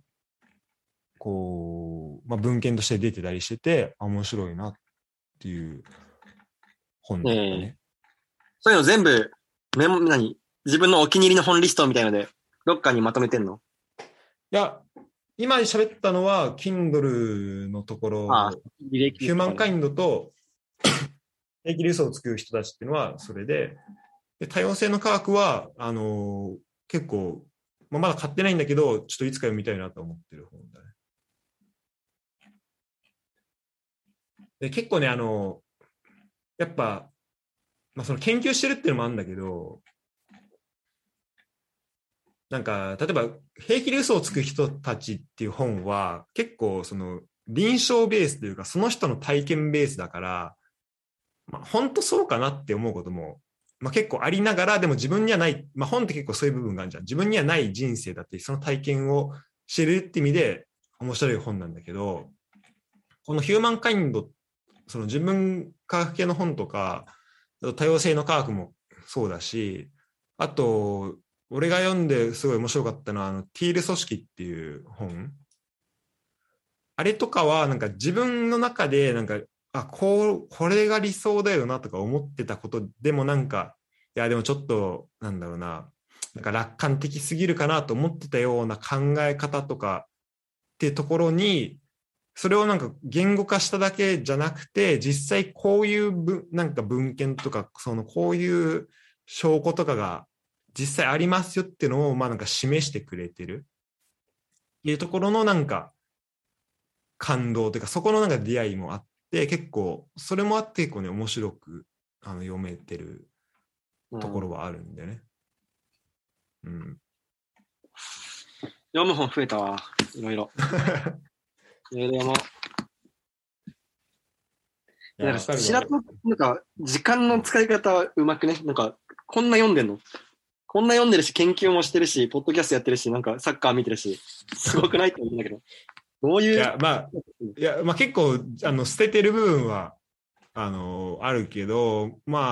こう、文献として出てたりしてて、面白いなっていう本だったね。 そういうの全部、自分のお気に入りの本リストみたいので、どっかにまとめてんの？ いや、 今喋ったのは Kindle のところ、 履歴ヒューマンカインドと平気で嘘をつく人たちっていうのはそれで、多様性の科学は結構、まだ買ってないんだけど、ちょっといつか読みたいなと思ってる本だね。で結構ね、やっぱ、その研究してるっていうのもあるんだけど、なんか例えば平気で嘘をつく人たちっていう本は結構その臨床ベースというかその人の体験ベースだから、本当そうかなって思うことも、結構ありながら、でも自分にはない、本って結構そういう部分があるじゃん。自分にはない人生だってその体験を知るって意味で面白い本なんだけど、このヒューマンカインド、その自分科学系の本とか多様性の科学もそうだし、あと俺が読んですごい面白かったのはティール組織っていう本。あれとかはなんか自分の中でなんかこれが理想だよなとか思ってたことでもなんか、いやでもちょっとなんだろうな、なんか楽観的すぎるかなと思ってたような考え方とかっていうところに、それをなんか言語化しただけじゃなくて、実際こういうなんか文献とか、こういう証拠とかが実際ありますよっていうのをなんか示してくれてるっていうところのなんか感動というか、そこのなんか出会いもあって、結構それもあって結構ね面白く読めてるところはあるんでね。うん。 読む本増えたわ。いろいろ。いろいろ読もう。なんか白戸なんか時間の使い方はうまくね。なんかこんな読んでんの？こんな読んでるし研究もしてるしポッドキャストやってるしなんかサッカー見てるしすごくないって思うんだけど、どういう？ いや結構捨ててる部分はあるけど、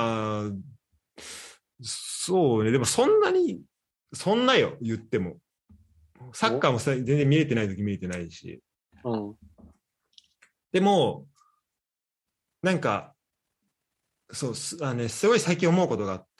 そうね、でもそんなよ言ってもサッカーも全然見れてない時見れてないし、 うん、 でもなんかそうすごい最近思うことがあって、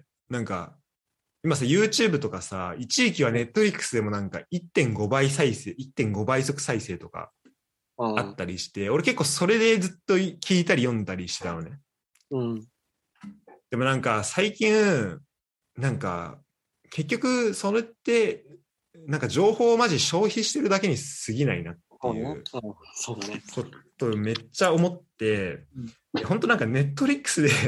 なんか今さ YouTube とかさ、一時期は Netflix でもなんか1.5 倍再生、1.5倍速再生とかあったりして、俺結構それでずっと聞いたり読んだりしてたのね。 うん、 でもなんか最近なんか結局それってなんか情報をマジ消費してるだけに過ぎないなっていうことめっちゃ思って、本当なんかネットリックスで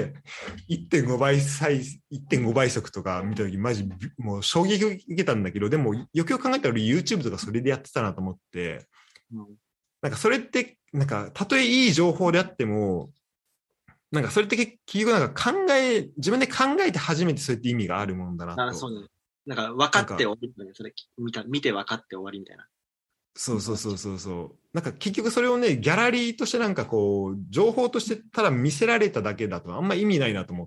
1.5 倍速とか見た時マジもう衝撃を受けたんだけど、でもよくよく考えたら俺 YouTube とかそれでやってたなと思って、なんかそれってなんかたとえいい情報であってもなんかそれって結局なんか自分で考えて初めてそうやって意味があるものだなと。 そうね。なんか分かって終わりみたいな、それ見て分かって終わりみたいな。 そう。なんか結局それをね、ギャラリーとしてなんかこう、情報としてただ見せられただけだとあんま意味ないなと思って、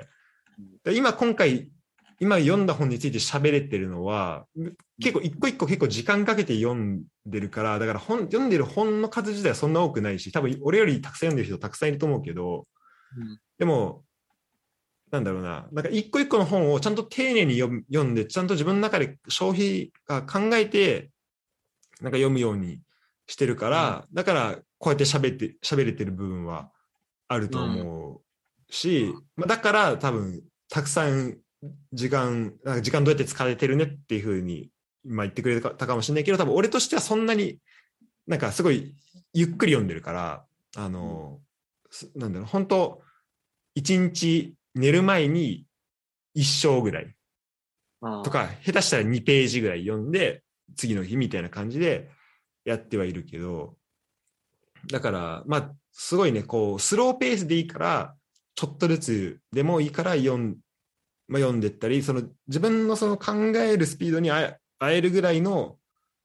今回読んだ本について喋れてるのは、結構一個一個結構時間かけて読んでるから、だから読んでる本の数自体はそんな多くないし、多分俺よりたくさん読んでる人たくさんいると思うけど、でも、なんだろうな、なんか一個一個の本をちゃんと丁寧に読んで、ちゃんと自分の中で消費が考えて、なんか読むようにしてるから、だからこうやって喋れてる部分はあると思うし、だから多分たくさん時間どうやって使われてるねっていうふうに言ってくれたかもしれないけど、多分俺としてはそんなになんかすごいゆっくり読んでるから、なんだろう、本当一日寝る前に1章ぐらいとか、下手したら2ページぐらい読んで次の日みたいな感じでやってはいるけど、だからすごいねこうスローペースでいいからちょっとずつでもいいから読んでったり、その自分のその考えるスピードに合えるぐらいの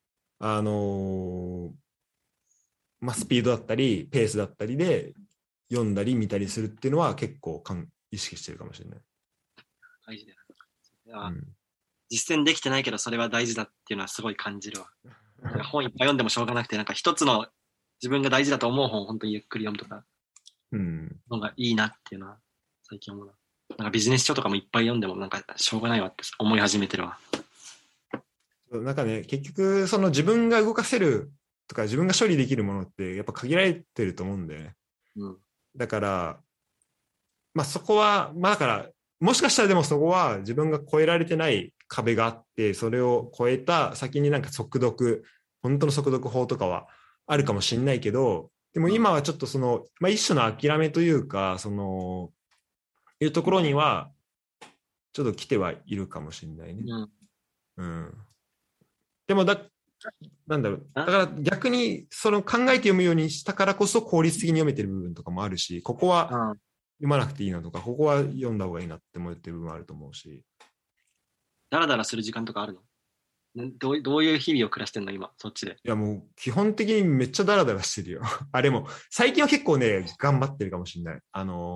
スピードだったりペースだったりで読んだり見たりするっていうのは結構意識してるかもしれない。 大事だよ。実践できてないけどそれは大事だっていうのはすごい感じるわ。本いっぱい読んでもしょうがなくて、なんか一つの自分が大事だと思う本を本当にゆっくり読むとかのがいいなっていうのは最近思うな。なんかビジネス書とかもいっぱい読んでもなんかしょうがないわって思い始めてるわ。 なんかね、結局、その自分が動かせるとか、自分が処理できるものって、やっぱ限られてると思うんだよね。 うん。 だから、まあそこは、まあだから、もしかしたらでもそこは自分が越えられてない壁があって、それを越えた先になんか速読、本当の速読法とかはあるかもしれないけど、でも今はちょっとその、まあ一種の諦めというか、その、いうところには、ちょっと来てはいるかもしれないね。 うん。 うん。でもなんだろう。だから逆にその考えて読むようにしたからこそ効率的に読めてる部分とかもあるし、ここは読まなくていいなとか、ここは読んだ方がいいなって思ってる部分もあると思うし。 ダラダラする時間とかあるの？どういう日々を暮らしてんの今、そっちで。 いやもう基本的にめっちゃダラダラしてるよ。あれも、最近は結構ね、頑張ってるかもしれない。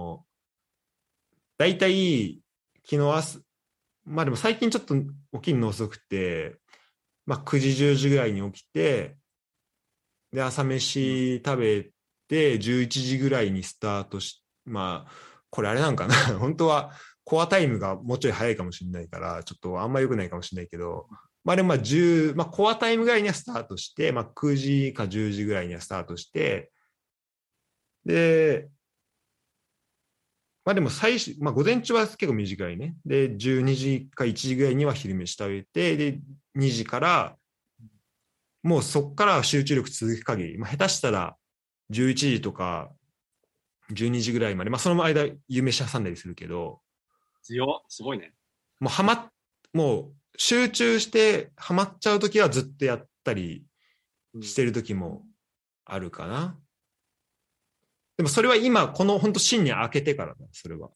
だいたい昨日まあでも最近ちょっと起きるの遅くて、まあ9時10時ぐらいに起きて、で、朝飯食べて、11時ぐらいにスタートまあ、これあれなんかな。本当はコアタイムがもうちょい早いかもしれないから、ちょっとあんま良くないかもしれないけど、まあでもまあまあコアタイムぐらいにはスタートして、まあ9時か10時ぐらいにはスタートして、で、まあでもまあ午前中は結構短いね。で、12時か1時ぐらいには昼飯食べて、で、2時から、もうそっから集中力続く限り、まあ下手したら11時とか12時ぐらいまで、まあその間夕飯挟んだりするけど、 強っ、すごいね。 もうもう集中してハマっちゃうときはずっとやったりしてるときもあるかな。でもそれは今、この本当新年明けてからだ、それは。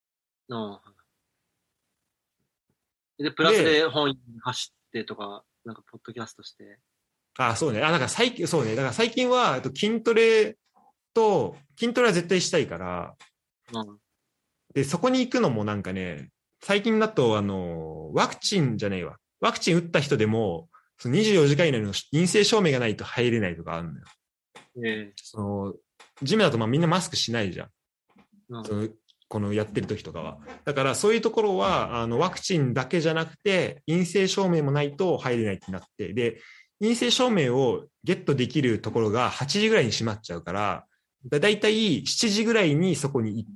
で、プラスで本走ってとか、なんかポッドキャストして。 あ、そうね。だから最近、そうね。だから最近は、筋トレは絶対したいから、で、そこに行くのもなんかね、最近だと、ワクチンじゃねえわ。ワクチン打った人でも、その24時間以内の陰性証明がないと入れないとかあるのよ。そのジムだとまあみんなマスクしないじゃん。このやってる時とかは。だからそういうところは、ワクチンだけじゃなくて、陰性証明もないと入れないってなって、で、陰性証明をゲットできるところが8時ぐらいに閉まっちゃうから、だいたい7時ぐらいにそこに行って、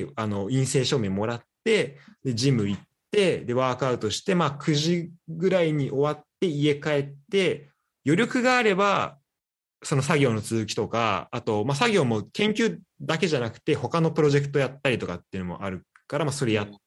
陰性証明もらって、で、ジム行って、で、ワークアウトして、まあ9時ぐらいに終わって家帰って、余力があれば、その作業の続きとか、あと、まあ、作業も研究だけじゃなくて、他のプロジェクトやったりとかっていうのもあるから、まあ、それやって、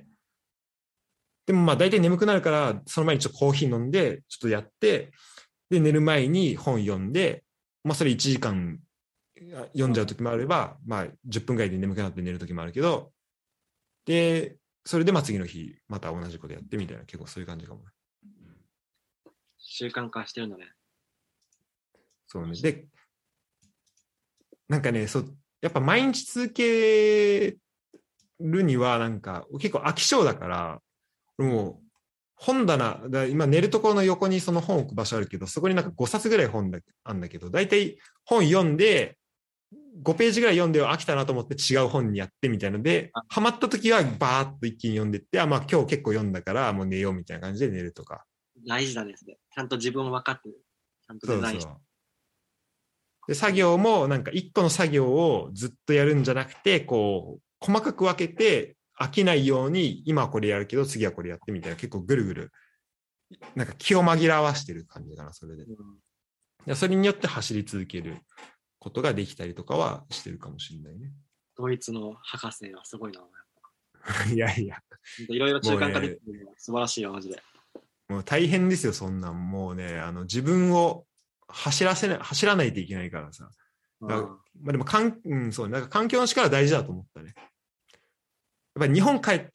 でもまあ、大体眠くなるから、その前にちょっとコーヒー飲んで、ちょっとやって、で、寝る前に本読んで、まあ、それ1時間読んじゃう時もあれば、まあ、10分ぐらいで眠くなって寝る時もあるけど、で、それでまあ次の日、また同じことやってみたいな、結構そういう感じかもね。 習慣化してるのね。 そうね。で、なんかね、やっぱ毎日続けるには、なんか結構飽き性だから、もう本棚、今寝るところの横にその本を置く場所あるけど、そこになんか5冊ぐらい本あるんだけど、大体本読んで、5ページぐらい読んで飽きたなと思って違う本にやってみたいので、ハマった時はバーッと一気に読んでって、まあ今日結構読んだからもう寝ようみたいな感じで寝るとか。 大事だね、それ。ちゃんと自分を分かってる。ちゃんとデザインして。 そうで、作業もなんか一個の作業をずっとやるんじゃなくて、こう、細かく分けて飽きないように、今はこれやるけど次はこれやってみたいな、結構ぐるぐる、なんか気を紛らわしてる感じかな、それで。それによって走り続けることができたりとかはしてるかもしれないね。 ドイツの博士はすごいな。 いやいや。 いろいろ中間化できるのは素晴らしいよ、マジで。 もう大変ですよ、そんなん。もうね、自分を走らないといけないからさ。まあでもそう、なんか環境の力大事だと思ったね。やっぱり日本帰って、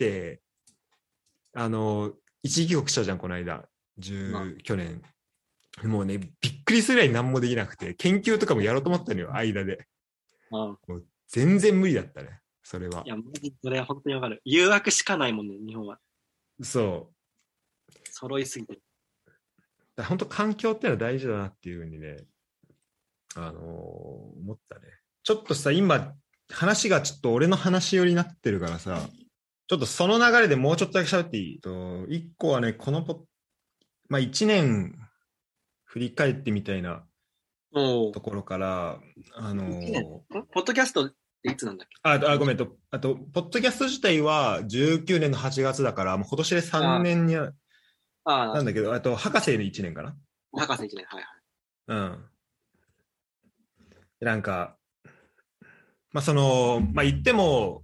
一時帰国したじゃん、この間。去年。もうね、びっくりするぐらい何もできなくて、研究とかもやろうと思ったのよ、間で。もう全然無理だったね、それは。 いや、マジそれは本当にわかる。誘惑しかないもんね、日本は。 そう。 揃いすぎてる。 本当環境ってのは大事だなっていうふうにね、思ったね。ちょっとさ、今、話がちょっと俺の話寄りになってるからさ、ちょっとその流れでもうちょっとだけ喋っていい？一個はね、こまあ1年振り返ってみたいなおところから、 1年ポッドキャストっていつなんだっけ？ ごめんと、あと、ポッドキャスト自体は19年の8月だから、もう今年で3年になんだけど、あと、博士の1年かな。 博士1年、はいはい。 うん。なんか、まあその、まあ言っても、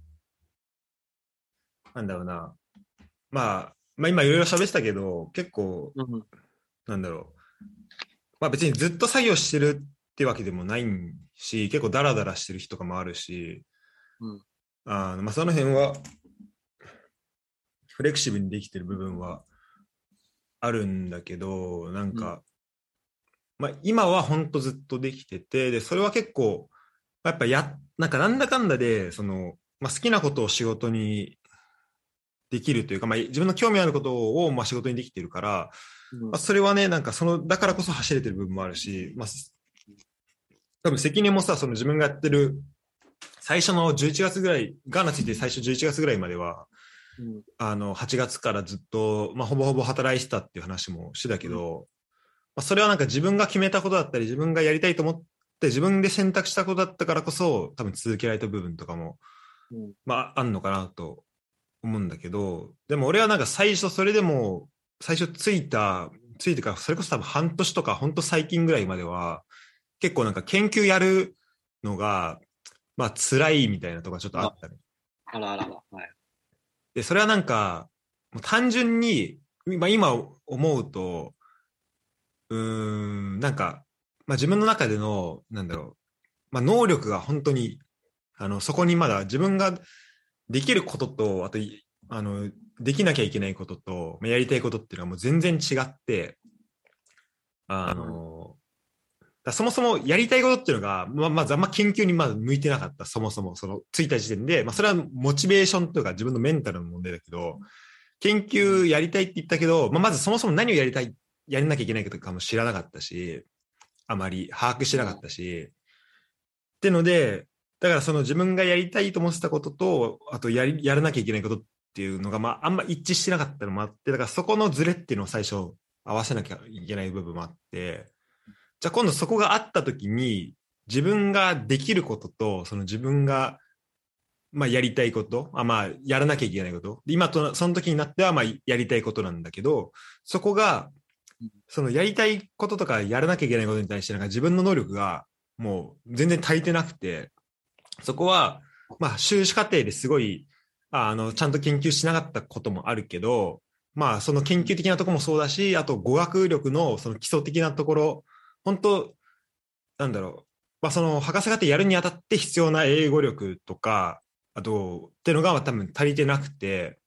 なんだろうな。まあ今いろいろ喋ってたけど、結構、なんだろう。まあ別にずっと作業してるってわけでもないし、結構ダラダラしてる日とかもあるし、まあその辺は、フレキシブルにできてる部分はあるんだけど、なんか、まあ今はほんとずっとできてて、で、それは結構、やっぱなんかなんだかんだで、その、まあ好きなことを仕事にできるというか、まあ自分の興味あることをまあ仕事にできてるから、まあそれはね、なんかだからこそ走れてる部分もあるし、まあ、多分責任もさ、その自分がやってる最初の11月ぐらい、ガーナついて最初11月ぐらいまでは、8月からずっと、まあ、ほぼほぼ働いてたっていう話もしてたけど、まあ、それはなんか自分が決めたことだったり、自分がやりたいと思って自分で選択したことだったからこそ、多分続けられた部分とかも、まあ、あんのかなと思うんだけど、でも俺はなんか最初、それでも、最初ついてから、それこそ多分半年とか、ほんと最近ぐらいまでは、結構なんか研究やるのが、まあ辛いみたいなとこがちょっとあったね。 あらあらあら。はい。 で、それはなんか、もう単純に、まあ今思うと、なんか、まあ自分の中での、なんだろう、まあ能力が本当に、そこにまだ自分ができることと、あと、できなきゃいけないことと、やりたいことっていうのはもう全然違って、そもそもやりたいことっていうのが、まずあんま研究にまず向いてなかった、そもそも、その、ついた時点で、まあそれはモチベーションというか自分のメンタルの問題だけど、研究やりたいって言ったけど、まあまずそもそも何をやらなきゃいけないかとかも知らなかったし、あまり把握してなかったし、ってので、だからその自分がやりたいと思ってたことと、あとやらなきゃいけないことっていうのが、まああんま一致してなかったのもあって、だからそこのズレっていうのを最初合わせなきゃいけない部分もあって、じゃあ今度そこがあった時に、自分ができることと、その自分が、まあやりたいこと、まあやらなきゃいけないこと、今とその時になってはまあやりたいことなんだけど、そこが、そのやりたいこととかやらなきゃいけないことに対してなんか自分の能力がもう全然足りてなくて、そこは、まあ修士課程ですごい、ちゃんと研究しなかったこともあるけど、まあその研究的なところもそうだし、あと語学力のその基礎的なところ、本当なんだろう。まあ、その博士課程やるにあたって必要な英語力とか、あと、っていうのが多分足りてなくて、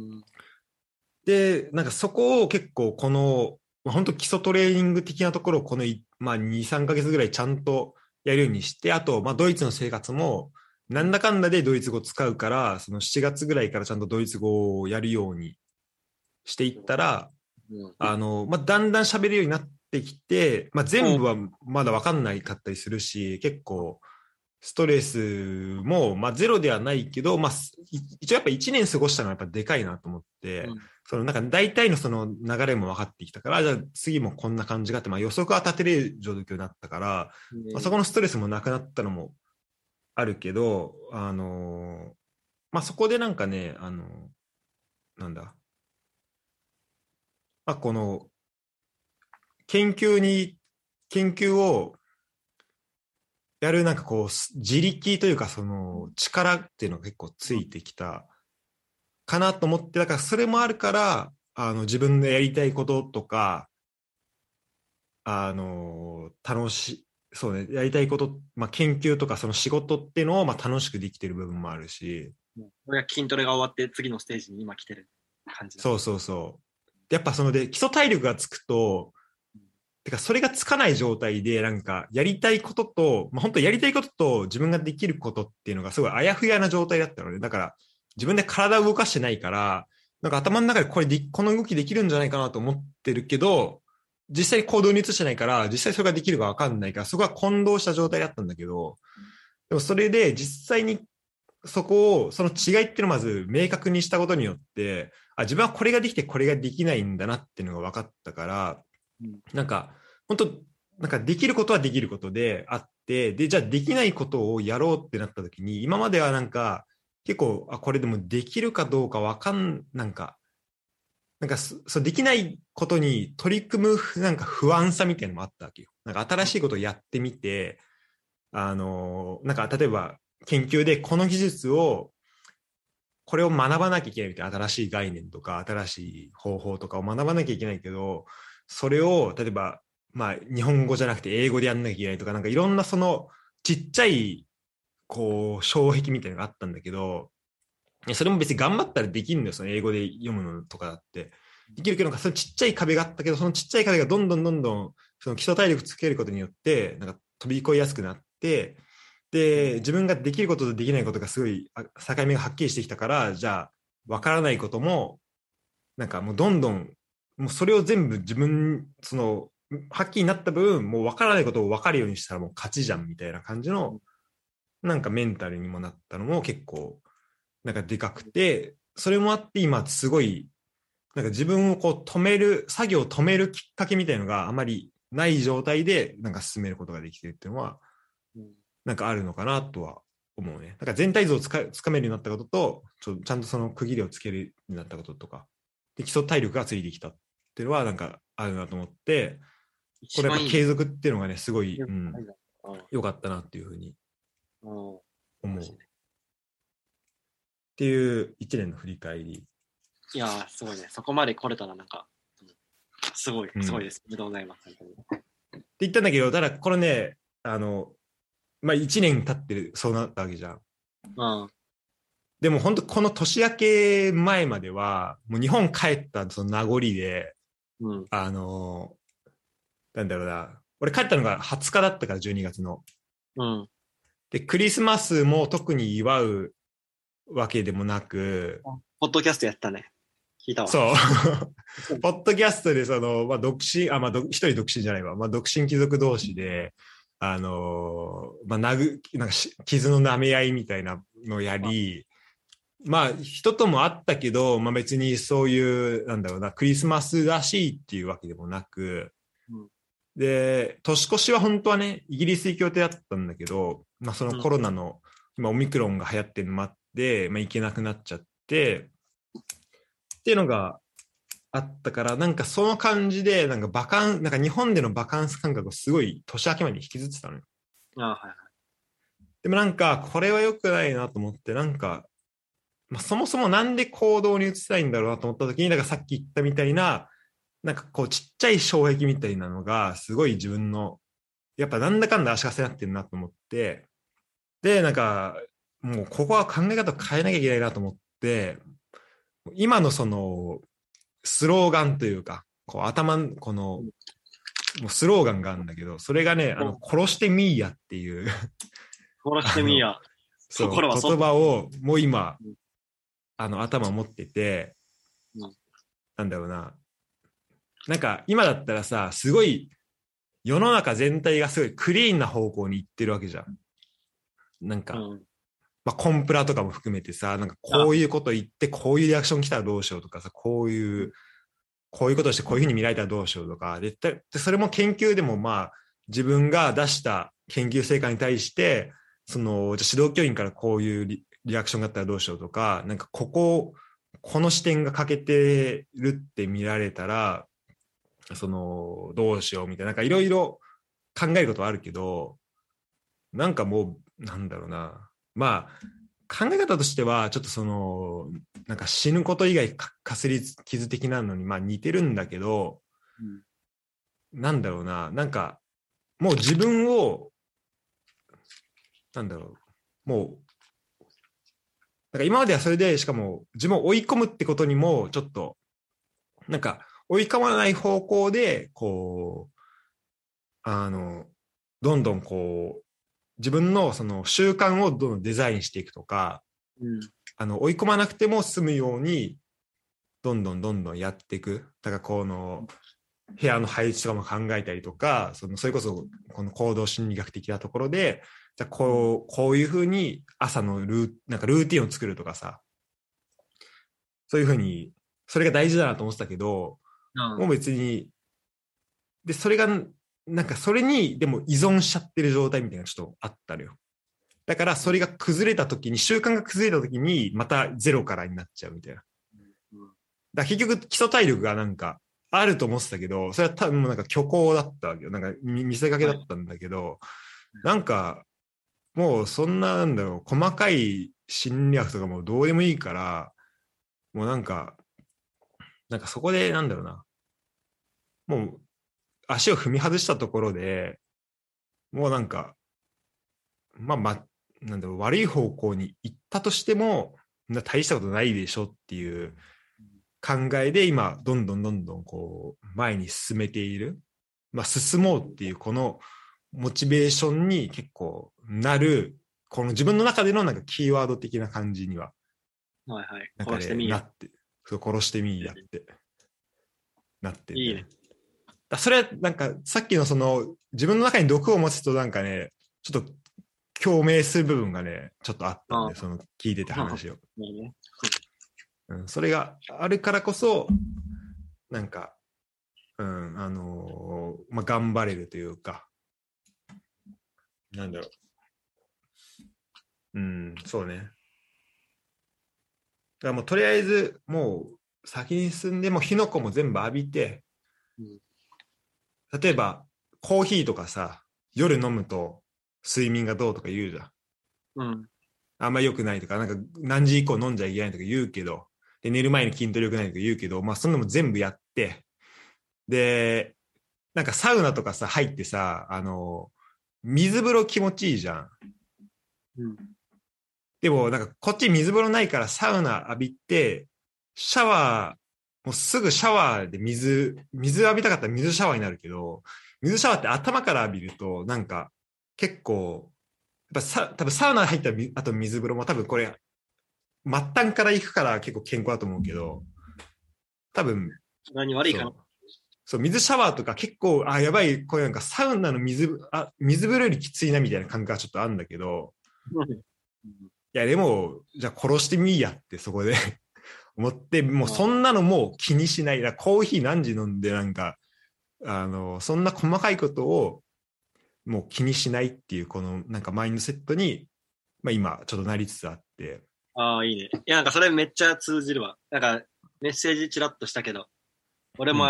で、なんかそこを結構この、まあ、本当基礎トレーニング的なところをこの、まあ、2、3ヶ月ぐらいちゃんとやるようにして、あと、まあ、ドイツの生活も、なんだかんだでドイツ語使うから、その7月ぐらいからちゃんとドイツ語をやるようにしていったら、まあ、だんだん喋れるようになってきて、まあ、全部はまだ分かんないかったりするし、結構、ストレスも、まあ、ゼロではないけど、まあ、一応やっぱ1年過ごしたのはやっぱでかいなと思って、そのなんか大体のその流れも分かってきたから、じゃあ次もこんな感じがあって、まあ、予測は立てれる状況になったから、まあ、そこのストレスもなくなったのもあるけど、まあ、そこでなんかね、なんだ、まあ、この、研究をやるなんかこう、自力というかその力っていうのが結構ついてきたかなと思って、だからそれもあるから、自分でやりたいこととか、楽しい、そうね、やりたいこと、まあ研究とかその仕事っていうのをまあ楽しくできてる部分もあるし。 これが筋トレが終わって次のステージに今来てる感じだ。 そうそうそう。やっぱそので基礎体力がつくと、てかそれがつかない状態でなんかやりたいことと、まあ、本当やりたいことと自分ができることっていうのがすごいあやふやな状態だったので、だから自分で体を動かしてないから、なんか頭の中でこの動きできるんじゃないかなと思ってるけど、実際に行動に移してないから、実際それができるかわかんないから、そこは混同した状態だったんだけど、でもそれで実際にそこを、その違いっていうのをまず明確にしたことによって、自分はこれができてこれができないんだなっていうのが分かったから、なんか、本当なんかできることはできることであって、で、じゃあできないことをやろうってなった時に、今まではなんか、結構、これでもできるかどうかなんかそうできないことに取り組むなんか不安さみたいなのもあったわけよ。なんか新しいことをやってみて、なんか例えば研究でこの技術を、これを学ばなきゃいけないみたいな新しい概念とか新しい方法とかを学ばなきゃいけないけど、それを例えば、まあ日本語じゃなくて英語でやんなきゃいけないとか、なんかいろんなそのちっちゃいこう障壁みたいなのがあったんだけど、それも別に頑張ったらできるんだよ、その英語で読むのとかだって。できるけど、そのちっちゃい壁があったけど、そのちっちゃい壁がどんどん、その基礎体力つけることによって、なんか飛び越えやすくなって、で、自分ができることとできないことがすごい境目がはっきりしてきたから、じゃあ、わからないことも、なんかもうどんどん、もうそれを全部自分、その、はっきりなった分、もうわからないことをわかるようにしたらもう勝ちじゃんみたいな感じの、なんかメンタルにもなったのも結構、なんかでかくて、それもあって今すごい、なんか自分をこう作業を止めるきっかけみたいなのがあまりない状態でなんか進めることができてるっていうのは、なんかあるのかなとは思うね。なんか全体像をつかめるようになったことと、ちゃんとその区切りをつけるようになったこととか、で基礎体力がついてきたっていうのはなんかあるなと思って、これやっぱ継続っていうのがね、すごい、良かったなっていうふうに思う。っていう一年の振り返り。 いやー、すごいね。そこまで来れたらなんか、すごいです。おめでとうございます。 って言ったんだけど、ただこれね、まあ1年経ってそうなったわけじゃん。でも本当この年明け前までは、もう日本帰ったその名残で、なんだろうな、俺帰ったのが20日だったから12月の。で、クリスマスも特に祝うわけでもなく、 ポッドキャストやったね。聞いたわ。 そう。ポッドキャストで独身、一人独身じゃないわ。独身貴族同士で、なんか傷の舐め合いみたいなのをやり、人とも会ったけど、別にそういう、なんだろうな、クリスマスらしいっていうわけでもなく、で、年越しは本当はね、イギリス行く予定だったんだけど、そのコロナの、今オミクロンが流行ってるのもあって、行けなくなっちゃって、っていうのがあったから、なんかその感じで、なんか日本でのバカンス感覚をすごい年明けまで引きずってたのよ。でもなんか、これは良くないなと思って、なんか、そもそもなんで行動に移したいんだろうなと思った時に、なんかさっき言ったみたいな、なんかこうちっちゃい障壁みたいなのが、すごい自分の、やっぱなんだかんだ足かせになってるなと思って、で、なんか、もうここは考え方を変えなきゃいけないなと思って、今のその、スローガンというか、こうこの、もうスローガンがあるんだけど、それがね、殺してみーやっていう。 殺してみーや。 そう、言葉をもう今、頭を持ってて、なんだろうな。なんか今だったらさ、すごい世の中全体がすごいクリーンな方向に行ってるわけじゃん。なんか、コンプラとかも含めてさ、なんかこういうこと言ってこういうリアクション来たらどうしようとかさ、こういうことしてこういうふうに見られたらどうしようとか、でそれも研究でも自分が出した研究成果に対して、じゃ指導教員からこういうリアクションがあったらどうしようとか、なんかこの視点が欠けてるって見られたら、どうしようみたいな、なんかいろいろ考えることはあるけど、なんかもう、なんだろうな。考え方としては、ちょっとなんか死ぬこと以外かすり傷的なのに、似てるんだけど、なんだろうな。なんか、もう自分を、なんだろう。もう、なんか今まではそれで、しかも自分を追い込むってことにも、ちょっと、なんか、追い込まない方向で、こう、どんどんこう、自分のその習慣をどんどんデザインしていくとか、追い込まなくても済むように、どんどんやっていく。だからこの、部屋の配置とかも考えたりとか、それこそこの行動心理学的なところで、 じゃあこういうふうに朝のなんかルーティンを作るとかさ、そういうふうに、それが大事だなと思ってたけど、もう別に、で、それが、なんかそれにでも依存しちゃってる状態みたいなのがちょっとあったのよ。だからそれが崩れた時に、習慣が崩れた時に、またゼロからになっちゃうみたいな。だから結局基礎体力がなんかあると思ってたけど、それは多分もうなんか虚構だったわけよ。なんか見せかけだったんだけど、なんかもうそんななんだろう、細かい心理学とかもどうでもいいから、もうなんかそこでなんだろうな、もう足を踏み外したところで、もうなんか、なんだろう、悪い方向に行ったとしても、大したことないでしょっていう考えで今、どんどんこう、前に進めている。進もうっていうこのモチベーションに結構なる、この自分の中でのなんかキーワード的な感じには、 はいはい。 なんかね、 殺してみーや。 なって、そう殺してみーやって、なってる、 いいね。 それはなんかさっきのその自分の中に毒を持つとなんかね、ちょっと共鳴する部分がね、ちょっとあったんで、その聞いてた話を。 いいね。 それがあるからこそ、なんか、頑張れるというか、なんだろう。そうね。だからもうとりあえず、もう先に進んで、もう火の粉も全部浴びて、例えばコーヒーとかさ、夜飲むと睡眠がどうとか言うじゃん。あんま良くないとか、なんか何時以降飲んじゃいけないとか言うけど、で寝る前に筋トレ良くないとか言うけど、そんなのも全部やって、で、なんかサウナとかさ、入ってさ、水風呂気持ちいいじゃん。でも、なんかこっち水風呂ないからサウナ浴びて、シャワー、もうすぐシャワーで水浴びたかったら水シャワーになるけど、水シャワーって頭から浴びると、なんか結構、やっぱ多分サウナ入った後水風呂も多分これ、末端から行くから結構健康だと思うけど、多分、 何悪いかな。 そう、水シャワーとか結構、やばい、これなんかサウナの水風呂よりきついなみたいな感覚がちょっとあるんだけど、いや、でも、じゃあ殺してみいやってそこで思って、もうそんなのもう気にしない。コーヒー何時飲んでなんか、そんな細かいことをもう気にしないっていう、このなんかマインドセットに、今ちょっとなりつつあって。 ああ、いいね。いや、なんかそれめっちゃ通じるわ。なんかメッセージチラッとしたけど、俺も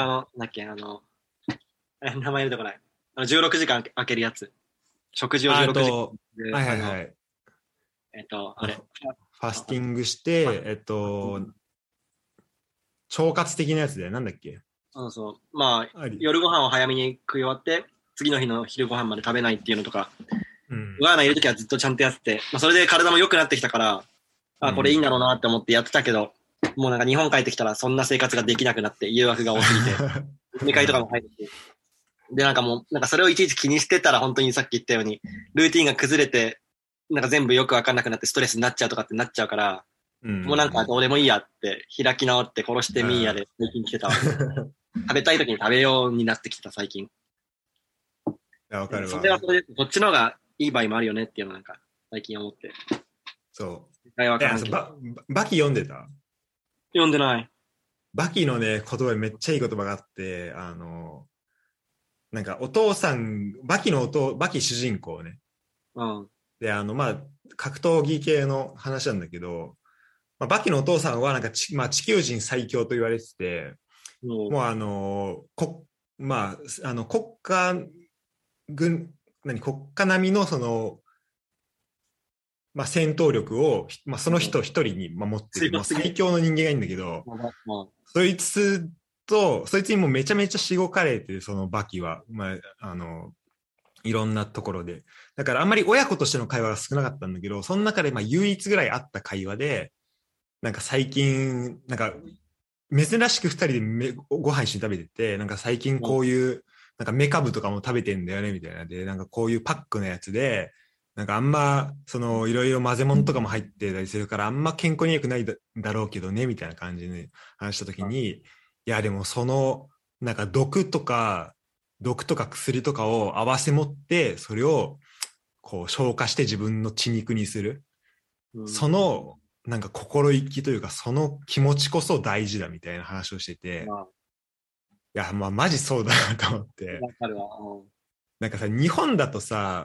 名前出てこない。16時間空けるやつ。食事を16時間。 はいはいはい。 あれ。 ファスティングして、腸活的なやつで、なんだっけ？ そうそう。夜ご飯を早めに食い終わって、次の日の昼ご飯まで食べないっていうのとか、ガーナいるときはずっとちゃんとやってて、それで体も良くなってきたから、これいいんだろうなって思ってやってたけど、もうなんか日本帰ってきたらそんな生活ができなくなって、誘惑が多すぎて、飲み会とかも入ってて、で、なんかもう、なんかそれをいちいち気にしてたら本当にさっき言ったように、ルーティンが崩れて、なんか全部よくわかんなくなってストレスになっちゃうとかってなっちゃうから、もうなんかどうでもいいやって開き直って殺してみーやで最近来てたわ。食べたい時に食べようになってきた最近。 いや、わかるわ。 それはそれで、こっちの方がいい場合もあるよねっていうのなんか最近思って。 そう。 バキ読んでた？ 読んでない。 バキのね、言葉めっちゃいい言葉があって、なんかお父さん、バキ主人公ね。で、格闘技系の話なんだけど、バキのお父さんはなんか地球人最強と言われてて、もう国家並みのその、戦闘力を、その人一人に持ってる、もう最強の人間がいいんだけど、そいつにもうめちゃめちゃしごかれて、そのバキは、いろんなところで。だからあんまり親子としての会話が少なかったんだけど、その中で唯一ぐらいあった会話で、なんか最近、なんか珍しく二人でご飯一緒に食べてて、なんか最近こういう、なんかメカブとかも食べてんだよねみたいなで、なんかこういうパックのやつで、なんかあんま、そのいろいろ混ぜ物とかも入ってたりするから、あんま健康に良くないだろうけどね、みたいな感じで話したときに、いやでもその、なんか毒とか薬とかを合わせ持って、それを、 こう消化して自分の血肉にする、その、 のなんか心意気というかその気持ちこそ大事だみたいな話をしてて、 まあ、 いやまあマジそうだなと思って、 わかるわ。 なんかさ日本だとさ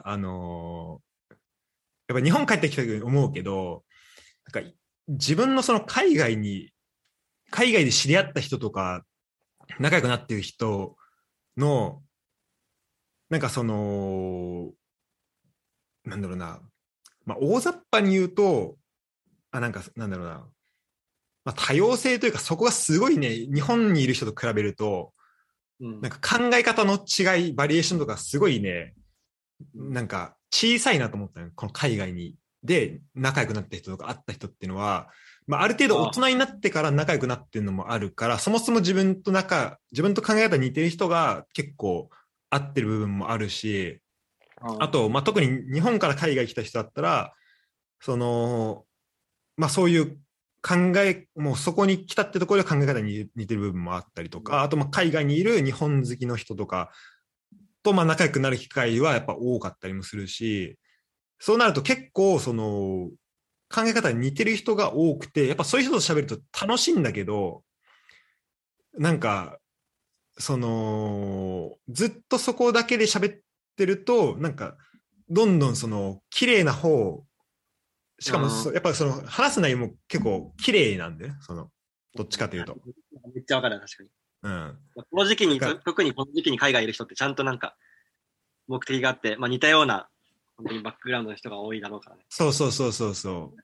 やっぱ日本帰ってきた時に思うけど、なんか自分のその海外で知り合った人とか仲良くなってる人のなんかそのなんだろうな、まあ、大雑把に言うとなんかなんだろうな、まあ、多様性というかそこがすごいね日本にいる人と比べるとなんか考え方の違いバリエーションとかすごいねなんか小さいなと思ったの、この海外にで仲良くなった人とか会った人っていうのは、まあ、ある程度大人になってから仲良くなってるのもあるから、そもそも自分と考え方似てる人が結構合ってる部分もあるし、あと、まあ、特に日本から海外来た人だったらそのまあそういう考え、もうそこに来たってところで考え方に似てる部分もあったりとか、あとまあ海外にいる日本好きの人とかとまあ仲良くなる機会はやっぱ多かったりもするし、そうなると結構その考え方に似てる人が多くて、やっぱそういう人と喋ると楽しいんだけど、なんかそのずっとそこだけで喋ってるとなんかどんどんその綺麗な方、しかもやっぱその話す内容も結構綺麗なんで、ね、そのどっちかというと。 めっちゃわかる、確かに。 うん。 この時期に、特にこの時期に海外いる人ってちゃんとなんか目的があって、まあ似たような本当にバックグラウンドの人が多いだろうからね。 そうそうそうそうそう。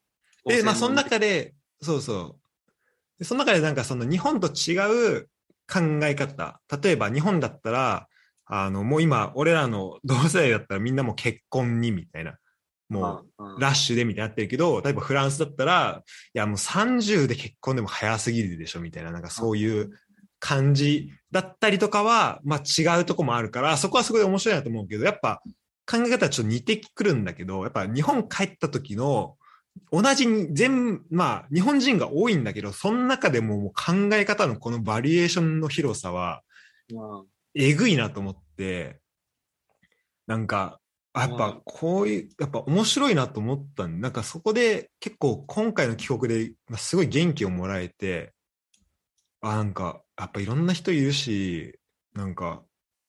で、まあその中で、そうそう。その中でなんかその日本と違う考え方。例えば日本だったら、もう今俺らの同世代だったらみんなもう結婚にみたいな。もうラッシュでみたいになってるけど、例えばフランスだったら、いやもう30で結婚でも早すぎるでしょみたいな、なんかそういう感じだったりとかは、まあ違うとこもあるから、そこはすごい面白いなと思うけど、やっぱ考え方はちょっと似てくるんだけど、やっぱ日本帰った時の同じまあ日本人が多いんだけど、その中でも考え方のこのバリエーションの広さは、えぐいなと思って、なんか、やっぱこういう、やっぱ面白いなと思ったんで、なんかそこで結構今回の帰国ですごい元気をもらえて、なんか、やっぱいろんな人いるし、なんか、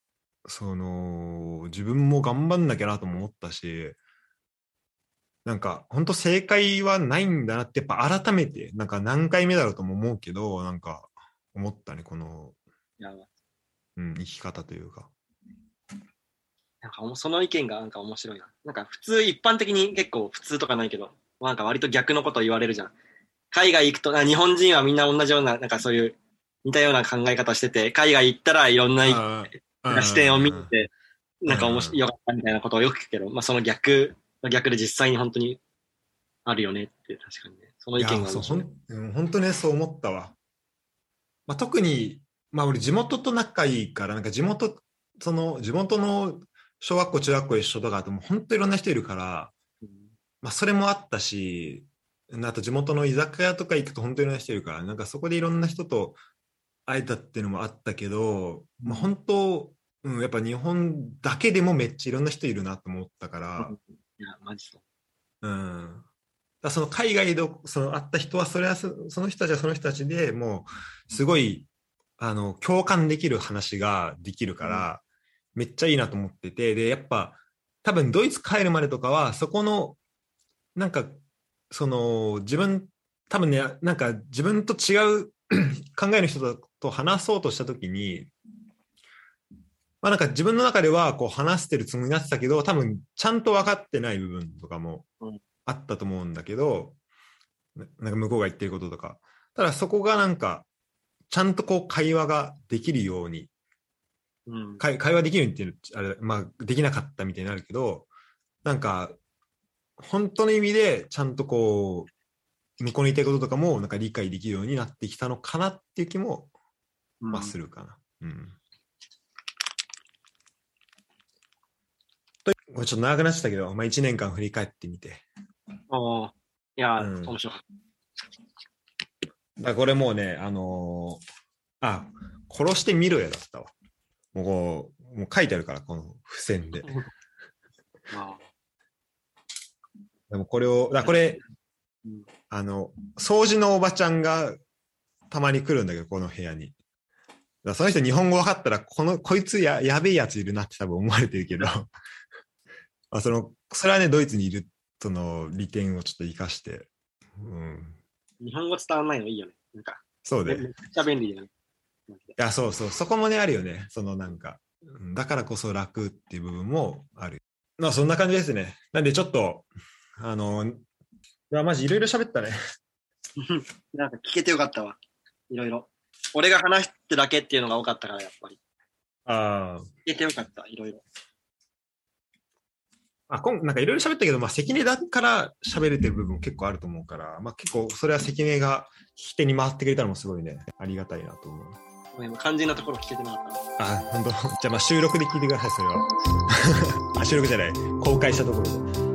自分も頑張んなきゃなとも思ったし、なんか、本当正解はないんだなって、やっぱ改めて、なんか何回目だろうとも思うけど、なんか、思ったね、この、生き方というか。 なんかその意見がなんか面白いな。なんか普通、一般的に結構普通とかないけど、なんか割と逆のこと言われるじゃん。海外行くと、日本人はみんな同じような、なんかそういう似たような考え方してて、海外行ったらいろんな視点を見て、なんか面白いよかったみたいなことをよく聞くけど、まあその逆で実際に本当にあるよねって確かにね。その意見が面白い。 本当ね、そう思ったわ。まあ、特に、まあ俺地元と仲いいから、なんか地元の小学校、中学校一緒とかだともう本当いろんな人いるから、まあそれもあったし、あと地元の居酒屋とか行くと本当にいろんな人いるから、なんかそこでいろんな人と会えたっていうのもあったけど、まあ本当、やっぱ日本だけでもめっちゃいろんな人いるなと思ったから、 いや、マジそう。 その海外で会った人はその人たちはその人たちでもうすごい共感できる話ができるから、めっちゃいいなと思ってて、でやっぱ多分ドイツ帰るまでとかはそこのなんか多分ね、なんか自分と違う考えの人と話そうとした時に、まあなんか自分の中ではこう話してるつもりになってたけど、多分ちゃんと分かってない部分とかもあったと思うんだけど、なんか向こうが言ってることとか。ただそこがなんか、ちゃんとこう会話ができるように、会話できるようにっていう、あれ、まあできなかったみたいになるけど、なんか、本当の意味でちゃんとこう、向こうに言ってることとかもなんか理解できるようになってきたのかなっていう気も、まあするかな。これちょっと長くなっちゃったけど、まあ1年間振り返ってみて。 いや、面白かった。 これもうね、殺してみろやだったわ。もう書いてあるから、この付箋で。 でもこれを、これ、掃除のおばちゃんがたまに来るんだけど、この部屋に。その人日本語分かったら、こいつやべえやついるなって多分思われてるけど、それはね、ドイツにいるとの利点をちょっと活かして。 日本語伝わんないのいいよね。なんか。 そうで。 めっちゃ便利だよね。 いや、そう。そこもね、あるよね。だからこそ楽っていう部分もある。そんな感じですね。なんでちょっと、マジいろいろ喋ったね。 なんか聞けてよかったわ。いろいろ。俺が話してだけっていうのが多かったから、やっぱり。聞けてよかった、いろいろ。 なんかいろいろ喋ったけど、関根だから喋れてる部分も結構あると思うから、結構それは関根が聞き手に回ってくれたのもすごいね、ありがたいなと思う。 肝心なところ聞けてなかった。 本当。じゃあ収録で聞いてください、それは。収録じゃない、公開したところで。